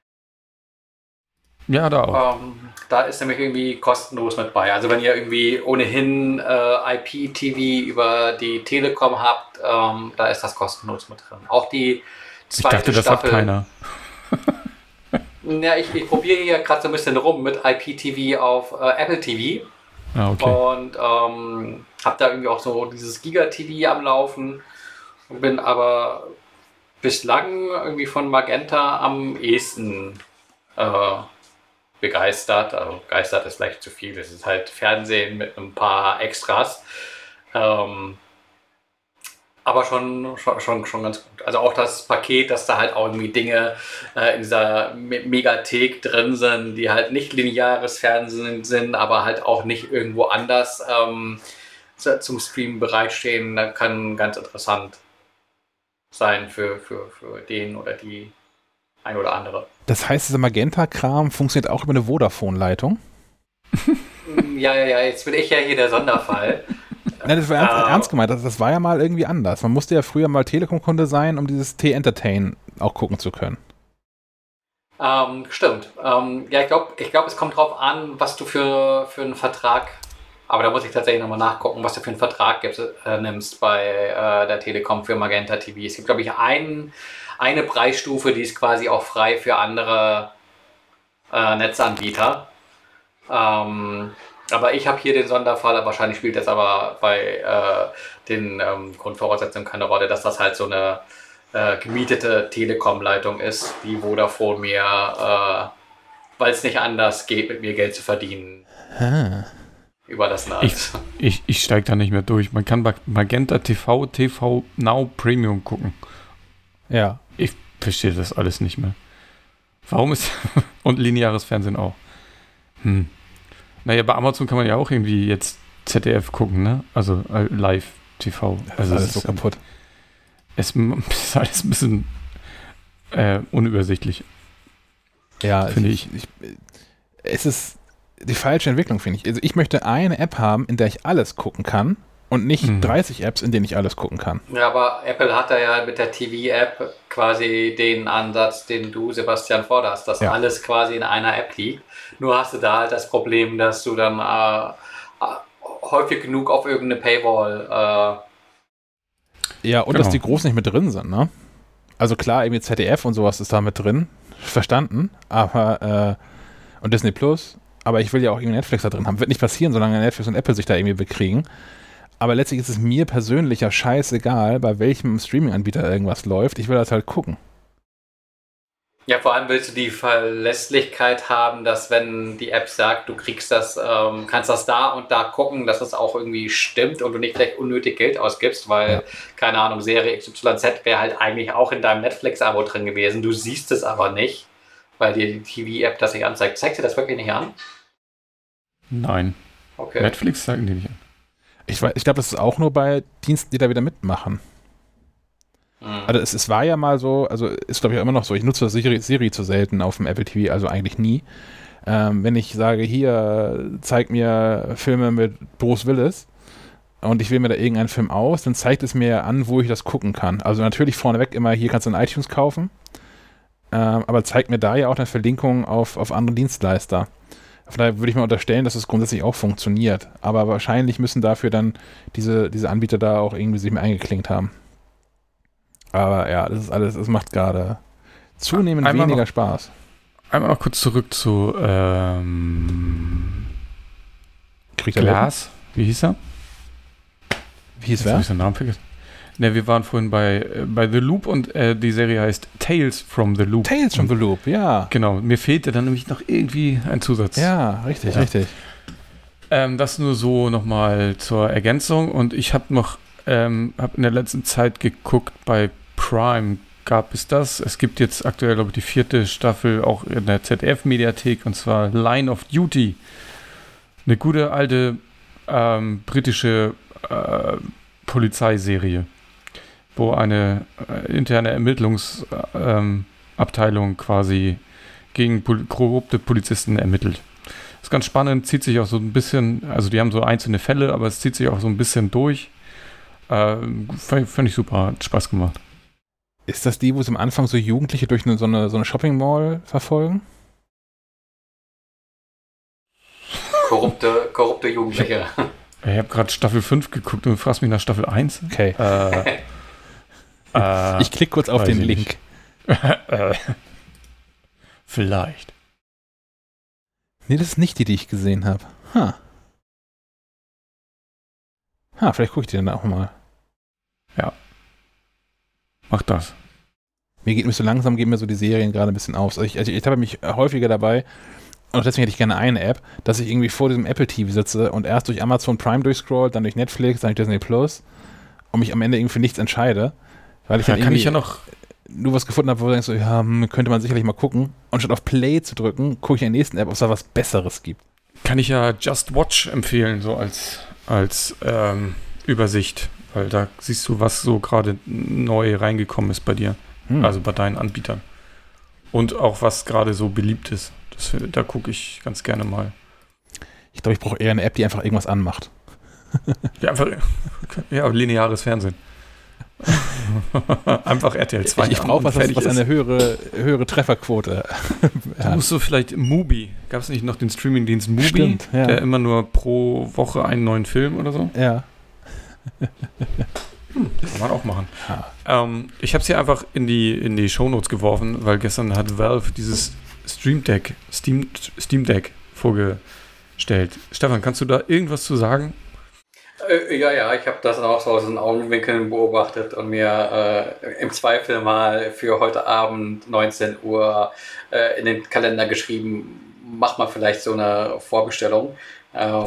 Ja, da auch. Ähm, da ist nämlich irgendwie kostenlos mit bei. Also wenn ihr irgendwie ohnehin äh, I P T V über die Telekom habt, ähm, da ist das kostenlos mit drin. Auch die Ich zweite dachte, das Staffel. hat keiner. Ja, ich, ich probiere hier gerade so ein bisschen rum mit I P T V auf äh, Apple T V. Ah, okay. Und ähm, habe da irgendwie auch so dieses Giga-T V am Laufen und bin aber bislang irgendwie von Magenta am ehesten äh, begeistert. Also begeistert ist vielleicht zu viel. Es ist halt Fernsehen mit ein paar Extras. Ähm, aber schon, schon, schon, schon ganz gut. Also auch das Paket, dass da halt auch irgendwie Dinge äh, in dieser Me- Megathek drin sind, die halt nicht lineares Fernsehen sind, aber halt auch nicht irgendwo anders ähm, zu, zum Streamen bereitstehen, da kann ganz interessant sein für, für, für den oder die ein oder andere. Das heißt, dieser Magenta-Kram funktioniert auch über eine Vodafone-Leitung? Ja, ja, ja, jetzt bin ich ja hier der Sonderfall. Nein, das war ernst, Äh, ernst gemeint. Das, das war ja mal irgendwie anders. Man musste ja früher mal Telekom-Kunde sein, um dieses T-Entertain auch gucken zu können. Ähm, stimmt. Ähm, ja, ich glaube, ich glaub, es kommt drauf an, was du für, für einen Vertrag, aber da muss ich tatsächlich nochmal nachgucken, was du für einen Vertrag gibst, äh, nimmst bei äh, der Telekom für Magenta T V. Es gibt, glaube ich, ein, eine Preisstufe, die ist quasi auch frei für andere äh, Netzanbieter. Ähm, aber ich habe hier den Sonderfall, wahrscheinlich spielt das aber bei äh, den ähm, Grundvoraussetzungen keine Rolle, dass das halt so eine äh, gemietete Telekom-Leitung ist, die Vodafone mir weil es nicht anders geht, mit mir Geld zu verdienen. Ah. Überlassen Ich, als. ich, ich steige da nicht mehr durch. Man kann bei Magenta T V, T V Now Premium gucken. Ja. Ich verstehe das alles nicht mehr. Warum ist... und lineares Fernsehen auch. Hm. Naja, bei Amazon kann man ja auch irgendwie jetzt Z D F gucken, ne? Also äh, Live-T V. Das Also ist alles es so ist, kaputt. Es ist alles ein bisschen äh, unübersichtlich, Ja, finde ich, ich. Es ist die falsche Entwicklung, finde ich. Also ich möchte eine App haben, in der ich alles gucken kann und nicht Mhm. dreißig Apps, in denen ich alles gucken kann. Ja, aber Apple hat da ja mit der T V-App quasi den Ansatz, den du, Sebastian, forderst, dass Ja. alles quasi in einer App liegt. Nur hast du da halt das Problem, dass du dann äh, äh, häufig genug auf irgendeine Paywall äh, Ja, und Genau. dass die Großen nicht mit drin sind, ne? Also klar, irgendwie Z D F und sowas ist da mit drin, verstanden, aber äh, und Disney Plus, aber ich will ja auch irgendwie Netflix da drin haben. Wird nicht passieren, solange Netflix und Apple sich da irgendwie bekriegen. Aber letztlich ist es mir persönlich ja scheißegal, bei welchem Streaming-Anbieter irgendwas läuft. Ich will das halt gucken. Ja, vor allem willst du die Verlässlichkeit haben, dass wenn die App sagt, du kriegst das, ähm, kannst das da und da gucken, dass das auch irgendwie stimmt und du nicht gleich unnötig Geld ausgibst, weil, Ja. keine Ahnung, Serie X Y Z wäre halt eigentlich auch in deinem Netflix-Abo drin gewesen. Du siehst es aber nicht, weil dir die T V-App das nicht anzeigt. Zeigt dir das wirklich nicht an? Nein. Okay. Netflix sagen die nicht an. Ich, wei- ich glaube, das ist auch nur bei Diensten, die da wieder mitmachen. Hm. Also es, es war ja mal so, also ist glaube ich auch immer noch so, ich nutze das Siri, Siri zu selten auf dem Apple T V, also eigentlich nie. Ähm, wenn ich sage, hier, zeig mir Filme mit Bruce Willis und ich wähle mir da irgendeinen Film aus, dann zeigt es mir an, wo ich das gucken kann. Also natürlich vorneweg immer, hier kannst du in iTunes kaufen, ähm, aber zeigt mir da ja auch eine Verlinkung auf, auf andere Dienstleister. Von daher würde ich mal unterstellen, dass es grundsätzlich auch funktioniert. Aber wahrscheinlich müssen dafür dann diese, diese Anbieter da auch irgendwie sich mehr eingeklinkt haben. Aber ja, das ist alles, es macht gerade zunehmend Einmal weniger noch- Spaß. Einmal noch kurz zurück zu ähm, Kriegt er Glas. Wie hieß er? Wie hieß Jetzt habe wer? ich seinen Namen vergessen. Ne, wir waren vorhin bei, äh, bei The Loop und äh, die Serie heißt Tales from the Loop. Tales from the Loop, ja. Genau, mir fehlte dann nämlich noch irgendwie ein Zusatz. Ja, richtig, Ja. richtig. Ähm, das nur so nochmal zur Ergänzung. Und ich habe noch, ähm, habe in der letzten Zeit geguckt, bei Prime gab es das. Es gibt jetzt aktuell, glaube ich, die vierte Staffel auch in der Z D F-Mediathek, und zwar Line of Duty. Eine gute alte ähm, britische äh, Polizeiserie, wo eine äh, interne Ermittlungsabteilung ähm, Abteilung quasi gegen pol- korrupte Polizisten ermittelt. Ist ganz spannend, zieht sich auch so ein bisschen, also die haben so einzelne Fälle, aber es zieht sich auch so ein bisschen durch. Ähm, Fand fand ich super, hat Spaß gemacht. Ist das die, wo sie am Anfang so Jugendliche durch eine, so eine, so eine Shopping Mall verfolgen? Korrupte, korrupte Jugendliche. Ich habe gerade Staffel fünf geguckt und du fragst mich nach Staffel eins. Okay. Äh, äh, Ich klicke kurz auf weiß den ich Link. äh, vielleicht. Nee, das ist nicht die, die ich gesehen habe. Ha. Ha, vielleicht gucke ich die dann auch mal. Mach das. Mir geht mir so langsam, gehen mir so die Serien gerade ein bisschen aus. Also ich, also ich habe mich häufiger dabei, und deswegen hätte ich gerne eine App, dass ich irgendwie vor diesem Apple T V sitze und erst durch Amazon Prime durchscroll, dann durch Netflix, dann durch Disney Plus und mich am Ende irgendwie für nichts entscheide. Weil ich Da dann kann irgendwie ich ja noch. nur was gefunden habe, wo du denkst, so, ja, hm, könnte man sicherlich mal gucken. Und statt auf Play zu drücken, gucke ich in der nächsten App, ob es da was Besseres gibt. Kann ich ja Just Watch empfehlen, so als, als ähm, Übersicht. Weil da siehst du, was so gerade neu reingekommen ist bei dir. Hm. Also bei deinen Anbietern. Und auch was gerade so beliebt ist. Das, da gucke ich ganz gerne mal. Ich glaube, ich brauche eher eine App, die einfach irgendwas anmacht. Ja, einfach, ja, lineares Fernsehen. Einfach R T L zwei. Ich, ich an brauche und was, was, fertig was ist. eine höhere, höhere Trefferquote Da hat. musst du vielleicht Mubi. Gab es nicht noch den Streamingdienst Mubi? Stimmt, ja. Der immer nur pro Woche einen neuen Film oder so? Ja. Kann man auch machen. Ja. Ähm, ich habe es hier einfach in die, in die Shownotes geworfen, weil gestern hat Valve dieses Stream Deck, Steam, Steam Deck vorgestellt. Stefan, kannst du da irgendwas zu sagen? Äh, ja, ja, ich habe das auch so aus den Augenwinkeln beobachtet und mir äh, im Zweifel mal für heute Abend neunzehn Uhr äh, in den Kalender geschrieben, mach mal vielleicht so eine Vorbestellung. Ähm,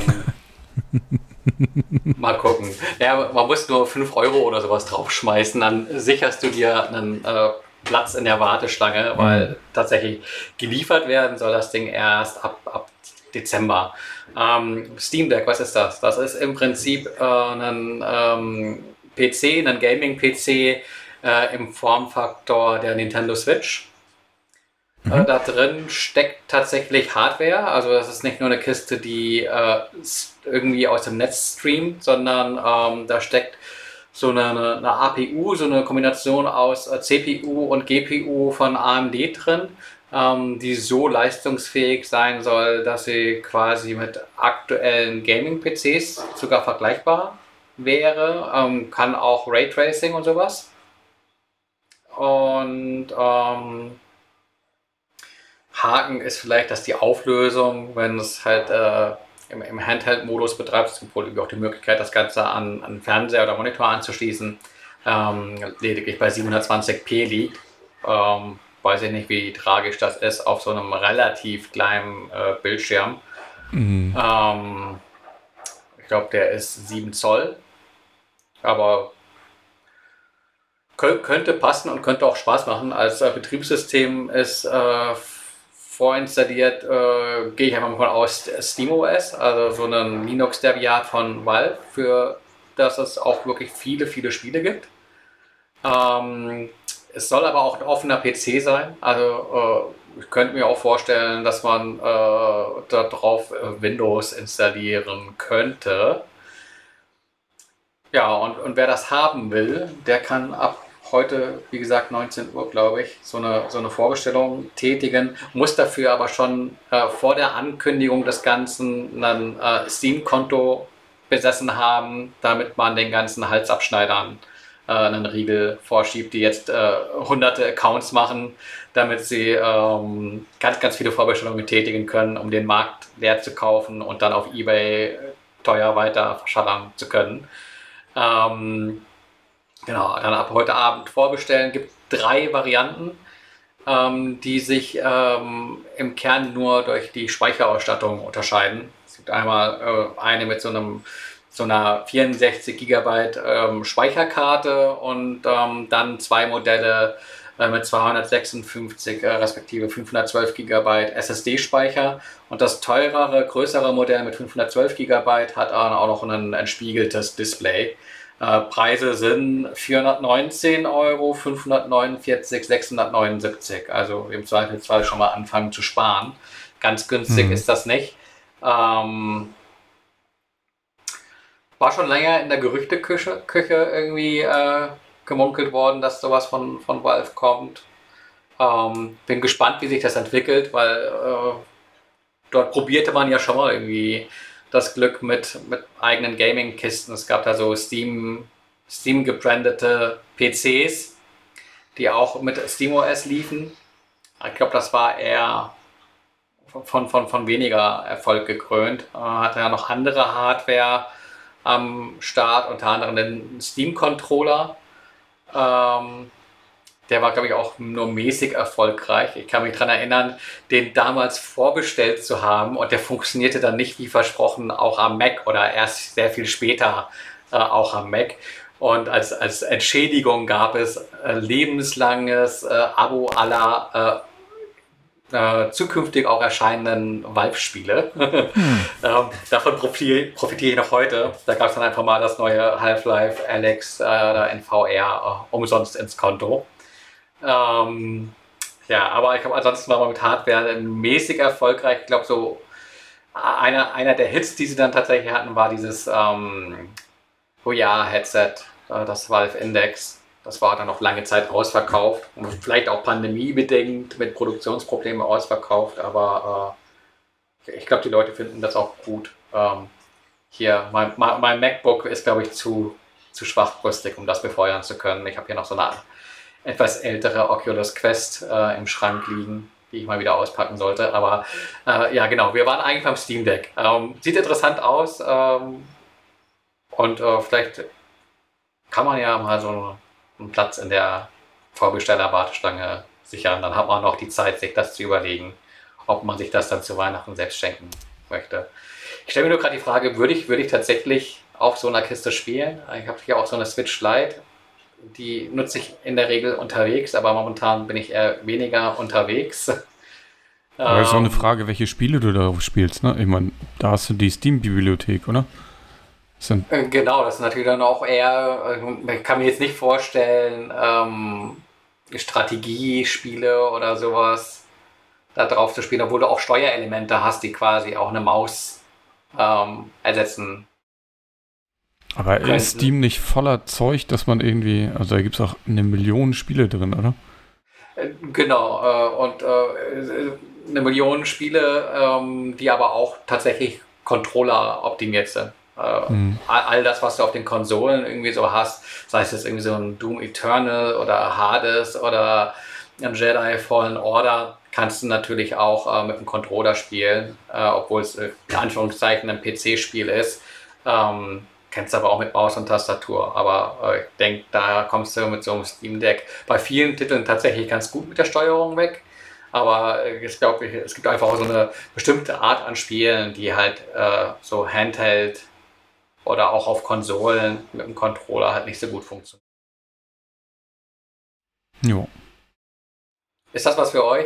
mal gucken. Ja, man muss nur fünf Euro oder sowas draufschmeißen, dann sicherst du dir einen äh, Platz in der Warteschlange, weil mhm. tatsächlich geliefert werden soll das Ding erst ab, ab Dezember. Ähm, Steam Deck, was ist das? Das ist im Prinzip äh, ein ähm, P C, ein Gaming-P C äh, im Formfaktor der Nintendo Switch. Mhm. Äh, da drin steckt tatsächlich Hardware, also das ist nicht nur eine Kiste, die äh, irgendwie aus dem Netz streamt, sondern ähm, da steckt so eine, eine A P U, so eine Kombination aus äh, C P U und G P U von A M D drin, ähm, die so leistungsfähig sein soll, dass sie quasi mit aktuellen Gaming-P Cs sogar vergleichbar wäre, ähm, kann auch Raytracing und sowas. Und ähm, Haken ist vielleicht, dass die Auflösung, wenn es halt äh, im, im Handheld-Modus betreibt, es gibt wohl auch die Möglichkeit, das Ganze an, an Fernseher oder Monitor anzuschließen, ähm, lediglich bei siebenhundertzwanzig p liegt. Ähm, weiß ich nicht, wie tragisch das ist auf so einem relativ kleinen äh, Bildschirm. Mhm. Ähm, ich glaube, der ist sieben Zoll, aber könnte passen und könnte auch Spaß machen. Als äh, Betriebssystem ist äh, vorinstalliert, äh, gehe ich einfach mal von aus, SteamOS, also so ein Linux-Derivat von Valve, für das es auch wirklich viele, viele Spiele gibt. Ähm, es soll aber auch ein offener P C sein, also äh, ich könnte mir auch vorstellen, dass man äh, darauf äh, Windows installieren könnte. Ja, und, und wer das haben will, der kann ab heute, wie gesagt, neunzehn Uhr, glaube ich, so eine, so eine Vorbestellung tätigen, muss dafür aber schon äh, vor der Ankündigung des Ganzen ein äh, Steam-Konto besessen haben, damit man den ganzen Halsabschneidern äh, einen Riegel vorschiebt, die jetzt äh, hunderte Accounts machen, damit sie ähm, ganz, ganz viele Vorbestellungen tätigen können, um den Markt leer zu kaufen und dann auf eBay teuer weiter verschallern zu können. Ähm, genau, dann ab heute Abend vorbestellen. Gibt drei Varianten, ähm, die sich ähm, im Kern nur durch die Speicherausstattung unterscheiden. Es gibt einmal äh, eine mit so einem so einer vierundsechzig Gigabyte ähm, Speicherkarte und ähm, dann zwei Modelle äh, mit zweihundertsechsundfünfzig äh, respektive fünfhundertzwölf Gigabyte S S D-Speicher. Und das teurere, größere Modell mit fünfhundertzwölf Gigabyte hat auch noch ein entspiegeltes Display. Äh, Preise sind vierhundertneunzehn Euro, fünfhundertneunundvierzig, sechshundertneunundsiebzig. Also im Zweifelsfall schon mal anfangen zu sparen. Ganz günstig mhm. ist das nicht. Ähm, war schon länger in der Gerüchteküche Küche irgendwie äh, gemunkelt worden, dass sowas von, von Valve kommt. Ähm, bin gespannt, wie sich das entwickelt, weil äh, dort probierte man ja schon mal irgendwie das Glück mit, mit eigenen Gaming-Kisten. Es gab da so Steam, Steam gebrandete P Cs, die auch mit SteamOS liefen. Ich glaube, das war eher von, von, von weniger Erfolg gekrönt. Äh, hatte ja noch andere Hardware am Start, unter anderem den Steam-Controller. Ähm, der war, glaube ich, auch nur mäßig erfolgreich. Ich kann mich daran erinnern, den damals vorbestellt zu haben und der funktionierte dann nicht wie versprochen auch am Mac oder erst sehr viel später äh, auch am Mac. Und als, als Entschädigung gab es äh, lebenslanges äh, Abo aller äh, äh, zukünftig auch erscheinenden Valve-Spiele. Hm. ähm, davon profitiere, profitiere ich noch heute. Da gab es dann einfach mal das neue Half-Life Alyx äh, in V R äh, umsonst ins Konto. Ähm, ja, aber ich glaube, ansonsten war man mit Hardware mäßig erfolgreich. Ich glaube, so einer, einer der Hits, die sie dann tatsächlich hatten, war dieses ähm, O J A-Headset, äh, das Valve Index. Das war dann noch lange Zeit ausverkauft und vielleicht auch pandemiebedingt mit Produktionsproblemen ausverkauft, aber äh, ich glaube, die Leute finden das auch gut. Ähm, hier, mein, mein MacBook ist, glaube ich, zu, zu schwachbrüstig, um das befeuern zu können. Ich habe hier noch so eine etwas ältere Oculus Quest äh, im Schrank liegen, die ich mal wieder auspacken sollte. Aber äh, ja, genau, wir waren eigentlich beim Steam Deck. Ähm, sieht interessant aus ähm, und äh, vielleicht kann man ja mal so einen Platz in der Vorbesteller-Warteschlange sichern. Dann hat man noch die Zeit, sich das zu überlegen. ob man sich das dann zu Weihnachten selbst schenken möchte. Ich stelle mir nur gerade die Frage, würde ich, würde ich tatsächlich auf so einer Kiste spielen? Ich habe hier auch so eine Switch Lite, die nutze ich in der Regel unterwegs, aber momentan bin ich eher weniger unterwegs. Aber das ist auch eine Frage, welche Spiele du darauf spielst, ne? Ich meine, da hast du die Steam-Bibliothek, oder? Sind genau, das ist natürlich dann auch eher, ich kann mir jetzt nicht vorstellen, ähm, Strategiespiele oder sowas da drauf zu spielen, obwohl du auch Steuerelemente hast, die quasi auch eine Maus ähm, ersetzen. Aber könnten. Ist Steam nicht voller Zeug, dass man irgendwie, also da gibt es auch eine Million Spiele drin, oder? Genau, äh, und äh, eine Million Spiele, ähm, die aber auch tatsächlich Controller optimiert sind. Äh, hm. all, all das, was du auf den Konsolen irgendwie so hast, sei es jetzt irgendwie so ein Doom Eternal oder Hades oder ein Jedi Fallen Order, kannst du natürlich auch äh, mit einem Controller spielen, äh, obwohl es äh, in Anführungszeichen ein P C-Spiel ist. Ähm, kennst du aber auch mit Maus und Tastatur. Aber äh, ich denke, da kommst du mit so einem Steam Deck bei vielen Titeln tatsächlich ganz gut mit der Steuerung weg. Aber äh, ich glaube, es gibt einfach auch so eine bestimmte Art an Spielen, die halt äh, so Handheld oder auch auf Konsolen mit dem Controller halt nicht so gut funktionieren. Jo. Ist das was für euch?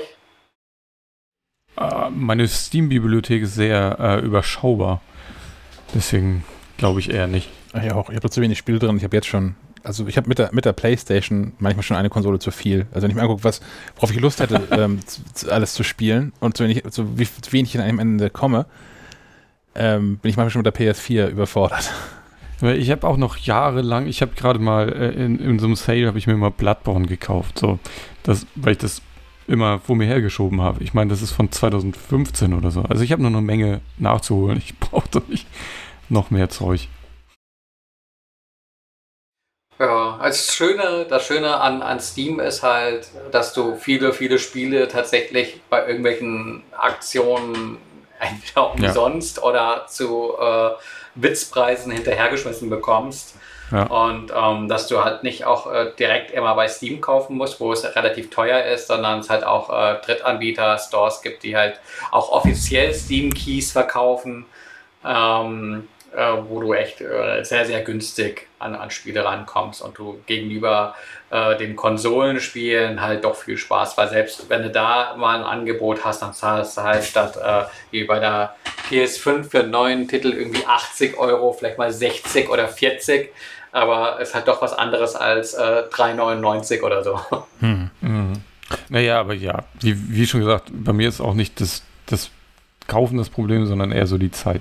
Uh, meine Steam-Bibliothek ist sehr uh, überschaubar. Deswegen glaube ich eher nicht. Ach ja, auch. Ich habe zu wenig Spiele drin. Ich habe jetzt schon, also ich habe mit der, mit der PlayStation manchmal schon eine Konsole zu viel. Also wenn ich mir angucke, was, worauf ich Lust hätte, ähm, zu, zu alles zu spielen und zu wenig, zu wie, zu wenig in einem Ende komme, ähm, bin ich manchmal schon mit der P S vier überfordert. Ich habe auch noch jahrelang, ich habe gerade mal äh, in, in so einem Sale, habe ich mir mal Bloodborne gekauft, so, das, weil ich das immer vor mir hergeschoben habe. Ich meine, das ist von zwanzig fünfzehn oder so. Also ich habe noch eine Menge nachzuholen. Ich brauche doch nicht noch mehr Zeug. Ja, also das Schöne, das Schöne an, an Steam ist halt, dass du viele, viele Spiele tatsächlich bei irgendwelchen Aktionen entweder umsonst ja. oder zu äh, Witzpreisen hinterhergeschmissen bekommst. Ja. Und ähm, dass du halt nicht auch äh, direkt immer bei Steam kaufen musst, wo es relativ teuer ist, sondern es halt auch äh, Drittanbieter-Stores gibt, die halt auch offiziell Steam-Keys verkaufen, ähm, äh, wo du echt äh, sehr, sehr günstig an, an Spiele rankommst und du gegenüber äh, den Konsolenspielen halt doch viel Spaß, weil selbst wenn du da mal ein Angebot hast, dann zahlst du halt statt äh, wie bei der P S fünf für einen neuen Titel irgendwie achtzig Euro, vielleicht mal sechzig oder vierzig, aber es ist halt doch was anderes als äh, drei neunundneunzig oder so. Hm. Mhm. Naja, aber ja, wie, wie schon gesagt, bei mir ist auch nicht das, das Kaufen das Problem, sondern eher so die Zeit.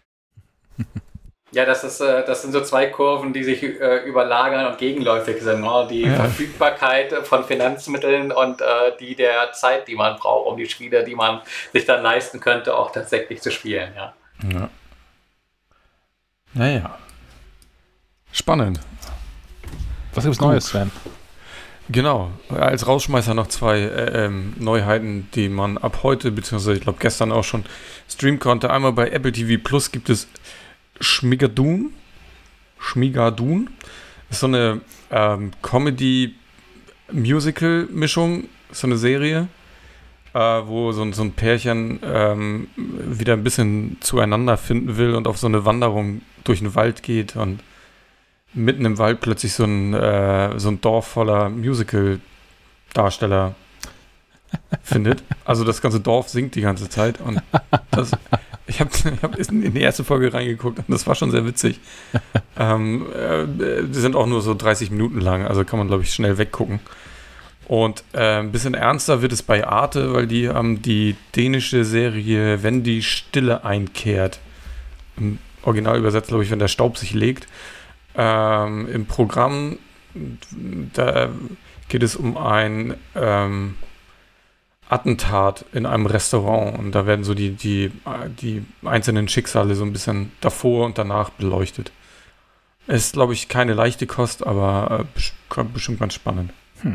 Ja, das ist, äh, das sind so zwei Kurven, die sich äh, überlagern und gegenläufig sind. Ne? Die ja. Verfügbarkeit von Finanzmitteln und äh, die der Zeit, die man braucht, um die Spiele, die man sich dann leisten könnte, auch tatsächlich zu spielen. Ja. Ja. Naja. Spannend. Was gibt's Neues, Sven? Genau, als Rausschmeißer noch zwei äh, ähm, Neuheiten, die man ab heute, beziehungsweise ich glaube gestern auch schon streamen konnte. Einmal bei Apple T V Plus gibt es Schmigadoon. Schmigadoon. Ist so eine ähm, Comedy-Musical-Mischung, so eine Serie, äh, wo so, so ein Pärchen ähm, wieder ein bisschen zueinander finden will und auf so eine Wanderung durch den Wald geht und mitten im Wald plötzlich so ein, äh, so ein Dorf voller Musical-Darsteller findet. Also das ganze Dorf singt die ganze Zeit und das, ich habe ich hab in die erste Folge reingeguckt und das war schon sehr witzig. ähm, äh, die sind auch nur so dreißig Minuten lang, also kann man, glaube ich, schnell weggucken. Und äh, ein bisschen ernster wird es bei Arte, weil die haben ähm, die dänische Serie Wenn die Stille einkehrt. Im Original übersetzt, glaube ich, wenn der Staub sich legt. Ähm, im Programm, da geht es um ein ähm, Attentat in einem Restaurant und da werden so die, die, die einzelnen Schicksale so ein bisschen davor und danach beleuchtet. Ist, glaube ich, keine leichte Kost, aber äh, bestimmt ganz spannend. Hm.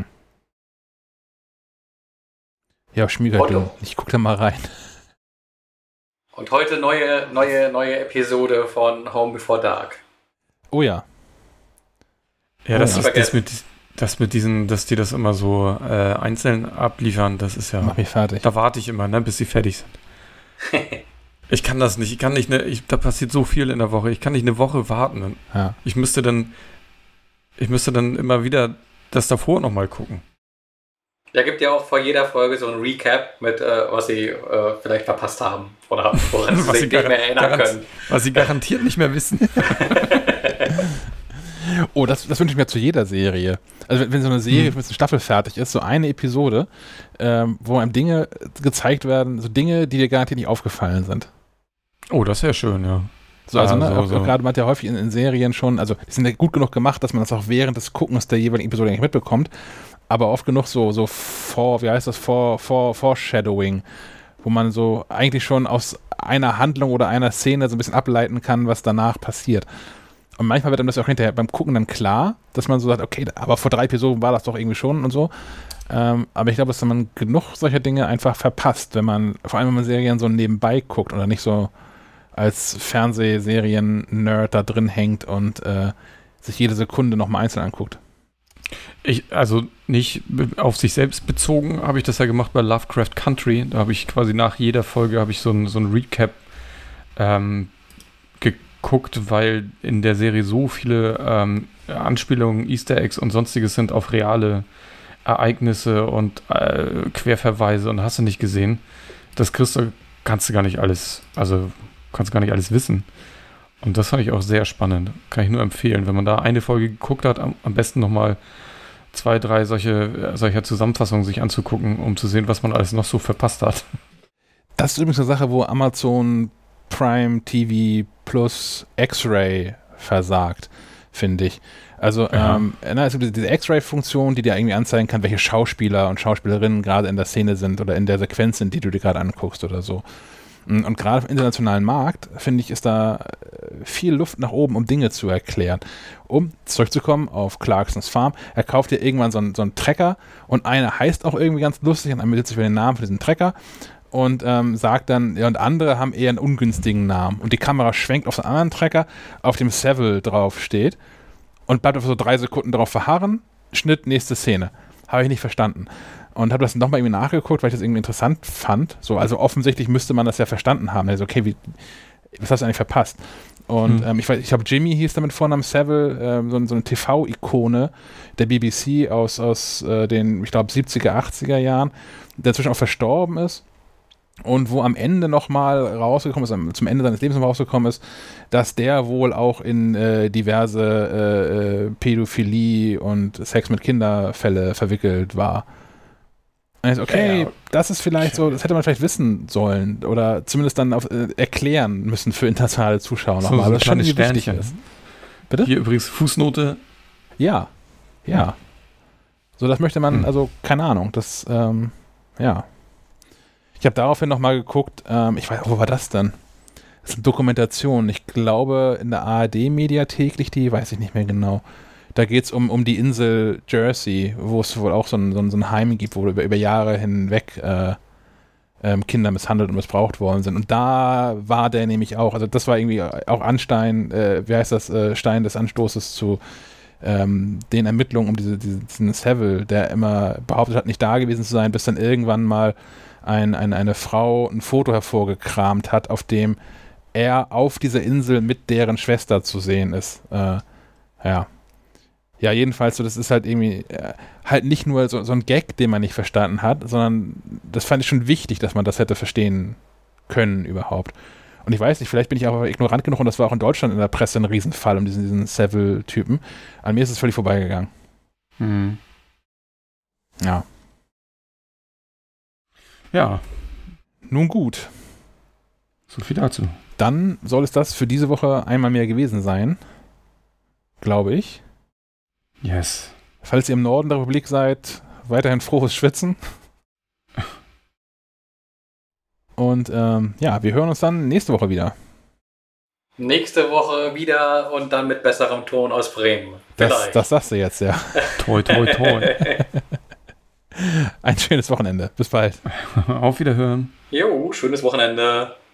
Ja, Schmigadoon. Ich gucke da mal rein. Und heute neue, neue, neue Episode von Home Before Dark. Oh ja. Ja, das, oh, ist, das, mit, Das mit diesen, dass die das immer so äh, einzeln abliefern, das ist ja... Mach mich fertig. Da warte ich immer, ne, bis sie fertig sind. Ich kann das nicht. Ich kann nicht, ne, ich, da passiert so viel in der Woche. Ich kann nicht eine Woche warten. Ja. Ich müsste dann, ich müsste dann immer wieder das davor nochmal gucken. Da gibt ja auch vor jeder Folge so ein Recap mit, äh, was sie äh, vielleicht verpasst haben oder woran sie Was sich sie nicht gar- mehr erinnern garant- können. Was sie garantiert nicht mehr wissen. Oh, das, das wünsche ich mir zu jeder Serie. Also wenn, wenn so eine Serie Hm. mit einer Staffel fertig ist, so eine Episode, ähm, wo einem Dinge gezeigt werden, so Dinge, die dir garantiert nicht aufgefallen sind. Oh, das wäre schön, ja. So, also Ah, ne, so, auch, so. auch gerade man hat ja häufig in, in Serien schon, also die sind ja gut genug gemacht, dass man das auch während des Guckens der jeweiligen Episode nicht mitbekommt, aber oft genug so, so vor, wie heißt das, vor, vor, Foreshadowing, wo man so eigentlich schon aus einer Handlung oder einer Szene so ein bisschen ableiten kann, was danach passiert. Und manchmal wird einem das auch hinterher beim Gucken dann klar, dass man so sagt, okay, aber vor drei Episoden war das doch irgendwie schon und so. Ähm, aber ich glaube, dass man genug solcher Dinge einfach verpasst, wenn man, vor allem wenn man Serien so nebenbei guckt oder nicht so als Fernsehserien-Nerd da drin hängt und äh, sich jede Sekunde nochmal einzeln anguckt. Ich, also nicht be- auf sich selbst bezogen, habe ich das ja gemacht bei Lovecraft Country. Da habe ich quasi nach jeder Folge habe ich so ein, so ein Recap ähm, geguckt, weil in der Serie so viele ähm, Anspielungen, Easter Eggs und sonstiges sind auf reale Ereignisse und äh, Querverweise und hast du nicht gesehen. Das kriegst du, kannst du gar nicht alles, also kannst gar nicht alles wissen. Und das fand ich auch sehr spannend. Kann ich nur empfehlen. Wenn man da eine Folge geguckt hat, am, am besten nochmal zwei, drei solche, äh, solcher Zusammenfassungen sich anzugucken, um zu sehen, was man alles noch so verpasst hat. Das ist übrigens eine Sache, wo Amazon Prime T V Plus X-Ray versagt, finde ich. Also Ja. ähm, na, es gibt diese X-Ray-Funktion, die dir irgendwie anzeigen kann, welche Schauspieler und Schauspielerinnen gerade in der Szene sind oder in der Sequenz sind, die du dir gerade anguckst oder so. Und, und gerade im internationalen Markt, finde ich, ist da äh, viel Luft nach oben, um Dinge zu erklären. Um zurückzukommen auf Clarksons Farm, er kauft dir irgendwann so einen, so einen Trecker und einer heißt auch irgendwie ganz lustig und ermittelt sich über den Namen für diesen Trecker und ähm, sagt dann, ja, und andere haben eher einen ungünstigen Namen. Und die Kamera schwenkt auf so einen anderen Trecker, auf dem Seville drauf steht und bleibt einfach so drei Sekunden drauf verharren. Schnitt, nächste Szene. Habe ich nicht verstanden. Und habe das nochmal irgendwie nachgeguckt, weil ich das irgendwie interessant fand. So, also offensichtlich müsste man das ja verstanden haben. Also, okay, wie, was hast du eigentlich verpasst? Und Hm. ähm, ich weiß, ich glaube, Jimmy hieß damit Vornamen Seville, ähm, so, so eine T V-Ikone der B B C aus, aus äh, den, ich glaube, siebziger, achtziger Jahren, der inzwischen auch verstorben ist. Und wo am Ende nochmal rausgekommen ist, am- zum Ende seines Lebens noch rausgekommen ist, dass der wohl auch in äh, diverse äh, äh, Pädophilie und Sex mit Kinderfälle verwickelt war. Und ich so, okay, Ja. das ist vielleicht so, das hätte man vielleicht wissen sollen oder zumindest dann auf, äh, erklären müssen für internationale Zuschauer So, nochmal, so weil ein das schon kleines irgendwie wichtig Sternchen. ist. Bitte? Hier übrigens Fußnote. Ja, ja. So, das möchte man, Hm. also, keine Ahnung, das, ähm, ja. Ich habe daraufhin nochmal geguckt, ähm, ich weiß, wo war das denn? Das ist eine Dokumentation, ich glaube, in der A R D-Mediathek liegt die, weiß ich nicht mehr genau. Da geht es um, um die Insel Jersey, wo es wohl auch so ein, so ein, so ein Heim gibt, wo über, über Jahre hinweg äh, ähm, Kinder misshandelt und missbraucht worden sind. Und da war der nämlich auch, also das war irgendwie auch Anstein, äh, wie heißt das, äh, Stein des Anstoßes zu ähm, den Ermittlungen um diese, diese, diesen Seville, der immer behauptet hat, nicht da gewesen zu sein, bis dann irgendwann mal ein, ein, eine Frau ein Foto hervorgekramt hat, auf dem er auf dieser Insel mit deren Schwester zu sehen ist. Äh, ja. Ja, jedenfalls, so, das ist halt irgendwie äh, halt nicht nur so, so ein Gag, den man nicht verstanden hat, sondern das fand ich schon wichtig, dass man das hätte verstehen können überhaupt. Und ich weiß nicht, vielleicht bin ich auch ignorant genug und das war auch in Deutschland in der Presse ein Riesenfall um diesen, diesen Seville-Typen. An mir ist es völlig vorbeigegangen. Hm. Ja. Ja, Nun gut. so viel dazu. Dann soll es das für diese Woche einmal mehr gewesen sein. Glaube ich. Yes. Falls ihr im Norden der Republik seid, weiterhin frohes Schwitzen. Und ähm, ja, wir hören uns dann nächste Woche wieder. Nächste Woche wieder und dann mit besserem Ton aus Bremen. Das, Vielleicht. das sagst du jetzt, ja. Toi, toi, toi. Ein schönes Wochenende. Bis bald. Auf Wiederhören. Jo, schönes Wochenende.